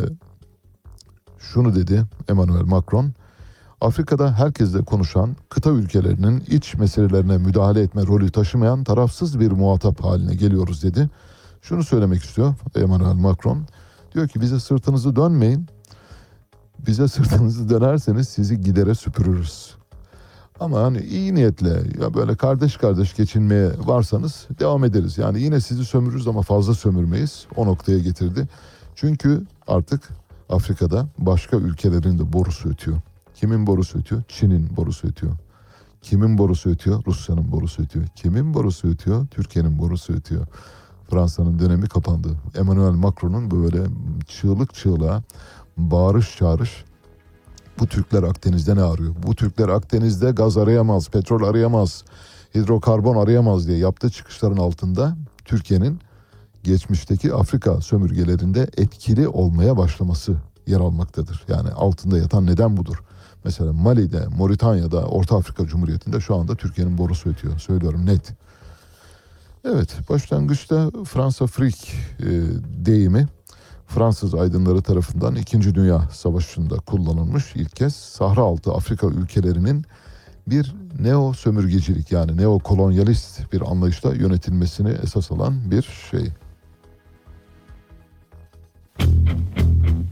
şunu dedi Emmanuel Macron. Afrika'da herkesle konuşan, kıta ülkelerinin iç meselelerine müdahale etme rolü taşımayan tarafsız bir muhatap haline geliyoruz dedi. Şunu söylemek istiyor Emmanuel Macron. Diyor ki bize sırtınızı dönmeyin. Bize sırtınızı dönerseniz sizi gidere süpürürüz. Ama hani iyi niyetle ya böyle kardeş kardeş geçinmeye varsanız devam ederiz. Yani yine sizi sömürürüz ama fazla sömürmeyiz. O noktaya getirdi. Çünkü artık Afrika'da başka ülkelerin de borusu ötüyor. Kimin borusu ötüyor? Çin'in borusu ötüyor. Kimin borusu ötüyor? Rusya'nın borusu ötüyor. Kimin borusu ötüyor? Türkiye'nin borusu ötüyor. Fransa'nın dönemi kapandı. Emmanuel Macron'un böyle çığlık çığlığa bağırış çağırış bu Türkler Akdeniz'de ne arıyor? Bu Türkler Akdeniz'de gaz arayamaz, petrol arayamaz, hidrokarbon arayamaz diye yaptığı çıkışların altında Türkiye'nin geçmişteki Afrika sömürgelerinde etkili olmaya başlaması yer almaktadır. Yani altında yatan neden budur. Mesela Mali'de, Moritanya'da, Orta Afrika Cumhuriyeti'nde şu anda Türkiye'nin borusu ötüyor. Söylüyorum net. Evet, başlangıçta Fransa Frik e, deyimi Fransız aydınları tarafından İkinci Dünya Savaşı'nda kullanılmış ilk kez Sahra altı Afrika ülkelerinin bir neo sömürgecilik yani neo kolonyalist bir anlayışla yönetilmesini esas alan bir şey.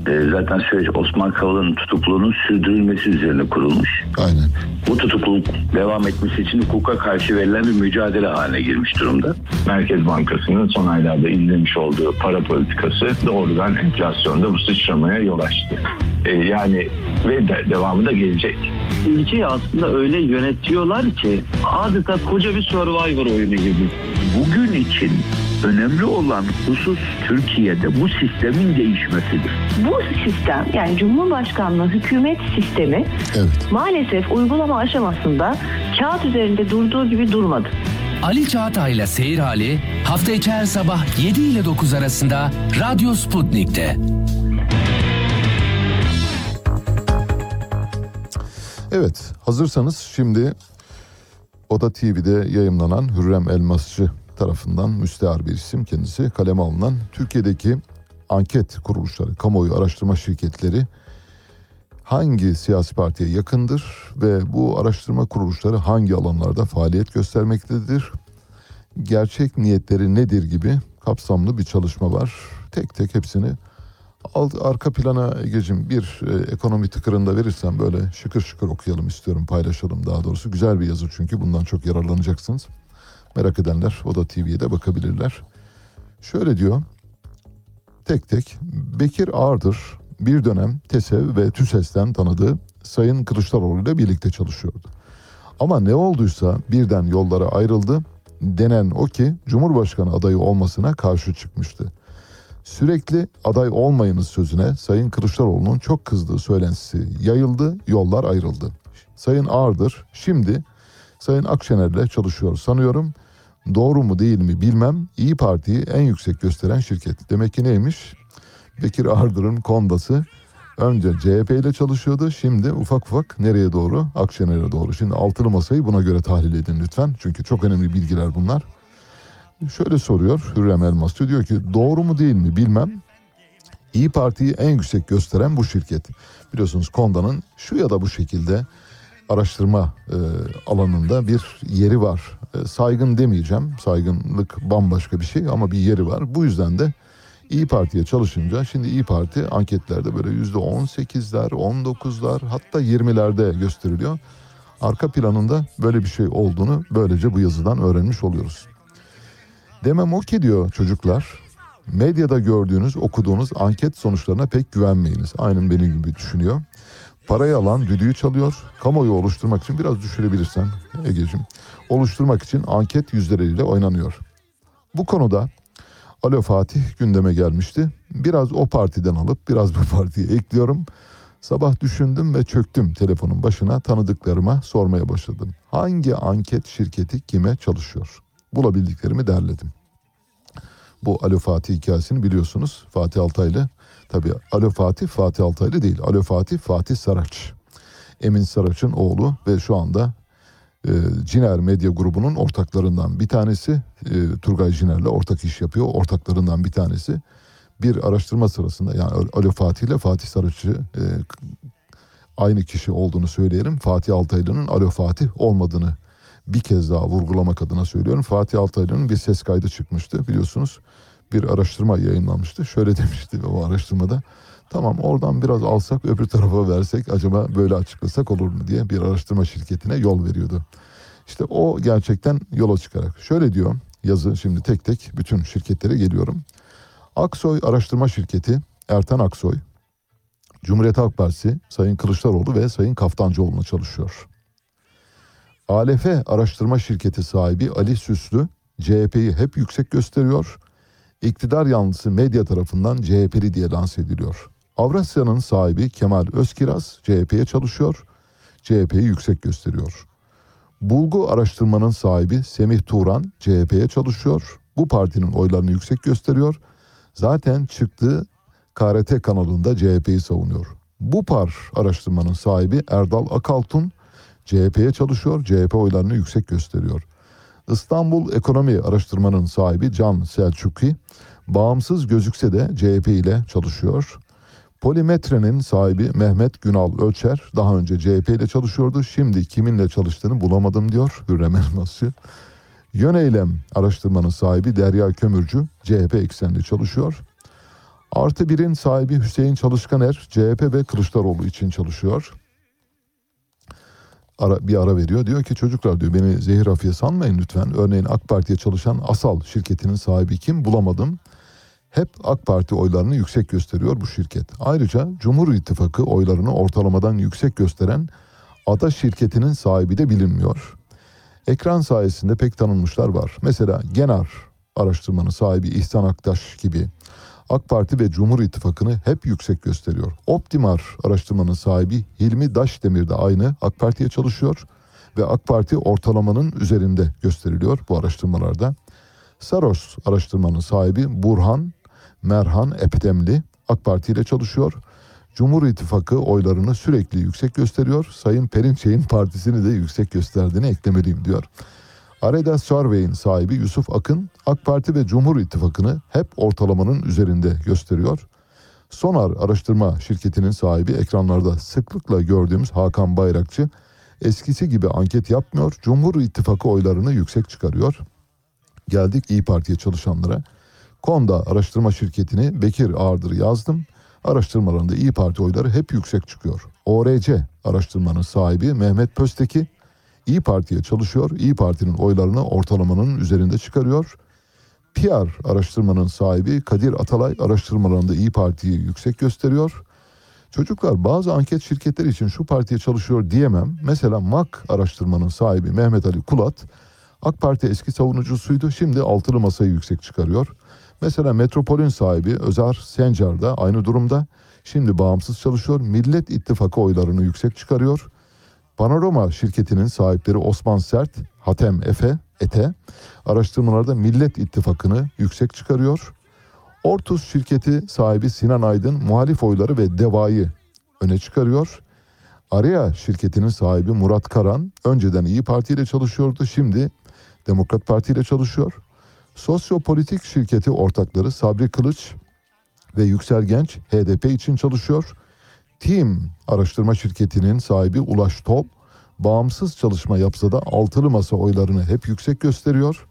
e, zaten süreç Osman Kavala'nın tutukluluğunun sürdürülmesi üzerine kurulmuş. Aynen. Bu tutukluluk devam etmesi için hukuka karşı verilen bir mücadele haline girmiş durumda. Merkez Bankası'nın son aylarda izlemiş olduğu para politikası doğrudan enflasyonda bu sıçramaya yol açtı. E, yani ve de, devamı da gelecek. Ülkeyi aslında öyle yönetiyorlar ki adeta koca bir Survivor oyunu gibi. Bugün için önemli olan husus Türkiye'de bu sistemin değişmesidir. Bu sistem, yani Cumhurbaşkanlığı hükümet sistemi Evet. maalesef uygulama aşamasında kağıt üzerinde durduğu gibi durmadı. Ali Çağatay'la Seyir Hali hafta içi her sabah yedi ile dokuz arasında Radyo Sputnik'te. Evet, hazırsanız şimdi Oda T V'de yayımlanan Hürrem Elmasçı tarafından müstehar bir isim, kendisi kaleme alınan Türkiye'deki anket kuruluşları, kamuoyu araştırma şirketleri hangi siyasi partiye yakındır ve bu araştırma kuruluşları hangi alanlarda faaliyet göstermektedir, gerçek niyetleri nedir gibi kapsamlı bir çalışma var. Tek tek hepsini alt, arka plana Egeciğim bir e, ekonomi tıkırında verirsen böyle şıkır şıkır okuyalım istiyorum, paylaşalım daha doğrusu. Güzel bir yazı çünkü bundan çok yararlanacaksınız. Merak edenler Oda T V'ye de bakabilirler. Şöyle diyor, tek tek Bekir Ağırdır bir dönem TESEV ve TÜSES'ten tanıdığı Sayın Kılıçdaroğlu ile birlikte çalışıyordu. Ama ne olduysa birden yollara ayrıldı. Denen o ki Cumhurbaşkanı adayı olmasına karşı çıkmıştı. Sürekli aday olmayınız sözüne Sayın Kılıçdaroğlu'nun çok kızdığı söylentisi yayıldı, yollar ayrıldı. Sayın Ağırdır şimdi Sayın Akşener'le çalışıyor sanıyorum. Doğru mu değil mi bilmem. İyi Parti'yi en yüksek gösteren şirket. Demek ki neymiş? Bekir Ağırdır'ın kondası önce C H P ile çalışıyordu. Şimdi ufak ufak nereye doğru? Akşener'e doğru. Şimdi altılı masayı buna göre tahlil edin lütfen. Çünkü çok önemli bilgiler bunlar. Şöyle soruyor Hürrem Elmasçı, diyor ki doğru mu değil mi bilmem. İyi Parti'yi en yüksek gösteren bu şirket. Biliyorsunuz Konda'nın şu ya da bu şekilde araştırma e, alanında bir yeri var. E, saygın demeyeceğim. Saygınlık bambaşka bir şey ama bir yeri var. Bu yüzden de İyi Parti'ye çalışınca şimdi İyi Parti anketlerde böyle yüzde on sekizler, on dokuzlar hatta yirmilerde gösteriliyor. Arka planında böyle bir şey olduğunu böylece bu yazıdan öğrenmiş oluyoruz. Demem o ki diyor çocuklar, medyada gördüğünüz, okuduğunuz anket sonuçlarına pek güvenmeyiniz. Aynen benim gibi düşünüyor. Parayı alan düdüğü çalıyor. Kamuoyu oluşturmak için biraz düşürebilirsen Egeciğim. Oluşturmak için anket yüzdeleriyle oynanıyor. Bu konuda Alo Fatih gündeme gelmişti. Biraz o partiden alıp biraz bu partiye ekliyorum. Sabah düşündüm ve çöktüm telefonun başına, tanıdıklarıma sormaya başladım. Hangi anket şirketi kime çalışıyor? Bulabildiklerimi derledim. Bu Alo Fatih hikayesini biliyorsunuz. Fatih Altaylı. Tabii Alo Fatih, Fatih Altaylı değil. Alo Fatih, Fatih Saraç. Emin Saraç'ın oğlu ve şu anda e, Ciner Medya grubunun ortaklarından bir tanesi. E, Turgay Ciner'le ortak iş yapıyor. Ortaklarından bir tanesi. Bir araştırma sırasında yani Alo Fatih ile Fatih Saraç'ı e, aynı kişi olduğunu söyleyelim. Fatih Altaylı'nın Alo Fatih olmadığını bir kez daha vurgulamak adına söylüyorum. Fatih Altaylı'nın bir ses kaydı çıkmıştı biliyorsunuz. Bir araştırma yayınlanmıştı. Şöyle demişti o araştırmada. Tamam oradan biraz alsak öbür tarafa versek acaba böyle açıklasak olur mu diye bir araştırma şirketine yol veriyordu. İşte o gerçekten yola çıkarak. Şöyle diyor yazı, şimdi tek tek bütün şirketlere geliyorum. Aksoy Araştırma Şirketi Ertan Aksoy, Cumhuriyet Halk Partisi Sayın Kılıçdaroğlu ve Sayın Kaftancıoğlu'na çalışıyor. A L F Araştırma Şirketi sahibi Ali Süslü C H P'yi hep yüksek gösteriyor. İktidar yanlısı medya tarafından C H P'li diye lanse ediliyor. Avrasya'nın sahibi Kemal Özkiraz C H P'ye çalışıyor. C H P'yi yüksek gösteriyor. Bulgu Araştırma'nın sahibi Semih Turan C H P'ye çalışıyor. Bu partinin oylarını yüksek gösteriyor. Zaten çıktığı K R T kanalında C H P'yi savunuyor. Bupar Araştırma'nın sahibi Erdal Akaltun C H P'ye çalışıyor. C H P oylarını yüksek gösteriyor. İstanbul Ekonomi Araştırma'nın sahibi Can Selçuk'i bağımsız gözükse de C H P ile çalışıyor. Polimetre'nin sahibi Mehmet Günal Ölçer daha önce C H P ile çalışıyordu. Şimdi kiminle çalıştığını bulamadım diyor Hürrem Elmasçı. Yöneylem Araştırma'nın sahibi Derya Kömürcü C H P eksenli çalışıyor. Artı birin sahibi Hüseyin Çalışkaner C H P ve Kılıçdaroğlu için çalışıyor. Ara, bir ara veriyor. Diyor ki çocuklar diyor beni zehir hafiye sanmayın lütfen. Örneğin AK Parti'ye çalışan Asal şirketinin sahibi kim bulamadım. Hep AK Parti oylarını yüksek gösteriyor bu şirket. Ayrıca Cumhur İttifakı oylarını ortalamadan yüksek gösteren Ada şirketinin sahibi de bilinmiyor. Ekran sayesinde pek tanınmışlar var. Mesela Genar araştırmanın sahibi İhsan Aktaş gibi AK Parti ve Cumhur İttifakı'nı hep yüksek gösteriyor. Optimar araştırmanın sahibi Hilmi Daşdemir de aynı AK Parti'ye çalışıyor ve AK Parti ortalamanın üzerinde gösteriliyor bu araştırmalarda. Saros araştırmanın sahibi Burhan Merhan Epdemli AK Parti ile çalışıyor. Cumhur İttifakı oylarını sürekli yüksek gösteriyor. Sayın Perinçek'in partisini de yüksek gösterdiğini eklemeliyim diyor. Areda Survey'in sahibi Yusuf Akın AK Parti ve Cumhur İttifakı'nı hep ortalamanın üzerinde gösteriyor. Sonar araştırma şirketinin sahibi ekranlarda sıklıkla gördüğümüz Hakan Bayrakçı eskisi gibi anket yapmıyor. Cumhur İttifakı oylarını yüksek çıkarıyor. Geldik İYİ Parti'ye çalışanlara. Konda araştırma şirketini Bekir Ağırdır yazdım. Araştırmalarında İYİ Parti oyları hep yüksek çıkıyor. O R C araştırmanın sahibi Mehmet Pösteki İYİ Parti'ye çalışıyor. İYİ Parti'nin oylarını ortalamanın üzerinde çıkarıyor. P R araştırmanın sahibi Kadir Atalay araştırmalarında İYİ Parti'yi yüksek gösteriyor. Çocuklar bazı anket şirketleri için şu partiye çalışıyor diyemem. Mesela M A K araştırmanın sahibi Mehmet Ali Kulat AK Parti eski savunucusuydu. Şimdi altılı masayı yüksek çıkarıyor. Mesela Metropol'ün sahibi Özer Sencar da aynı durumda. Şimdi bağımsız çalışıyor. Millet İttifakı oylarını yüksek çıkarıyor. Panorama şirketinin sahipleri Osman Sert, Hatem Efe, Ete araştırmalarda Millet İttifakı'nı yüksek çıkarıyor. Ortus şirketi sahibi Sinan Aydın muhalif oyları ve DEVA'yı öne çıkarıyor. Area şirketinin sahibi Murat Karan önceden İYİ Parti ile çalışıyordu. Şimdi Demokrat Parti ile çalışıyor. Sosyopolitik şirketi ortakları Sabri Kılıç ve Yüksel Genç H D P için çalışıyor. Team araştırma şirketinin sahibi Ulaş Tol bağımsız çalışma yapsa da altılı masa oylarını hep yüksek gösteriyor.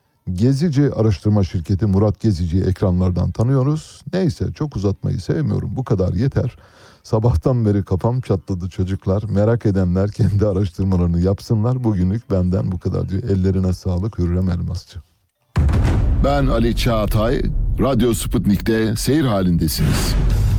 Gezici araştırma şirketi Murat Gezici'yi ekranlardan tanıyoruz. Neyse çok uzatmayı sevmiyorum, bu kadar yeter. Sabahtan beri kafam çatladı çocuklar. Merak edenler kendi araştırmalarını yapsınlar. Bugünlük benden bu kadar diyor. Ellerine sağlık Hürrem Elmasçı. Ben Ali Çağatay. Radyo Sputnik'te seyir halindesiniz.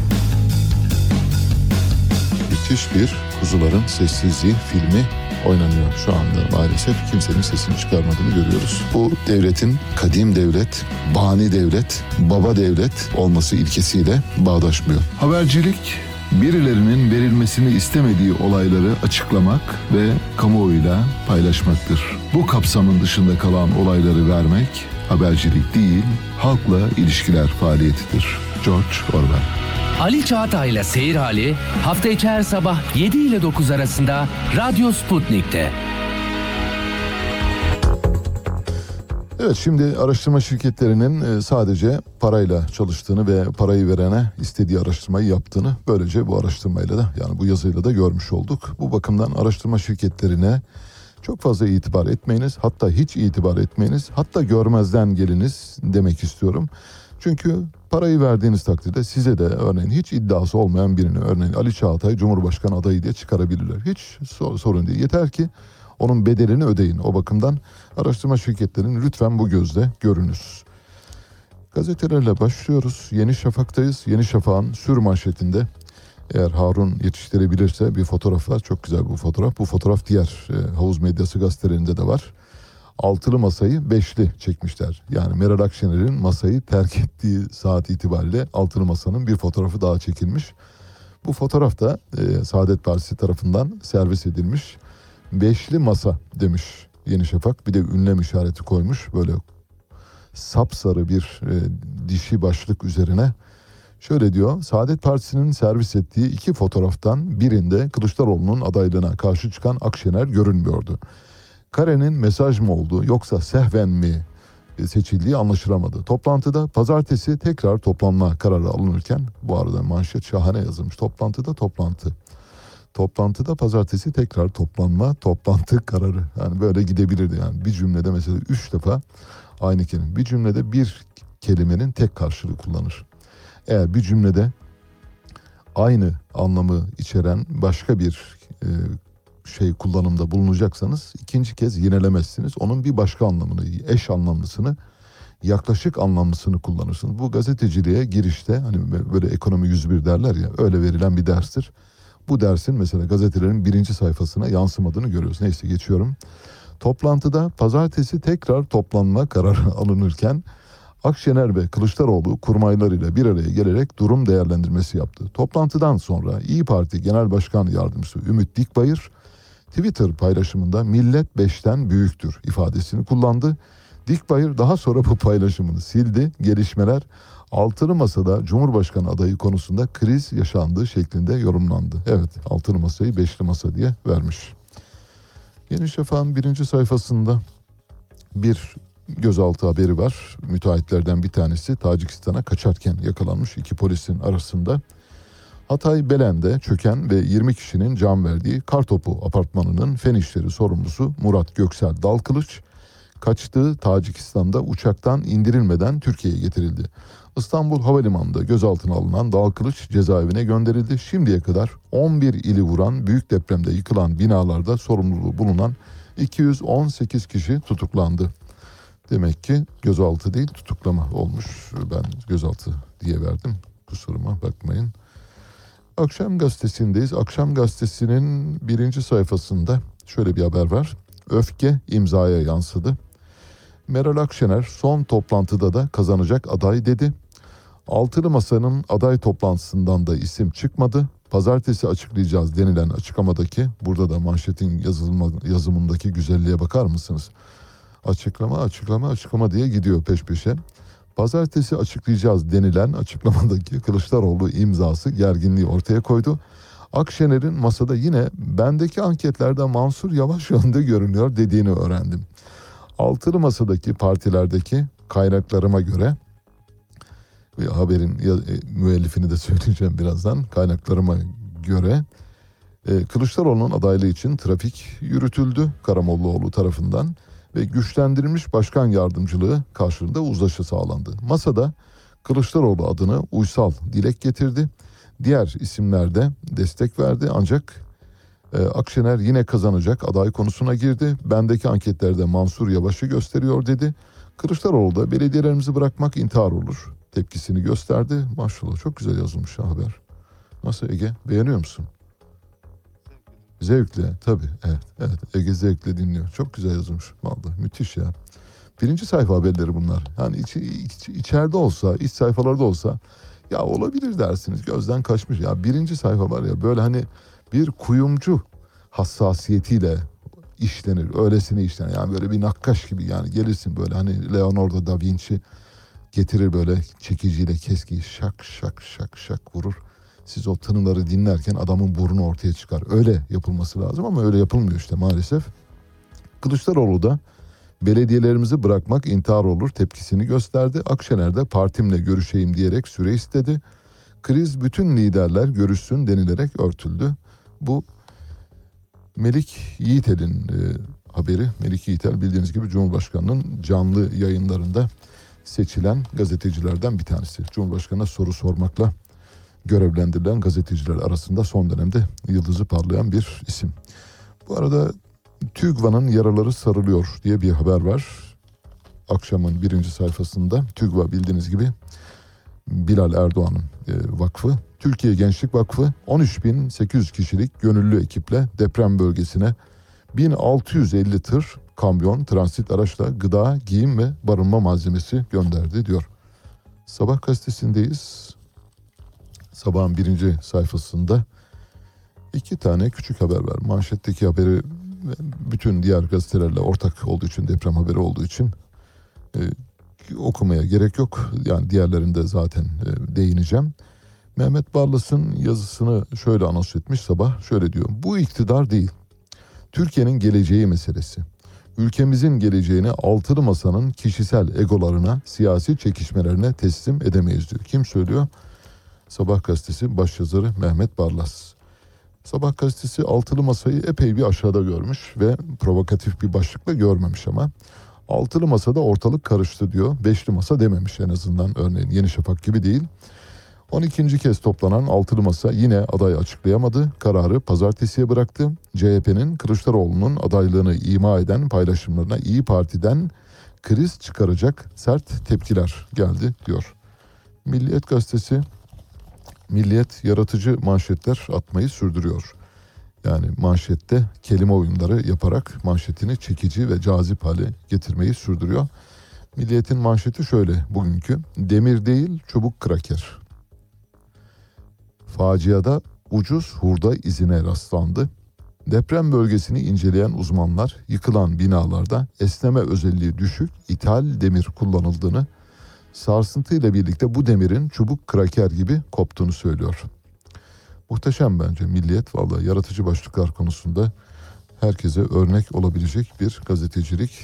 Müthiş bir Kuzuların Sessizliği filmi oynanıyor şu anda. Maalesef kimsenin sesini çıkarmadığını görüyoruz. Bu devletin kadim devlet, bani devlet, baba devlet olması ilkesiyle bağdaşmıyor. Habercilik, birilerinin verilmesini istemediği olayları açıklamak ve kamuoyuyla paylaşmaktır. Bu kapsamın dışında kalan olayları vermek habercilik değil, halkla ilişkiler faaliyetidir. George Orwell. Ali Çağatay'la Seyir Hali hafta içi her sabah yedi ile dokuz arasında Radyo Sputnik'te. Evet, şimdi araştırma şirketlerinin sadece parayla çalıştığını ve parayı verene istediği araştırmayı yaptığını böylece bu araştırmayla da yani bu yazıyla da görmüş olduk. Bu bakımdan araştırma şirketlerine çok fazla itibar etmeyiniz, hatta hiç itibar etmeyiniz, hatta görmezden geliniz demek istiyorum. Çünkü parayı verdiğiniz takdirde size de örneğin hiç iddiası olmayan birini, örneğin Ali Çağatay Cumhurbaşkanı adayı diye çıkarabilirler. Hiç sorun değil. Yeter ki onun bedelini ödeyin. O bakımdan araştırma şirketlerinin lütfen bu gözle görünüz. Gazetelerle başlıyoruz. Yeni Şafak'tayız. Yeni Şafak'ın sür manşetinde, eğer Harun yetiştirebilirse, bir fotoğraf var. Çok güzel bu fotoğraf. Bu fotoğraf diğer e, Havuz Medyası gazetelerinde de var. Altılı masayı beşli çekmişler. Yani Meral Akşener'in masayı terk ettiği saat itibariyle altılı masanın bir fotoğrafı daha çekilmiş. Bu fotoğraf da e, Saadet Partisi tarafından servis edilmiş. Beşli masa demiş Yeni Şafak. Bir de ünlem işareti koymuş. Böyle sapsarı bir e, dişi başlık üzerine. Şöyle diyor: Saadet Partisi'nin servis ettiği iki fotoğraftan birinde Kılıçdaroğlu'nun adaylığına karşı çıkan Akşener görünmüyordu. Karenin mesaj mı oldu yoksa sehven mi seçildiği anlaşılamadı. Toplantıda pazartesi tekrar toplanma kararı alınırken, bu arada manşet şahane yazılmış. Toplantıda toplantı. Toplantıda pazartesi tekrar toplanma, toplantı kararı. Yani böyle gidebilirdi yani. Bir cümlede mesela üç defa aynı kelime. Bir cümlede bir kelimenin tek karşılığı kullanır. Eğer bir cümlede aynı anlamı içeren başka bir e, şey kullanımda bulunacaksanız ikinci kez yinelemezsiniz. Onun bir başka anlamını, eş anlamlısını, yaklaşık anlamlısını kullanırsınız. Bu gazeteciliğe girişte hani böyle ekonomi yüz bir derler ya, öyle verilen bir derstir. Bu dersin mesela gazetelerin birinci sayfasına yansımadığını görüyoruz. Neyse geçiyorum. Toplantıda pazartesi tekrar toplanma kararı alınırken Akşener ve Kılıçdaroğlu kurmaylarıyla bir araya gelerek durum değerlendirmesi yaptı. Toplantıdan sonra İYİ Parti Genel Başkan Yardımcısı Ümit Dikbayır Twitter paylaşımında millet beşten büyüktür ifadesini kullandı. Dikbayır daha sonra bu paylaşımını sildi. Gelişmeler Altılı Masa'da Cumhurbaşkanı adayı konusunda kriz yaşandığı şeklinde yorumlandı. Evet, Altılı Masa'yı Beşli Masa diye vermiş. Yeni Şafak'ın birinci sayfasında bir gözaltı haberi var. Müteahhitlerden bir tanesi Tacikistan'a kaçarken yakalanmış iki polisin arasında. Hatay Belen'de çöken ve yirmi kişinin can verdiği Kartopu apartmanının fen işleri sorumlusu Murat Göksel Dalkılıç, kaçtığı Tacikistan'da uçaktan indirilmeden Türkiye'ye getirildi. İstanbul Havalimanı'nda gözaltına alınan Dalkılıç cezaevine gönderildi. Şimdiye kadar on bir ili vuran büyük depremde yıkılan binalarda sorumluluğu bulunan iki yüz on sekiz kişi tutuklandı. Demek ki gözaltı değil tutuklama olmuş. Ben gözaltı diye verdim. Kusuruma bakmayın. Akşam Gazetesi'ndeyiz. Akşam Gazetesi'nin birinci sayfasında şöyle bir haber var. Öfke imzaya yansıdı. Meral Akşener son toplantıda da kazanacak aday dedi. Altılı Masa'nın aday toplantısından da isim çıkmadı. Pazartesi açıklayacağız denilen açıklamadaki, burada da manşetin yazılma, yazımındaki güzelliğe bakar mısınız? Açıklama, açıklama, açıklama diye gidiyor peş peşe. Pazartesi açıklayacağız denilen açıklamadaki Kılıçdaroğlu imzası gerginliği ortaya koydu. Akşener'in masada yine bendeki anketlerde Mansur Yavaş önde görünüyor dediğini öğrendim. Altılı Masa'daki partilerdeki kaynaklarıma göre, ve haberin ya, e, müellifini de söyleyeceğim birazdan, kaynaklarıma göre e, Kılıçdaroğlu'nun adaylığı için trafik yürütüldü Karamollaoğlu tarafından ve güçlendirilmiş başkan yardımcılığı karşılığında uzlaşı sağlandı. Masada Kılıçdaroğlu adını Uysal Dilek getirdi. Diğer isimler de destek verdi ancak e, Akşener yine kazanacak aday konusuna girdi. Bendeki anketlerde Mansur Yavaş'ı gösteriyor dedi. Kılıçdaroğlu da belediyelerimizi bırakmak intihar olur tepkisini gösterdi. Maşallah çok güzel yazılmış haber. Nasıl Ege? Beğeniyor musun? Zevkle tabii. Evet, evet. Ege zevkle dinliyor. Çok güzel yazılmış. Vallahi müthiş ya. Birinci sayfa haberleri bunlar. Yani iç, iç, içeride olsa, iç sayfalarda olsa ya olabilir dersiniz. Gözden kaçmış. Ya birinci sayfa var ya böyle hani bir kuyumcu hassasiyetiyle işlenir. Öylesine işlenir. Yani böyle bir nakkaş gibi yani gelirsin böyle hani Leonardo da Vinci getirir böyle çekiciyle keskiyi şak şak şak şak vurur. Siz o tınıları dinlerken adamın burnu ortaya çıkar. Öyle yapılması lazım ama öyle yapılmıyor işte maalesef. Kılıçdaroğlu da belediyelerimizi bırakmak intihar olur tepkisini gösterdi. Akşener de partimle görüşeyim diyerek süre istedi. Kriz bütün liderler görüşsün denilerek örtüldü. Bu Melik Yiğitel'in e, haberi. Melik Yiğitel bildiğiniz gibi Cumhurbaşkanı'nın canlı yayınlarında seçilen gazetecilerden bir tanesi. Cumhurbaşkanı'na soru sormakla görevlendirilen gazeteciler arasında son dönemde yıldızı parlayan bir isim. Bu arada TÜGVA'nın yaraları sarılıyor diye bir haber var. Akşamın birinci sayfasında TÜGVA bildiğiniz gibi Bilal Erdoğan'ın e, vakfı. Türkiye Gençlik Vakfı on üç bin sekiz yüz kişilik gönüllü ekiple deprem bölgesine bin altı yüz elli tır kamyon transit araçla gıda, giyim ve barınma malzemesi gönderdi diyor. Sabah gazetesindeyiz. Sabahın birinci sayfasında iki tane küçük haber var. Manşetteki haberi bütün diğer gazetelerle ortak olduğu için, deprem haberi olduğu için e, okumaya gerek yok. Yani diğerlerinde zaten e, değineceğim. Mehmet Barlas'ın yazısını şöyle anons etmiş sabah. Şöyle diyor. Bu iktidar değil, Türkiye'nin geleceği meselesi. Ülkemizin geleceğini Altılı Masa'nın kişisel egolarına, siyasi çekişmelerine teslim edemeyiz diyor. Kim söylüyor? Sabah gazetesi başyazarı Mehmet Barlas. Sabah gazetesi Altılı Masa'yı epey bir aşağıda görmüş ve provokatif bir başlıkla görmemiş ama Altılı Masa'da ortalık karıştı diyor. Beşli Masa dememiş en azından, örneğin Yeni Şafak gibi değil. on ikinci kez toplanan altılı masa yine aday açıklayamadı. Kararı pazartesiye bıraktı. C H P'nin Kılıçdaroğlu'nun adaylığını ima eden paylaşımlarına İYİ Parti'den kriz çıkaracak sert tepkiler geldi diyor. Milliyet gazetesi, Milliyet yaratıcı manşetler atmayı sürdürüyor. Yani manşette kelime oyunları yaparak manşetini çekici ve cazip hale getirmeyi sürdürüyor. Milliyet'in manşeti şöyle bugünkü: demir değil çubuk kraker. Faciada ucuz hurda izine rastlandı. Deprem bölgesini inceleyen uzmanlar yıkılan binalarda esneme özelliği düşük ithal demir kullanıldığını, sarsıntıyla birlikte bu demirin çubuk kraker gibi koptuğunu söylüyor. Muhteşem bence Milliyet, vallahi yaratıcı başlıklar konusunda herkese örnek olabilecek bir gazetecilik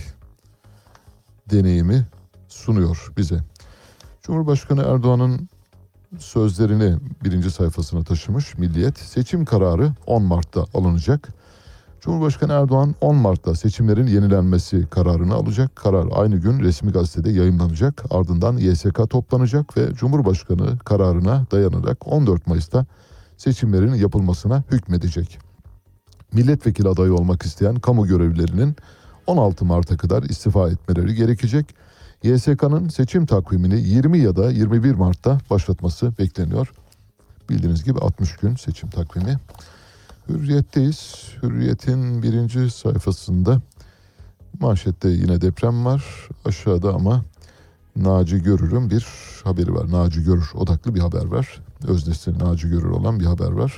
deneyimi sunuyor bize. Cumhurbaşkanı Erdoğan'ın sözlerini birinci sayfasına taşımış Milliyet. Seçim kararı on Mart'ta alınacak. Cumhurbaşkanı Erdoğan on Mart'ta seçimlerin yenilenmesi kararını alacak. Karar aynı gün resmi gazetede yayımlanacak. Ardından Y S K toplanacak ve Cumhurbaşkanı kararına dayanarak on dört Mayıs'ta seçimlerin yapılmasına hükmedecek. Milletvekili adayı olmak isteyen kamu görevlilerinin on altı Mart'a kadar istifa etmeleri gerekecek. Y S K'nın seçim takvimini yirmi ya da yirmi bir Mart'ta başlatması bekleniyor. Bildiğiniz gibi altmış gün seçim takvimi. Hürriyet'teyiz. Hürriyet'in birinci sayfasında manşette yine deprem var. Aşağıda ama Naci Görür'ün bir haberi var. Naci Görür odaklı bir haber var. Öznesi Naci Görür olan bir haber var.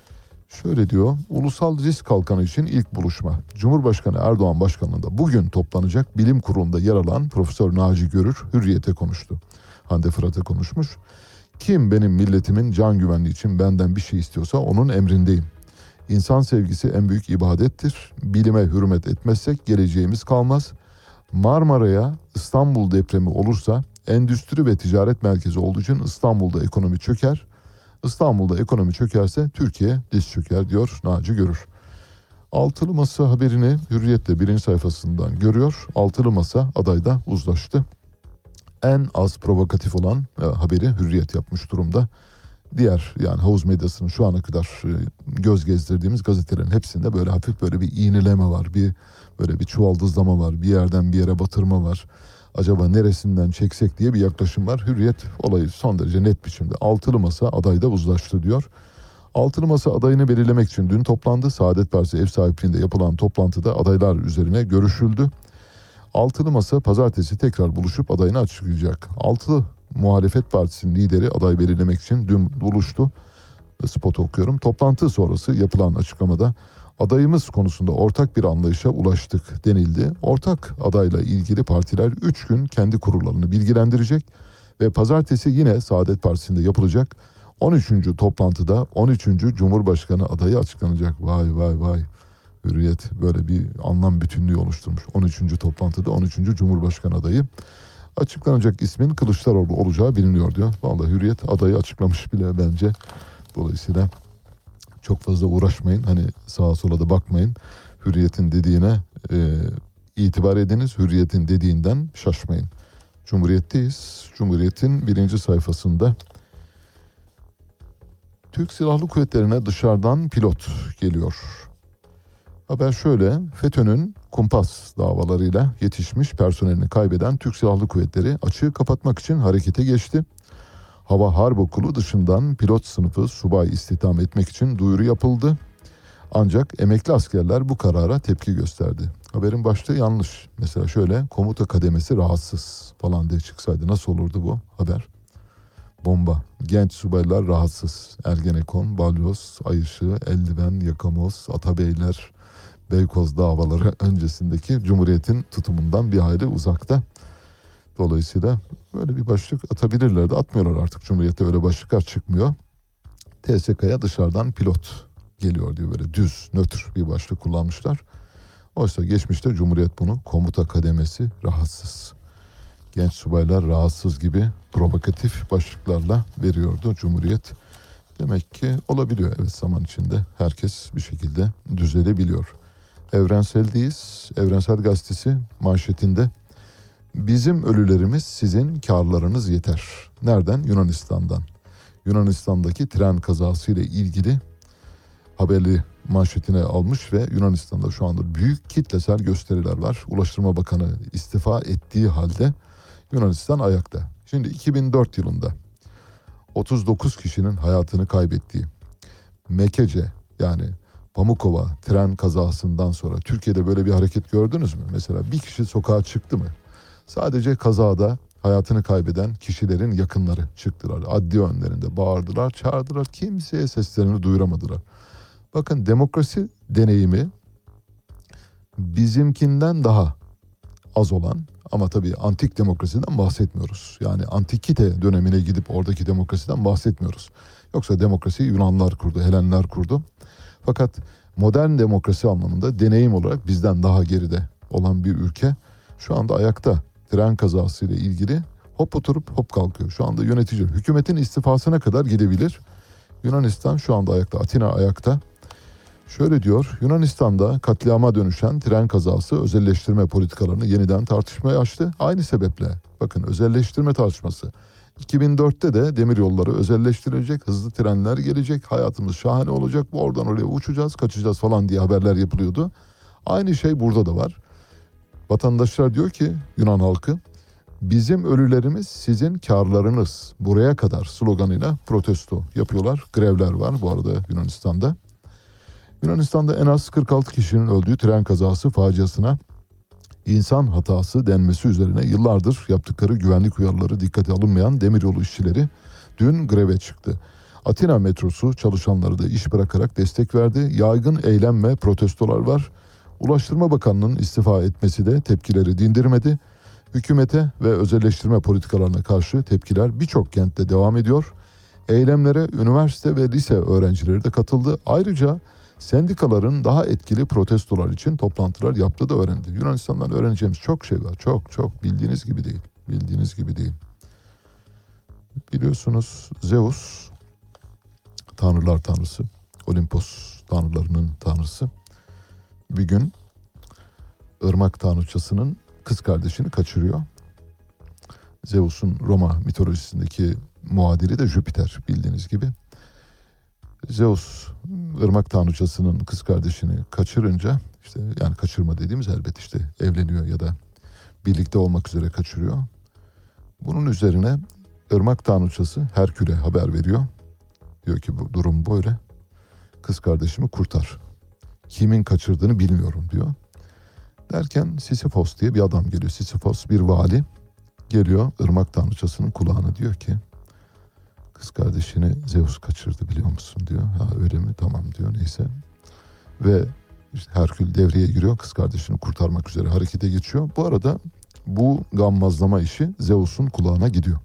Şöyle diyor: Ulusal Risk Kalkanı için ilk buluşma. Cumhurbaşkanı Erdoğan başkanlığında bugün toplanacak bilim kurulunda yer alan Profesör Naci Görür Hürriyet'e konuştu. Hande Fırat'a konuşmuş. Kim benim milletimin can güvenliği için benden bir şey istiyorsa onun emrindeyim. İnsan sevgisi en büyük ibadettir. Bilime hürmet etmezsek geleceğimiz kalmaz. Marmara'ya İstanbul depremi olursa endüstri ve ticaret merkezi olduğu için İstanbul'da ekonomi çöker. İstanbul'da ekonomi çökerse Türkiye diz çöker diyor Naci Görür. Altılı Masa haberini Hürriyet'te birinci sayfasından görüyor. Altılı Masa adayda uzlaştı. En az provokatif olan e, haberi Hürriyet yapmış durumda. Diğer yani havuz medyasının şu ana kadar e, göz gezdirdiğimiz gazetelerin hepsinde böyle hafif böyle bir iğneleme var. Bir böyle bir çuvaldızlama var. Bir yerden bir yere batırma var. Acaba neresinden çeksek diye bir yaklaşım var. Hürriyet olayı son derece net biçimde Altılı Masa adayda uzlaştı diyor. Altılı Masa adayını belirlemek için dün toplandı. Saadet Partisi ev sahipliğinde yapılan toplantıda adaylar üzerine görüşüldü. Altılı Masa pazartesi tekrar buluşup adayını açıklayacak. Altılı Muhalefet Partisi'nin lideri aday belirlemek için dün buluştu. Spot okuyorum. Toplantı sonrası yapılan açıklamada adayımız konusunda ortak bir anlayışa ulaştık denildi. Ortak adayla ilgili partiler üç gün kendi kurullarını bilgilendirecek ve pazartesi yine Saadet Partisi'nde yapılacak on üçüncü toplantıda on üçüncü Cumhurbaşkanı adayı açıklanacak. Vay vay vay. Hürriyet böyle bir anlam bütünlüğü oluşturmuş. on üçüncü toplantıda on üçüncü Cumhurbaşkanı adayı açıklanacak, ismin Kılıçdaroğlu olacağı biliniyor diyor. Vallahi Hürriyet adayı açıklamış bile bence. Dolayısıyla çok fazla uğraşmayın. Hani sağa sola da bakmayın. Hürriyet'in dediğine e, itibar ediniz. Hürriyet'in dediğinden şaşmayın. Cumhuriyet'teyiz. Cumhuriyet'in birinci sayfasında Türk Silahlı Kuvvetleri'ne dışarıdan pilot geliyor. Haber şöyle: FETÖ'nün kumpas davalarıyla yetişmiş personelini kaybeden Türk Silahlı Kuvvetleri açığı kapatmak için harekete geçti. Hava Harp Okulu dışından pilot sınıfı subay istihdam etmek için duyuru yapıldı. Ancak emekli askerler bu karara tepki gösterdi. Haberin başlığı yanlış. Mesela şöyle: komuta kademesi rahatsız falan diye çıksaydı nasıl olurdu bu haber? Bomba. Genç subaylar rahatsız. Ergenekon, Balyoz, Ayışı, Eldiven, Yakamoz, Atabeyler, Beykoz davaları öncesindeki Cumhuriyet'in tutumundan bir hayli uzakta. Dolayısıyla böyle bir başlık atabilirlerdi. Atmıyorlar artık. Cumhuriyet'te öyle başlıklar çıkmıyor. T S K'ya dışarıdan pilot geliyor diye böyle düz, nötr bir başlık kullanmışlar. Oysa geçmişte Cumhuriyet bunu komuta kademesi rahatsız, genç subaylar rahatsız gibi provokatif başlıklarla veriyordu Cumhuriyet. Demek ki olabiliyor. Evet, zaman içinde herkes bir şekilde düzelebiliyor. Evrensel'deyiz. Evrensel Gazetesi manşetinde bizim ölülerimiz sizin karlarınız yeter. Nereden? Yunanistan'dan. Yunanistan'daki tren kazası ile ilgili haberli manşetine almış ve Yunanistan'da şu anda büyük kitlesel gösteriler var. Ulaştırma Bakanı istifa ettiği halde Yunanistan ayakta. Şimdi iki bin dört yılında otuz dokuz kişinin hayatını kaybettiği Mekece yani Pamukova tren kazasından sonra Türkiye'de böyle bir hareket gördünüz mü? Mesela bir kişi sokağa çıktı mı? Sadece kazada hayatını kaybeden kişilerin yakınları çıktılar. Adliye önlerinde bağırdılar, çağırdılar. Kimseye seslerini duyuramadılar. Bakın demokrasi deneyimi bizimkinden daha az olan ama tabii antik demokrasiden bahsetmiyoruz. Yani antikite dönemine gidip oradaki demokrasiden bahsetmiyoruz. Yoksa demokrasiyi Yunanlar kurdu, Helenler kurdu. Fakat modern demokrasi anlamında deneyim olarak bizden daha geride olan bir ülke şu anda ayakta. Tren kazası ile ilgili hop oturup hop kalkıyor. Şu anda yönetici hükümetin istifasına kadar gidebilir. Yunanistan şu anda ayakta, Atina ayakta. Şöyle diyor, Yunanistan'da katliama dönüşen tren kazası özelleştirme politikalarını yeniden tartışmaya açtı. Aynı sebeple bakın özelleştirme tartışması. iki bin dörtte de demiryolları özelleştirilecek, hızlı trenler gelecek, hayatımız şahane olacak, bu oradan oraya uçacağız, kaçacağız falan diye haberler yapılıyordu. Aynı şey burada da var. Vatandaşlar diyor ki Yunan halkı, bizim ölülerimiz sizin karlarınız buraya kadar sloganıyla protesto yapıyorlar. Grevler var bu arada Yunanistan'da. Yunanistan'da en az kırk altı kişinin öldüğü tren kazası faciasına insan hatası denmesi üzerine yıllardır yaptıkları güvenlik uyarıları dikkate alınmayan demiryolu işçileri dün greve çıktı. Atina metrosu çalışanları da iş bırakarak destek verdi. Yaygın eylem ve protestolar var. Ulaştırma Bakanı'nın istifa etmesi de tepkileri dindirmedi. Hükümete ve özelleştirme politikalarına karşı tepkiler birçok kentte devam ediyor. Eylemlere üniversite ve lise öğrencileri de katıldı. Ayrıca sendikaların daha etkili protestolar için toplantılar yaptığı da öğrendi. Yunanistan'dan öğreneceğimiz çok şey var. Çok çok bildiğiniz gibi değil. Bildiğiniz gibi değil. Biliyorsunuz Zeus tanrılar tanrısı, Olimpos tanrılarının tanrısı. Bir gün ırmak tanrıçasının kız kardeşini kaçırıyor. Zeus'un Roma mitolojisindeki muadili de Jüpiter bildiğiniz gibi. Zeus ırmak tanrıçasının kız kardeşini kaçırınca işte yani kaçırma dediğimiz elbette işte evleniyor ya da birlikte olmak üzere kaçırıyor. Bunun üzerine ırmak tanrıçası Herkül'e haber veriyor. Diyor ki bu durum böyle. Kız kardeşimi kurtar. Kimin kaçırdığını bilmiyorum diyor. Derken Sisyphos diye bir adam geliyor. Sisyphos bir vali geliyor ırmak tanrıçasının kulağına diyor ki kız kardeşini Zeus kaçırdı biliyor musun diyor. Ha öyle mi? Tamam diyor neyse. Ve işte Herkül devreye giriyor. Kız kardeşini kurtarmak üzere harekete geçiyor. Bu arada bu gammazlama işi Zeus'un kulağına gidiyor.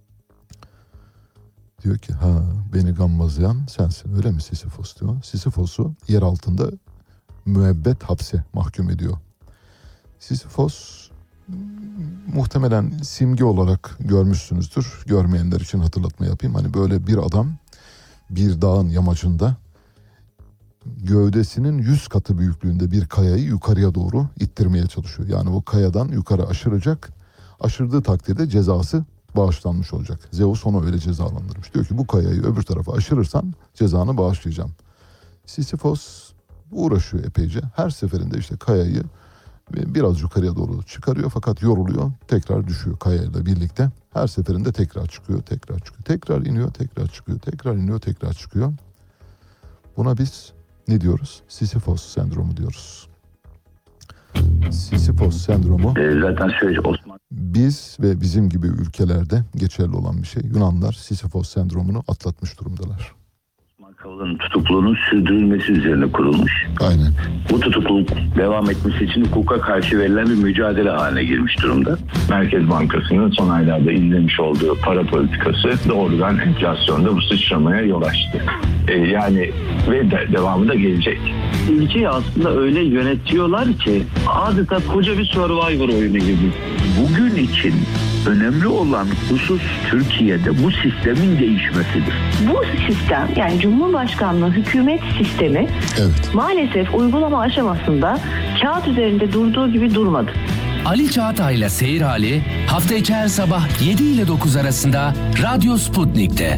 Diyor ki ha beni gammazlayan sensin öyle mi Sisyphos diyor. Sisyphos'u yer altında müebbet hapse mahkum ediyor. Sisyphos muhtemelen simge olarak görmüşsünüzdür. Görmeyenler için hatırlatma yapayım. Hani böyle bir adam bir dağın yamacında gövdesinin yüz katı büyüklüğünde bir kayayı yukarıya doğru ittirmeye çalışıyor. Yani o kayadan yukarı aşıracak. Aşırdığı takdirde cezası bağışlanmış olacak. Zeus onu öyle cezalandırmış. Diyor ki bu kayayı öbür tarafa aşırırsan cezanı bağışlayacağım. Sisyphos uğraşıyor epeyce. Her seferinde işte kayayı biraz yukarıya doğru çıkarıyor fakat yoruluyor. Tekrar düşüyor kayayla birlikte. Her seferinde tekrar çıkıyor, tekrar çıkıyor. Tekrar iniyor, tekrar çıkıyor, tekrar iniyor, tekrar çıkıyor. Buna biz ne diyoruz? Sisyphos sendromu diyoruz. Sisyphos sendromu e, zaten şöyle Osman biz ve bizim gibi ülkelerde geçerli olan bir şey. Yunanlar Sisyphos sendromunu atlatmış durumdalar. Kavala'nın tutukluluğunun sürdürülmesi üzerine kurulmuş. Aynen. Bu tutukluluk devam etmesi için hukuka karşı verilen bir mücadele haline girmiş durumda. Merkez Bankası'nın son aylarda izlemiş olduğu para politikası doğrudan enflasyonda bu sıçramaya yol açtı. Ee, yani ve de, devamı da gelecek. Ülkeyi aslında öyle yönetiyorlar ki adeta koca bir Survivor oyunu gibi. Bugün için önemli olan husus Türkiye'de bu sistemin değişmesidir. Bu sistem yani Cumhurbaşkanlığı hükümet sistemi evet. maalesef uygulama aşamasında kağıt üzerinde durduğu gibi durmadı. Ali Çağatay'la Seyir Hali hafta içi her sabah yedi ile dokuz arasında Radyo Sputnik'te.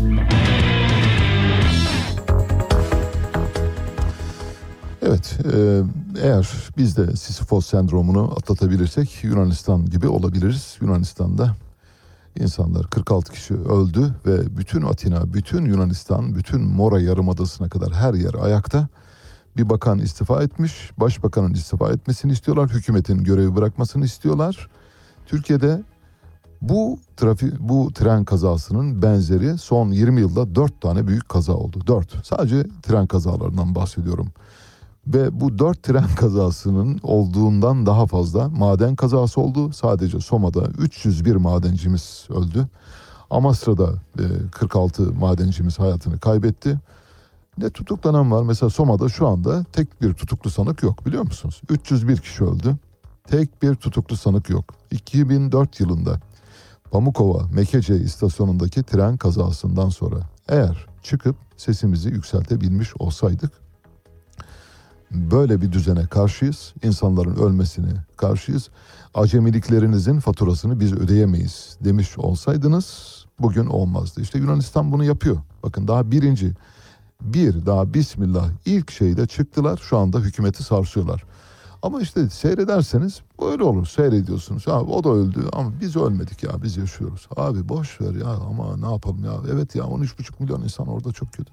Evet, e, eğer biz de Sisyphos sendromunu atlatabilirsek Yunanistan gibi olabiliriz. Yunanistan'da insanlar kırk altı kişi öldü ve bütün Atina, bütün Yunanistan, bütün Mora Yarımadası'na kadar her yer ayakta. Bir bakan istifa etmiş, başbakanın istifa etmesini istiyorlar, hükümetin görevi bırakmasını istiyorlar. Türkiye'de bu trafik, bu tren kazasının benzeri son yirmi yılda dört tane büyük kaza oldu. dört. Sadece tren kazalarından bahsediyorum. Ve bu dört tren kazasının olduğundan daha fazla maden kazası oldu. Sadece Soma'da üç yüz bir madencimiz öldü. Amasra'da kırk altı madencimiz hayatını kaybetti. Ne tutuklanan var? Mesela Soma'da şu anda tek bir tutuklu sanık yok, biliyor musunuz? üç yüz bir kişi öldü. Tek bir tutuklu sanık yok. iki bin dört yılında Pamukova Mekece istasyonundaki tren kazasından sonra eğer çıkıp sesimizi yükseltebilmiş olsaydık, böyle bir düzene karşıyız. İnsanların ölmesine karşıyız. Acemiliklerinizin faturasını biz ödeyemeyiz demiş olsaydınız bugün olmazdı. İşte Yunanistan bunu yapıyor. Bakın daha birinci, bir daha bismillah ilk şeyde çıktılar. Şu anda hükümeti sarsıyorlar. Ama işte seyrederseniz böyle olur. Seyrediyorsunuz. Abi o da öldü ama biz ölmedik ya, biz yaşıyoruz. Abi boş ver ya, ama ne yapalım ya. Evet ya, on üç buçuk milyon insan orada, çok kötü.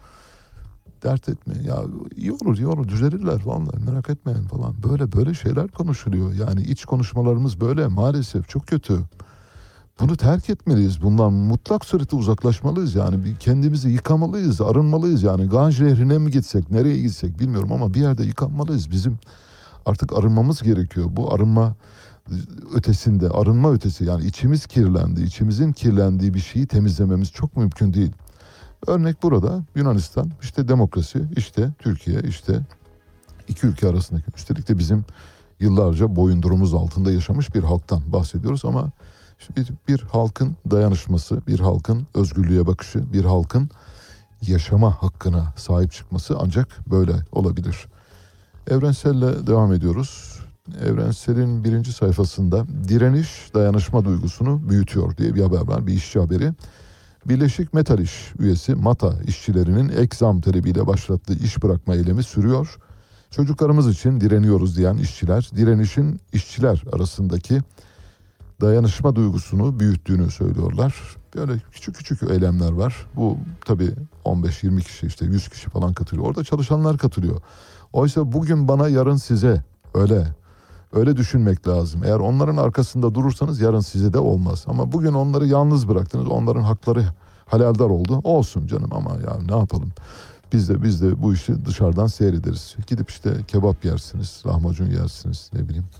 Dert etmeyin ya, iyi olur iyi olur, düzelirler vallahi, merak etmeyin falan. Böyle böyle şeyler konuşuluyor. Yani iç konuşmalarımız böyle, maalesef çok kötü. Bunu terk etmeliyiz. Bundan mutlak surette uzaklaşmalıyız. Yani bir kendimizi yıkamalıyız, arınmalıyız. Yani Ganj Nehri'ne mi gitsek, nereye gitsek bilmiyorum ama bir yerde yıkanmalıyız. Bizim artık arınmamız gerekiyor. Bu arınma ötesinde, arınma ötesi, yani içimiz kirlendi. İçimizin kirlendiği bir şeyi temizlememiz çok mümkün değil. Örnek burada Yunanistan, işte demokrasi, işte Türkiye, işte iki ülke arasındaki, üstelik de bizim yıllarca boyundurumuz altında yaşamış bir halktan bahsediyoruz ama bir, bir halkın dayanışması, bir halkın özgürlüğe bakışı, bir halkın yaşama hakkına sahip çıkması ancak böyle olabilir. Evrenselle devam ediyoruz. Evrensel'in birinci sayfasında direniş dayanışma duygusunu büyütüyor diye bir haber var, bir işçi haberi. Birleşik Metal İş üyesi MATA işçilerinin ek zam talebiyle başlattığı iş bırakma eylemi sürüyor. Çocuklarımız için direniyoruz diyen işçiler, direnişin işçiler arasındaki dayanışma duygusunu büyüttüğünü söylüyorlar. Böyle küçük küçük eylemler var. Bu tabii on beş yirmi kişi, işte yüz kişi falan katılıyor. Orada çalışanlar katılıyor. Oysa bugün bana, yarın size, öyle öyle düşünmek lazım. Eğer onların arkasında durursanız yarın size de olmaz. Ama bugün onları yalnız bıraktınız. Onların hakları halaldar oldu. Olsun canım, ama ya ne yapalım? Biz de biz de bu işi dışarıdan seyrederiz. Gidip işte kebap yersiniz, lahmacun yersiniz, ne bileyim.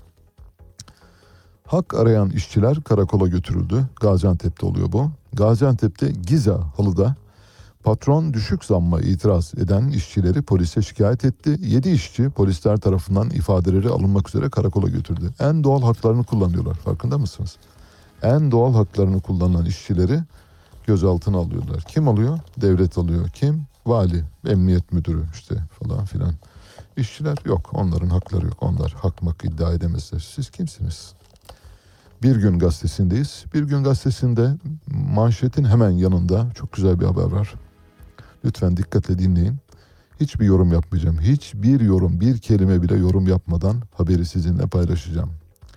Hak arayan işçiler karakola götürüldü. Gaziantep'te oluyor bu. Gaziantep'te Giza Halı'da patron düşük zamma itiraz eden işçileri polise şikayet etti. yedi işçi polisler tarafından ifadeleri alınmak üzere karakola götürdü. En doğal haklarını kullanıyorlar. Farkında mısınız? En doğal haklarını kullanan işçileri gözaltına alıyorlar. Kim alıyor? Devlet alıyor. Kim? Vali, emniyet müdürü işte falan filan. İşçiler yok. Onların hakları yok. Onlar hakmak iddia edemezler. Siz kimsiniz? Bir Gün Gazetesi'ndeyiz. Bir Gün Gazetesi'nde manşetin hemen yanında çok güzel bir haber var. Lütfen dikkatle dinleyin. Hiçbir yorum yapmayacağım. Hiçbir yorum, bir kelime bile yorum yapmadan haberi sizinle paylaşacağım.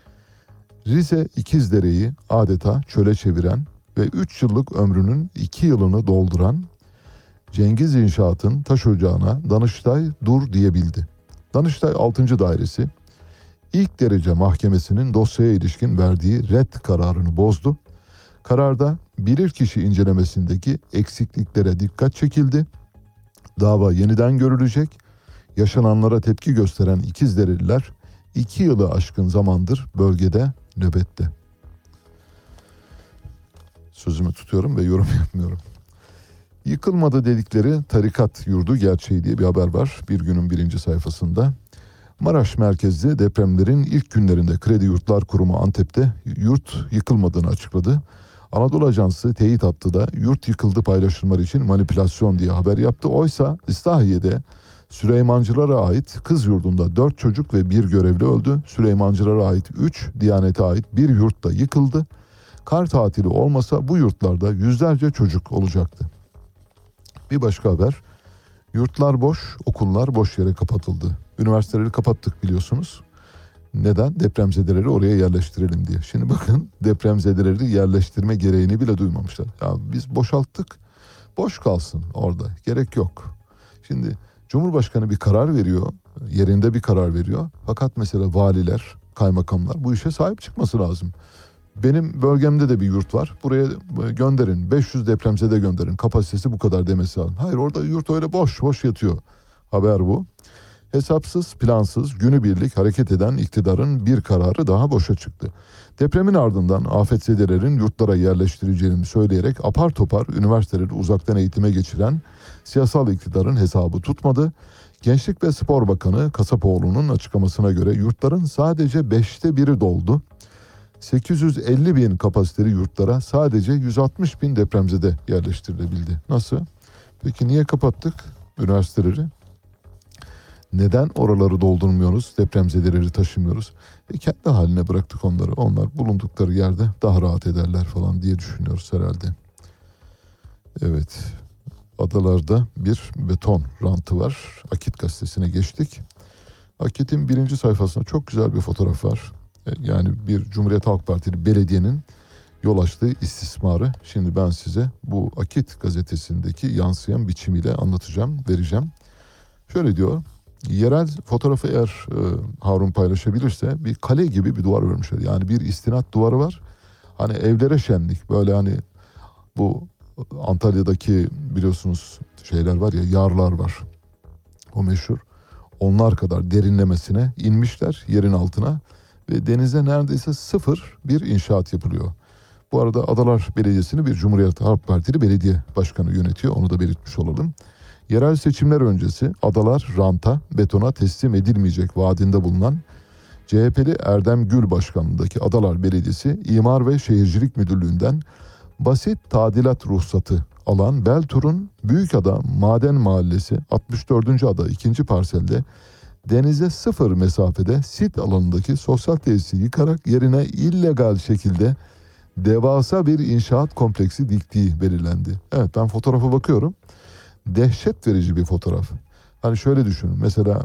Rize İkizdere'yi adeta çöle çeviren ve üç yıllık ömrünün iki yılını dolduran Cengiz İnşaat'ın taş ocağına Danıştay dur diyebildi. Danıştay altıncı Dairesi İlk derece mahkemesinin dosyaya ilişkin verdiği red kararını bozdu. Kararda bilirkişi incelemesindeki eksikliklere dikkat çekildi. Dava yeniden görülecek. Yaşananlara tepki gösteren İkizdereliler iki yılı aşkın zamandır bölgede nöbette. Sözümü tutuyorum ve yorum yapmıyorum. Yıkılmadı dedikleri tarikat yurdu gerçeği diye bir haber var. Bir Gün'ün birinci sayfasında. Maraş merkezli depremlerin ilk günlerinde Kredi Yurtlar Kurumu Antep'te yurt yıkılmadığını açıkladı. Anadolu Ajansı teyit attı da yurt yıkıldı paylaşımları için manipülasyon diye haber yaptı. Oysa İslahiye'de Süleymancılara ait kız yurdunda dört çocuk ve bir görevli öldü. Süleymancılara ait üç, Diyanete ait bir yurt da yıkıldı. Kar tatili olmasa bu yurtlarda yüzlerce çocuk olacaktı. Bir başka haber. Yurtlar boş, okullar boş yere kapatıldı. Üniversiteleri kapattık biliyorsunuz. Neden? Depremzedeleri oraya yerleştirelim diye. Şimdi bakın, depremzedeleri yerleştirme gereğini bile duymamışlar. Ya biz boşalttık, boş kalsın orada. Gerek yok. Şimdi Cumhurbaşkanı bir karar veriyor, yerinde bir karar veriyor. Fakat mesela valiler, kaymakamlar bu işe sahip çıkması lazım. Benim bölgemde de bir yurt var. Buraya gönderin, beş yüz depremzede gönderin. Kapasitesi bu kadar demesi lazım. Hayır, orada yurt öyle boş boş yatıyor. Haber bu. Hesapsız, plansız, günübirlik hareket eden iktidarın bir kararı daha boşa çıktı. Depremin ardından afetzedelerin yurtlara yerleştireceğini söyleyerek apar topar üniversiteleri uzaktan eğitime geçiren siyasal iktidarın hesabı tutmadı. Gençlik ve Spor Bakanı Kasapoğlu'nun açıklamasına göre yurtların sadece beşte biri doldu. sekiz yüz elli bin kapasiteli yurtlara sadece yüz altmış bin depremzede yerleştirilebildi. Nasıl? Peki niye kapattık üniversiteleri? Neden oraları doldurmuyoruz, depremzedeleri taşımıyoruz? E kendi haline bıraktık onları. Onlar bulundukları yerde daha rahat ederler falan diye düşünüyoruz herhalde. Evet, adalarda bir beton rantı var. Akit gazetesine geçtik. Akit'in birinci sayfasında çok güzel bir fotoğraf var. Yani bir Cumhuriyet Halk Partili belediyenin yol açtığı istismarı. Şimdi ben size bu Akit gazetesindeki yansıyan biçimiyle anlatacağım, vereceğim. Şöyle diyor. Yerel fotoğrafı eğer e, Harun paylaşabilirse bir kale gibi bir duvar örmüşler. Yani bir istinat duvarı var. Hani evlere şenlik, böyle hani bu Antalya'daki biliyorsunuz şeyler var ya, yarlar var. O meşhur. Onlar kadar derinlemesine inmişler yerin altına ve denize neredeyse sıfır bir inşaat yapılıyor. Bu arada Adalar Belediyesi'ni bir Cumhuriyet Halk Partili belediye başkanı yönetiyor. Onu da belirtmiş olalım. Yerel seçimler öncesi adalar ranta, betona teslim edilmeyecek vaadinde bulunan C H P'li Erdem Gül başkanlığındaki Adalar Belediyesi İmar ve Şehircilik Müdürlüğü'nden basit tadilat ruhsatı alan Beltur'un Büyükada Maden Mahallesi altmış dördüncü ada ikinci parselde denize sıfır mesafede sit alanındaki sosyal tesisi yıkarak yerine illegal şekilde devasa bir inşaat kompleksi diktiği belirlendi. Evet, ben fotoğrafa bakıyorum. Dehşet verici bir fotoğraf. Hani şöyle düşünün, mesela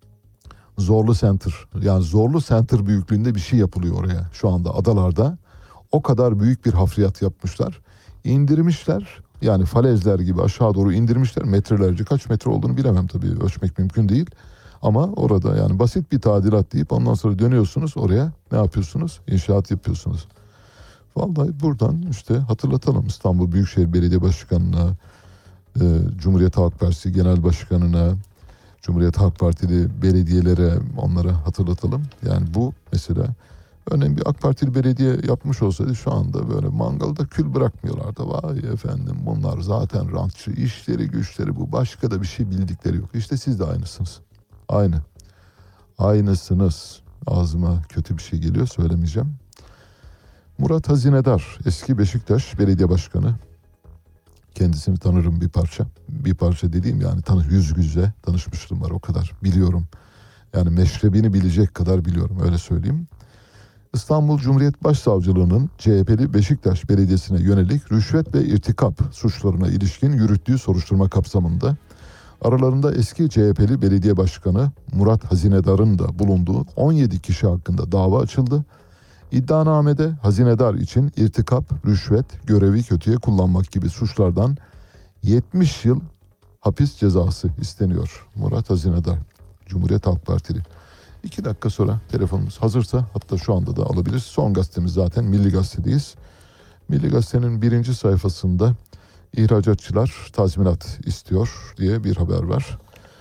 Zorlu Center, yani Zorlu Center büyüklüğünde bir şey yapılıyor oraya şu anda adalarda. O kadar büyük bir hafriyat yapmışlar. İndirmişler, yani falezler gibi aşağı doğru indirmişler. Metrelerce, kaç metre olduğunu bilemem tabii, ölçmek mümkün değil. Ama orada yani basit bir tadilat deyip ondan sonra dönüyorsunuz oraya, ne yapıyorsunuz? İnşaat yapıyorsunuz. Vallahi buradan işte hatırlatalım İstanbul Büyükşehir Belediye Başkanı'na, e, Cumhuriyet Halk Partisi Genel Başkanı'na, Cumhuriyet Halk Partili belediyelere, onlara hatırlatalım. Yani bu mesela örneğin bir AK Partili belediye yapmış olsaydı şu anda böyle mangalda kül bırakmıyorlardı. Vay efendim, bunlar zaten rantçı, işleri güçleri bu, başka da bir şey bildikleri yok. İşte siz de aynısınız. Aynı. Aynısınız. Ağzıma kötü bir şey geliyor, söylemeyeceğim. Murat Hazinedar, eski Beşiktaş Belediye Başkanı. Kendisini tanırım bir parça. Bir parça dediğim yani tanı, yüz yüze tanışmışlığım var, o kadar biliyorum. Yani meşrebini bilecek kadar biliyorum, öyle söyleyeyim. İstanbul Cumhuriyet Başsavcılığı'nın C H P'li Beşiktaş Belediyesi'ne yönelik rüşvet ve irtikap suçlarına ilişkin yürüttüğü soruşturma kapsamında aralarında eski C H P'li belediye başkanı Murat Hazinedar'ın da bulunduğu on yedi kişi hakkında dava açıldı. İddianamede Hazinedar için irtikap, rüşvet, görevi kötüye kullanmak gibi suçlardan yetmiş yıl hapis cezası isteniyor. Murat Hazinedar, Cumhuriyet Halk Partili. İki dakika sonra telefonumuz hazırsa, hatta şu anda da alabiliriz. Son gazetemiz zaten Milli Gazete'deyiz. Milli Gazete'nin birinci sayfasında ihracatçılar tazminat istiyor diye bir haber var.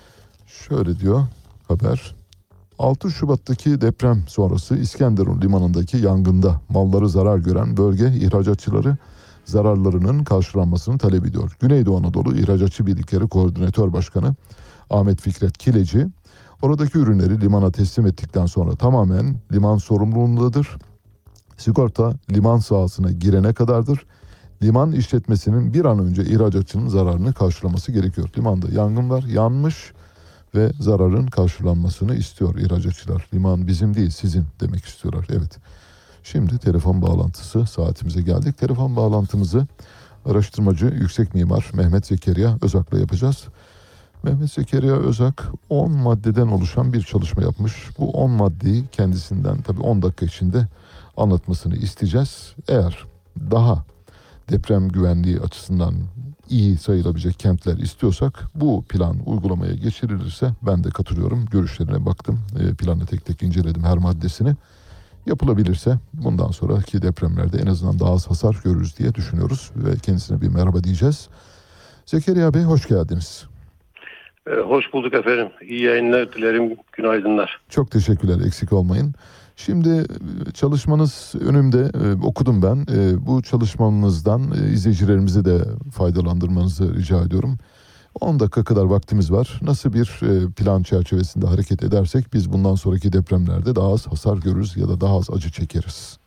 Şöyle diyor haber. altı Şubat'taki deprem sonrası İskenderun limanındaki yangında malları zarar gören bölge ihracatçıları zararlarının karşılanmasını talep ediyor. Güneydoğu Anadolu İhracatçı Birlikleri Koordinatör Başkanı Ahmet Fikret Kileci, oradaki ürünleri limana teslim ettikten sonra tamamen liman sorumluluğundadır. Sigorta liman sahasına girene kadardır. Liman işletmesinin bir an önce ihracatçının zararını karşılaması gerekiyor. Limanda yangın var, yanmış ve zararın karşılanmasını istiyor ihracatçılar. Liman bizim değil, sizin demek istiyorlar. Evet. Şimdi telefon bağlantısı saatimize geldik. Telefon bağlantımızı araştırmacı yüksek mimar Mehmet Zekeriya Özak'la yapacağız. Mehmet Zekeriya Özak on maddeden oluşan bir çalışma yapmış. Bu on maddeyi kendisinden tabii on dakika içinde anlatmasını isteyeceğiz. Eğer daha deprem güvenliği açısından iyi sayılabilecek kentler istiyorsak bu plan uygulamaya geçirilirse ben de katılıyorum. Görüşlerine baktım. Planı tek tek inceledim her maddesini. Yapılabilirse bundan sonraki depremlerde en azından daha az hasar görürüz diye düşünüyoruz ve kendisine bir merhaba diyeceğiz. Zekeriya Bey hoş geldiniz. Hoş bulduk efendim. İyi yayınlar dilerim. Günaydınlar. Çok teşekkürler. Eksik olmayın. Şimdi çalışmanız önümde, okudum ben. Bu çalışmanızdan izleyicilerimizi de faydalandırmanızı rica ediyorum. on dakika kadar vaktimiz var. Nasıl bir plan çerçevesinde hareket edersek biz bundan sonraki depremlerde daha az hasar görürüz ya da daha az acı çekeriz.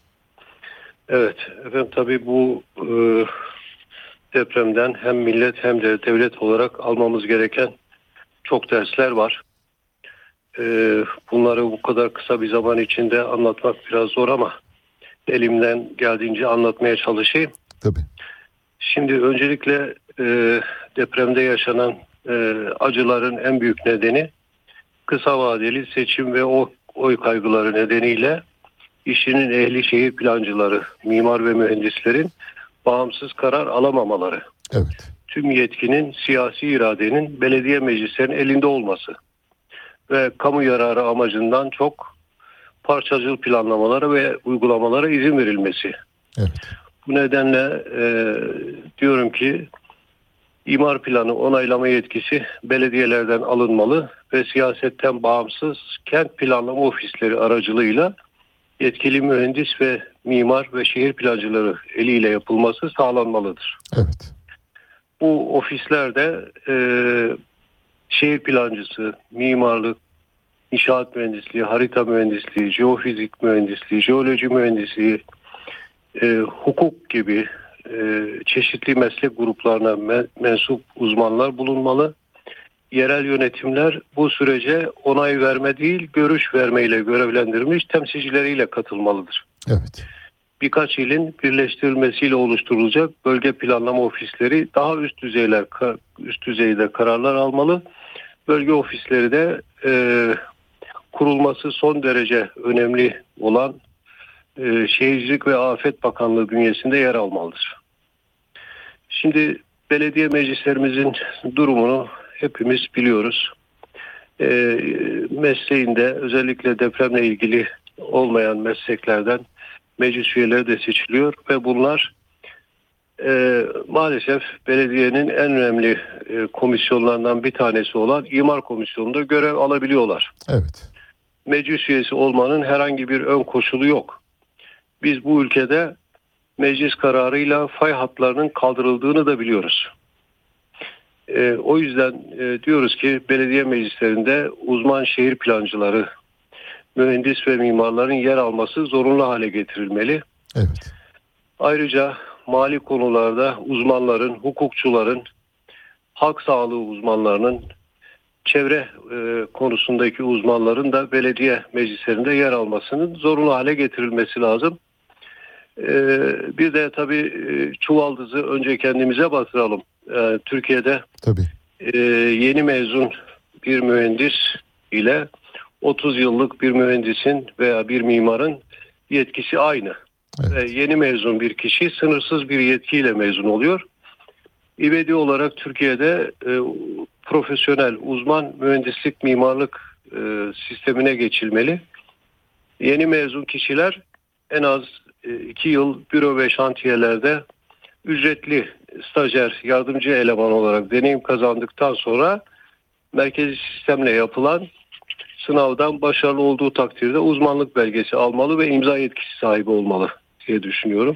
Evet efendim, tabii bu e, depremden hem millet hem de devlet olarak almamız gereken çok dersler var. E, bunları bu kadar kısa bir zaman içinde anlatmak biraz zor ama elimden geldiğince anlatmaya çalışayım. Tabii. Şimdi öncelikle e, depremde yaşanan e, acıların en büyük nedeni kısa vadeli seçim ve oy, oy kaygıları nedeniyle işinin ehli şehir plancıları, mimar ve mühendislerin bağımsız karar alamamaları. Evet. Tüm yetkinin, siyasi iradenin belediye meclislerinin elinde olması ve kamu yararı amacından çok parçacıl planlamalara ve uygulamalara izin verilmesi. Evet. Bu nedenle e, diyorum ki imar planı onaylama yetkisi belediyelerden alınmalı ve siyasetten bağımsız kent planlama ofisleri aracılığıyla yetkili mühendis ve mimar ve şehir plancıları eliyle yapılması sağlanmalıdır. Evet. Bu ofislerde e, şehir plancısı, mimarlık, inşaat mühendisliği, harita mühendisliği, jeofizik mühendisliği, jeoloji mühendisliği, e, hukuk gibi e, çeşitli meslek gruplarına me- mensup uzmanlar bulunmalı. Yerel yönetimler bu sürece onay verme değil, görüş vermeyle görevlendirilmiş temsilcileriyle katılmalıdır. Evet. Birkaç ilin birleştirilmesiyle oluşturulacak bölge planlama ofisleri daha üst düzeyler üst düzeyde kararlar almalı. Bölge ofisleri de e, kurulması son derece önemli olan e, Şehircilik ve Afet Bakanlığı bünyesinde yer almalıdır. Şimdi belediye meclislerimizin durumunu hepimiz biliyoruz. E, mesleğinde özellikle depremle ilgili olmayan mesleklerden meclis üyeleri de seçiliyor ve bunlar e, maalesef belediyenin en önemli e, komisyonlarından bir tanesi olan imar komisyonunda görev alabiliyorlar. Evet. Meclis üyesi olmanın herhangi bir ön koşulu yok. Biz bu ülkede meclis kararıyla fay hatlarının kaldırıldığını da biliyoruz. E, o yüzden e, diyoruz ki belediye meclislerinde uzman şehir plancıları, mühendis ve mimarların yer alması zorunlu hale getirilmeli. Evet. Ayrıca mali konularda uzmanların, hukukçuların, halk sağlığı uzmanlarının, çevre e, konusundaki uzmanların da belediye meclislerinde yer almasının zorunlu hale getirilmesi lazım. E, bir de tabii e, çuvaldızı önce kendimize batıralım. E, Türkiye'de tabii. E, yeni mezun bir mühendis ile otuz yıllık bir mühendisin veya bir mimarın yetkisi aynı. Evet. Ve yeni mezun bir kişi sınırsız bir yetkiyle mezun oluyor. İvedi olarak Türkiye'de e, profesyonel, uzman mühendislik, mimarlık e, sistemine geçilmeli. Yeni mezun kişiler en az e, iki yıl büro ve şantiyelerde ücretli stajyer, yardımcı eleman olarak deneyim kazandıktan sonra merkezi sistemle yapılan sınavdan başarılı olduğu takdirde uzmanlık belgesi almalı ve imza yetkisi sahibi olmalı diye düşünüyorum.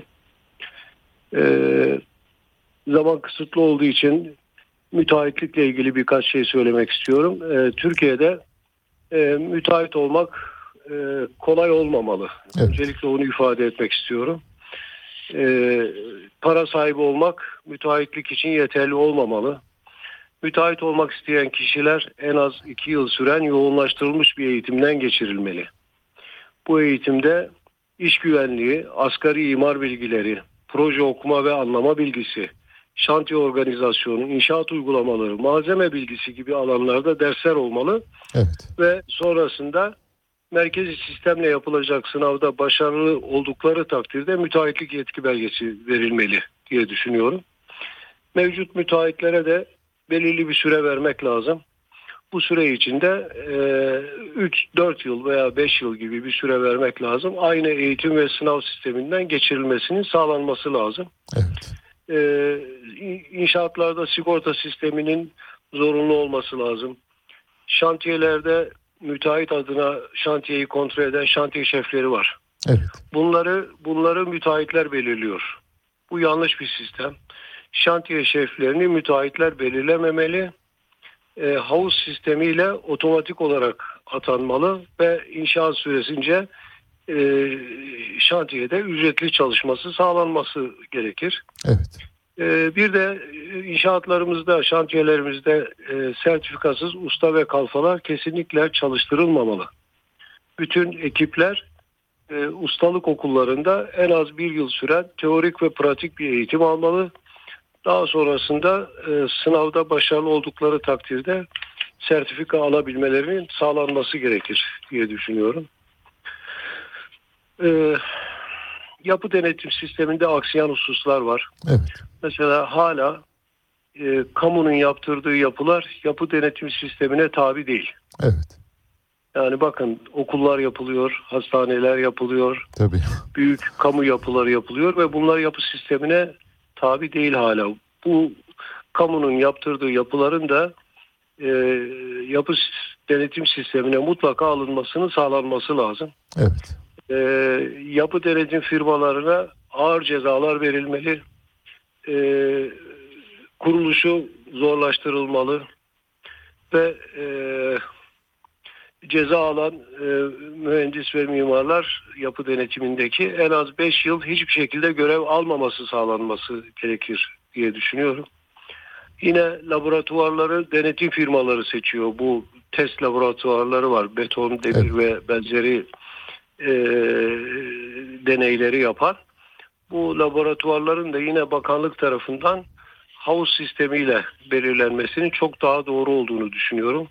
Ee, zaman kısıtlı olduğu için müteahhitlikle ilgili birkaç şey söylemek istiyorum. Ee, Türkiye'de e, müteahhit olmak e, kolay olmamalı. Evet. Öncelikle onu ifade etmek istiyorum. Ee, para sahibi olmak müteahhitlik için yeterli olmamalı. Müteahhit olmak isteyen kişiler en az iki yıl süren yoğunlaştırılmış bir eğitimden geçirilmeli. Bu eğitimde iş güvenliği, asgari imar bilgileri, proje okuma ve anlama bilgisi, şantiye organizasyonu, inşaat uygulamaları, malzeme bilgisi gibi alanlarda dersler olmalı. Evet. Ve sonrasında merkezi sistemle yapılacak sınavda başarılı oldukları takdirde müteahhitlik yetki belgesi verilmeli diye düşünüyorum. Mevcut müteahhitlere de belirli bir süre vermek lazım. Bu süre içinde üç dört yıl veya beş yıl gibi bir süre vermek lazım. Aynı eğitim ve sınav sisteminden geçirilmesinin sağlanması lazım. Evet. E, inşaatlarda sigorta sisteminin zorunlu olması lazım. Şantiyelerde müteahhit adına şantiyeyi kontrol eden şantiye şefleri var. Evet. Bunları bunları müteahhitler belirliyor. Bu yanlış bir sistem. Şantiye şeflerini müteahhitler belirlememeli. E, havuz sistemiyle otomatik olarak atanmalı ve inşaat süresince e, şantiyede ücretli çalışması sağlanması gerekir. Evet. E, bir de inşaatlarımızda, şantiyelerimizde e, sertifikasız usta ve kalfalar kesinlikle çalıştırılmamalı. Bütün ekipler e, ustalık okullarında en az bir yıl süren teorik ve pratik bir eğitim almalı. Daha sonrasında e, sınavda başarılı oldukları takdirde sertifika alabilmelerinin sağlanması gerekir diye düşünüyorum. E, yapı denetim sisteminde aksayan hususlar var. Evet. Mesela hala e, kamunun yaptırdığı yapılar yapı denetim sistemine tabi değil. Evet. Yani bakın okullar yapılıyor, hastaneler yapılıyor, Tabii. büyük kamu yapıları yapılıyor ve bunlar yapı sistemine tabi değil hala. Bu kamunun yaptırdığı yapıların da e, yapı denetim sistemine mutlaka alınmasının sağlanması lazım. Evet. E, yapı denetim firmalarına ağır cezalar verilmeli. E, kuruluşu zorlaştırılmalı ve e, ceza alan e, mühendis ve mimarlar yapı denetimindeki en az beş yıl hiçbir şekilde görev almaması sağlanması gerekir diye düşünüyorum. Yine laboratuvarları denetim firmaları seçiyor. Bu test laboratuvarları var. Beton, demir evet. ve benzeri e, deneyleri yapan. Bu laboratuvarların da yine bakanlık tarafından havuz sistemiyle belirlenmesinin çok daha doğru olduğunu düşünüyorum.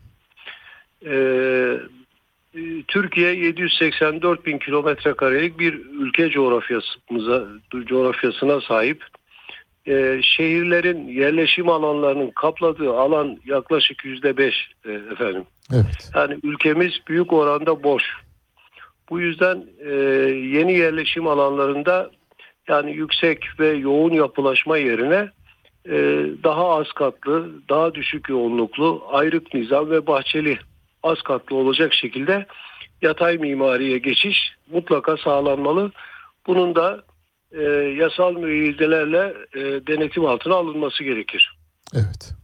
Ee, Türkiye yedi yüz seksen dört bin kilometre karelik bir ülke coğrafyasımıza, coğrafyasına sahip. Ee, şehirlerin yerleşim alanlarının kapladığı alan yaklaşık yüzde beş e, efendim. Evet. Yani ülkemiz büyük oranda boş. Bu yüzden e, yeni yerleşim alanlarında yani yüksek ve yoğun yapılaşma yerine e, daha az katlı, daha düşük yoğunluklu, ayrık nizam ve bahçeli az katlı olacak şekilde yatay mimariye geçiş mutlaka sağlanmalı. Bunun da e, yasal müeyyidelerle e, denetim altına alınması gerekir. Evet.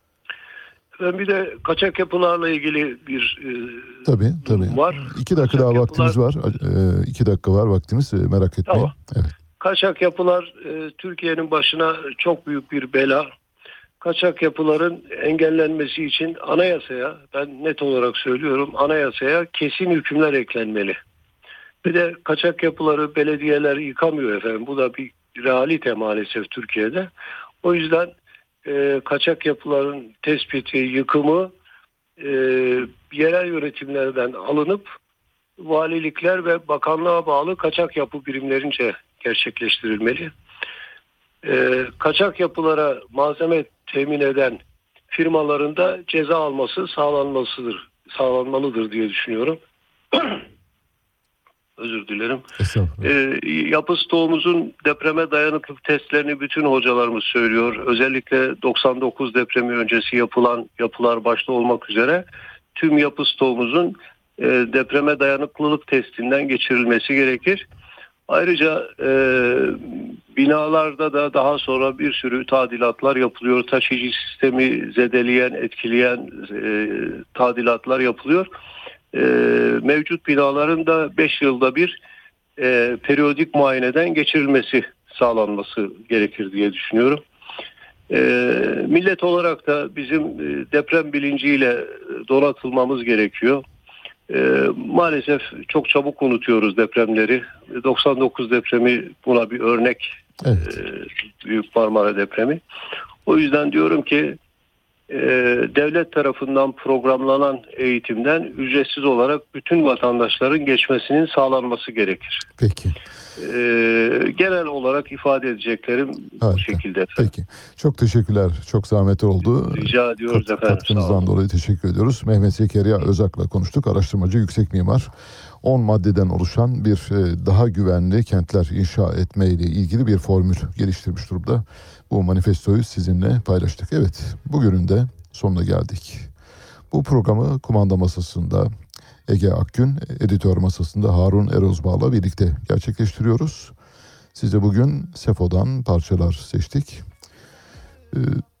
Ben bir de kaçak yapılarla ilgili bir e, tabii, tabii. var. İki dakika kaçak daha yapılar... vaktimiz var. E, iki dakika var vaktimiz. E, merak etmeyin. Tamam. Evet. Kaçak yapılar e, Türkiye'nin başına çok büyük bir bela. Kaçak yapıların engellenmesi için anayasaya, ben net olarak söylüyorum, anayasaya kesin hükümler eklenmeli. Bir de kaçak yapıları belediyeler yıkamıyor efendim. Bu da bir realite maalesef Türkiye'de. O yüzden e, kaçak yapıların tespiti, yıkımı e, yerel yönetimlerden alınıp valilikler ve bakanlığa bağlı kaçak yapı birimlerince gerçekleştirilmeli. E, kaçak yapılara malzeme temin eden firmaların da ceza alması sağlanmasıdır, sağlanmalıdır diye düşünüyorum. Özür dilerim. E, yapı stoğumuzun depreme dayanıklık testlerini bütün hocalarımız söylüyor. Özellikle doksan dokuz depremi öncesi yapılan yapılar başta olmak üzere tüm yapı stoğumuzun e, depreme dayanıklılık testinden geçirilmesi gerekir. Ayrıca e, binalarda da daha sonra bir sürü tadilatlar yapılıyor. Taşıyıcı sistemi zedeleyen, etkileyen e, tadilatlar yapılıyor. E, mevcut binaların da beş yılda bir e, periyodik muayeneden geçirilmesi sağlanması gerekir diye düşünüyorum. E, millet olarak da bizim e, deprem bilinciyle donatılmamız gerekiyor. E, maalesef çok çabuk unutuyoruz depremleri. doksan dokuz depremi buna bir örnek. Evet. E, Büyük Marmara depremi. O yüzden diyorum ki e, devlet tarafından programlanan eğitimden ücretsiz olarak bütün vatandaşların geçmesinin sağlanması gerekir. Peki. E, genel olarak ifade edeceklerim Harika. bu şekilde efendim. Peki. Çok teşekkürler. Çok zahmet oldu. Rica ediyoruz Kat- efendim. Sağ Katkınızdan olun. dolayı teşekkür ediyoruz. Mehmet Zekeriya Özak'la konuştuk. Araştırmacı, yüksek mimar. on maddeden oluşan bir e, daha güvenli kentler inşa etme ile ilgili bir formül geliştirmiş durumda. Bu manifestoyu sizinle paylaştık. Evet, bugünün de sonuna geldik. Bu programı kumanda masasında Ege Akgün, editör masasında Harun Erozbağ'la birlikte gerçekleştiriyoruz. Size bugün Sefo'dan parçalar seçtik. Ee,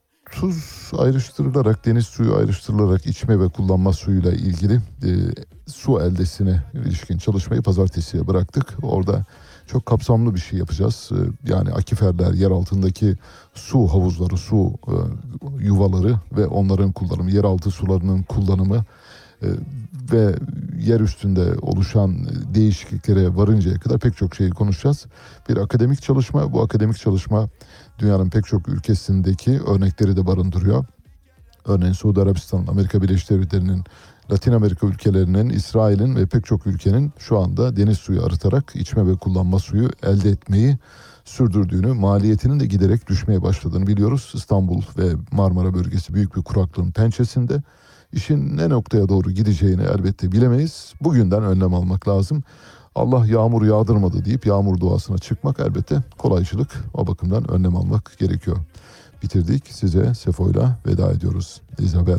tuz ayrıştırılarak, deniz suyu ayrıştırılarak içme ve kullanma suyuyla ilgili e, su eldesine ilişkin çalışmayı pazartesiye bıraktık. Orada çok kapsamlı bir şey yapacağız. Ee, yani akiferler, yer altındaki su havuzları, su e, yuvaları ve onların kullanımı, yeraltı sularının kullanımı e, ve yer üstünde oluşan değişikliklere varıncaya kadar pek çok şeyi konuşacağız. Bir akademik çalışma, bu akademik çalışma dünyanın pek çok ülkesindeki örnekleri de barındırıyor. Örneğin Suudi Arabistan, Amerika Birleşik Devletleri'nin, Latin Amerika ülkelerinin, İsrail'in ve pek çok ülkenin şu anda deniz suyu arıtarak içme ve kullanma suyu elde etmeyi sürdürdüğünü, maliyetinin de giderek düşmeye başladığını biliyoruz. İstanbul ve Marmara bölgesi büyük bir kuraklığın pençesinde. İşin ne noktaya doğru gideceğini elbette bilemeyiz. Bugünden önlem almak lazım. Allah yağmur yağdırmadı deyip yağmur duasına çıkmak elbette kolaycılık. O bakımdan önlem almak gerekiyor. Bitirdik. Size Sefo'yla veda ediyoruz. Isabel.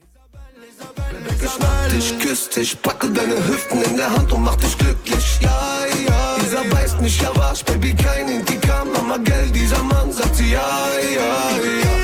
Ich küss dich, packe deine Hüften in der Hand und mach dich glücklich. Ja, ja, dieser beißt nicht, ja was, Baby, kein Intikam, Mama, Geld, dieser Mann sagt sie, ja, ja, ja.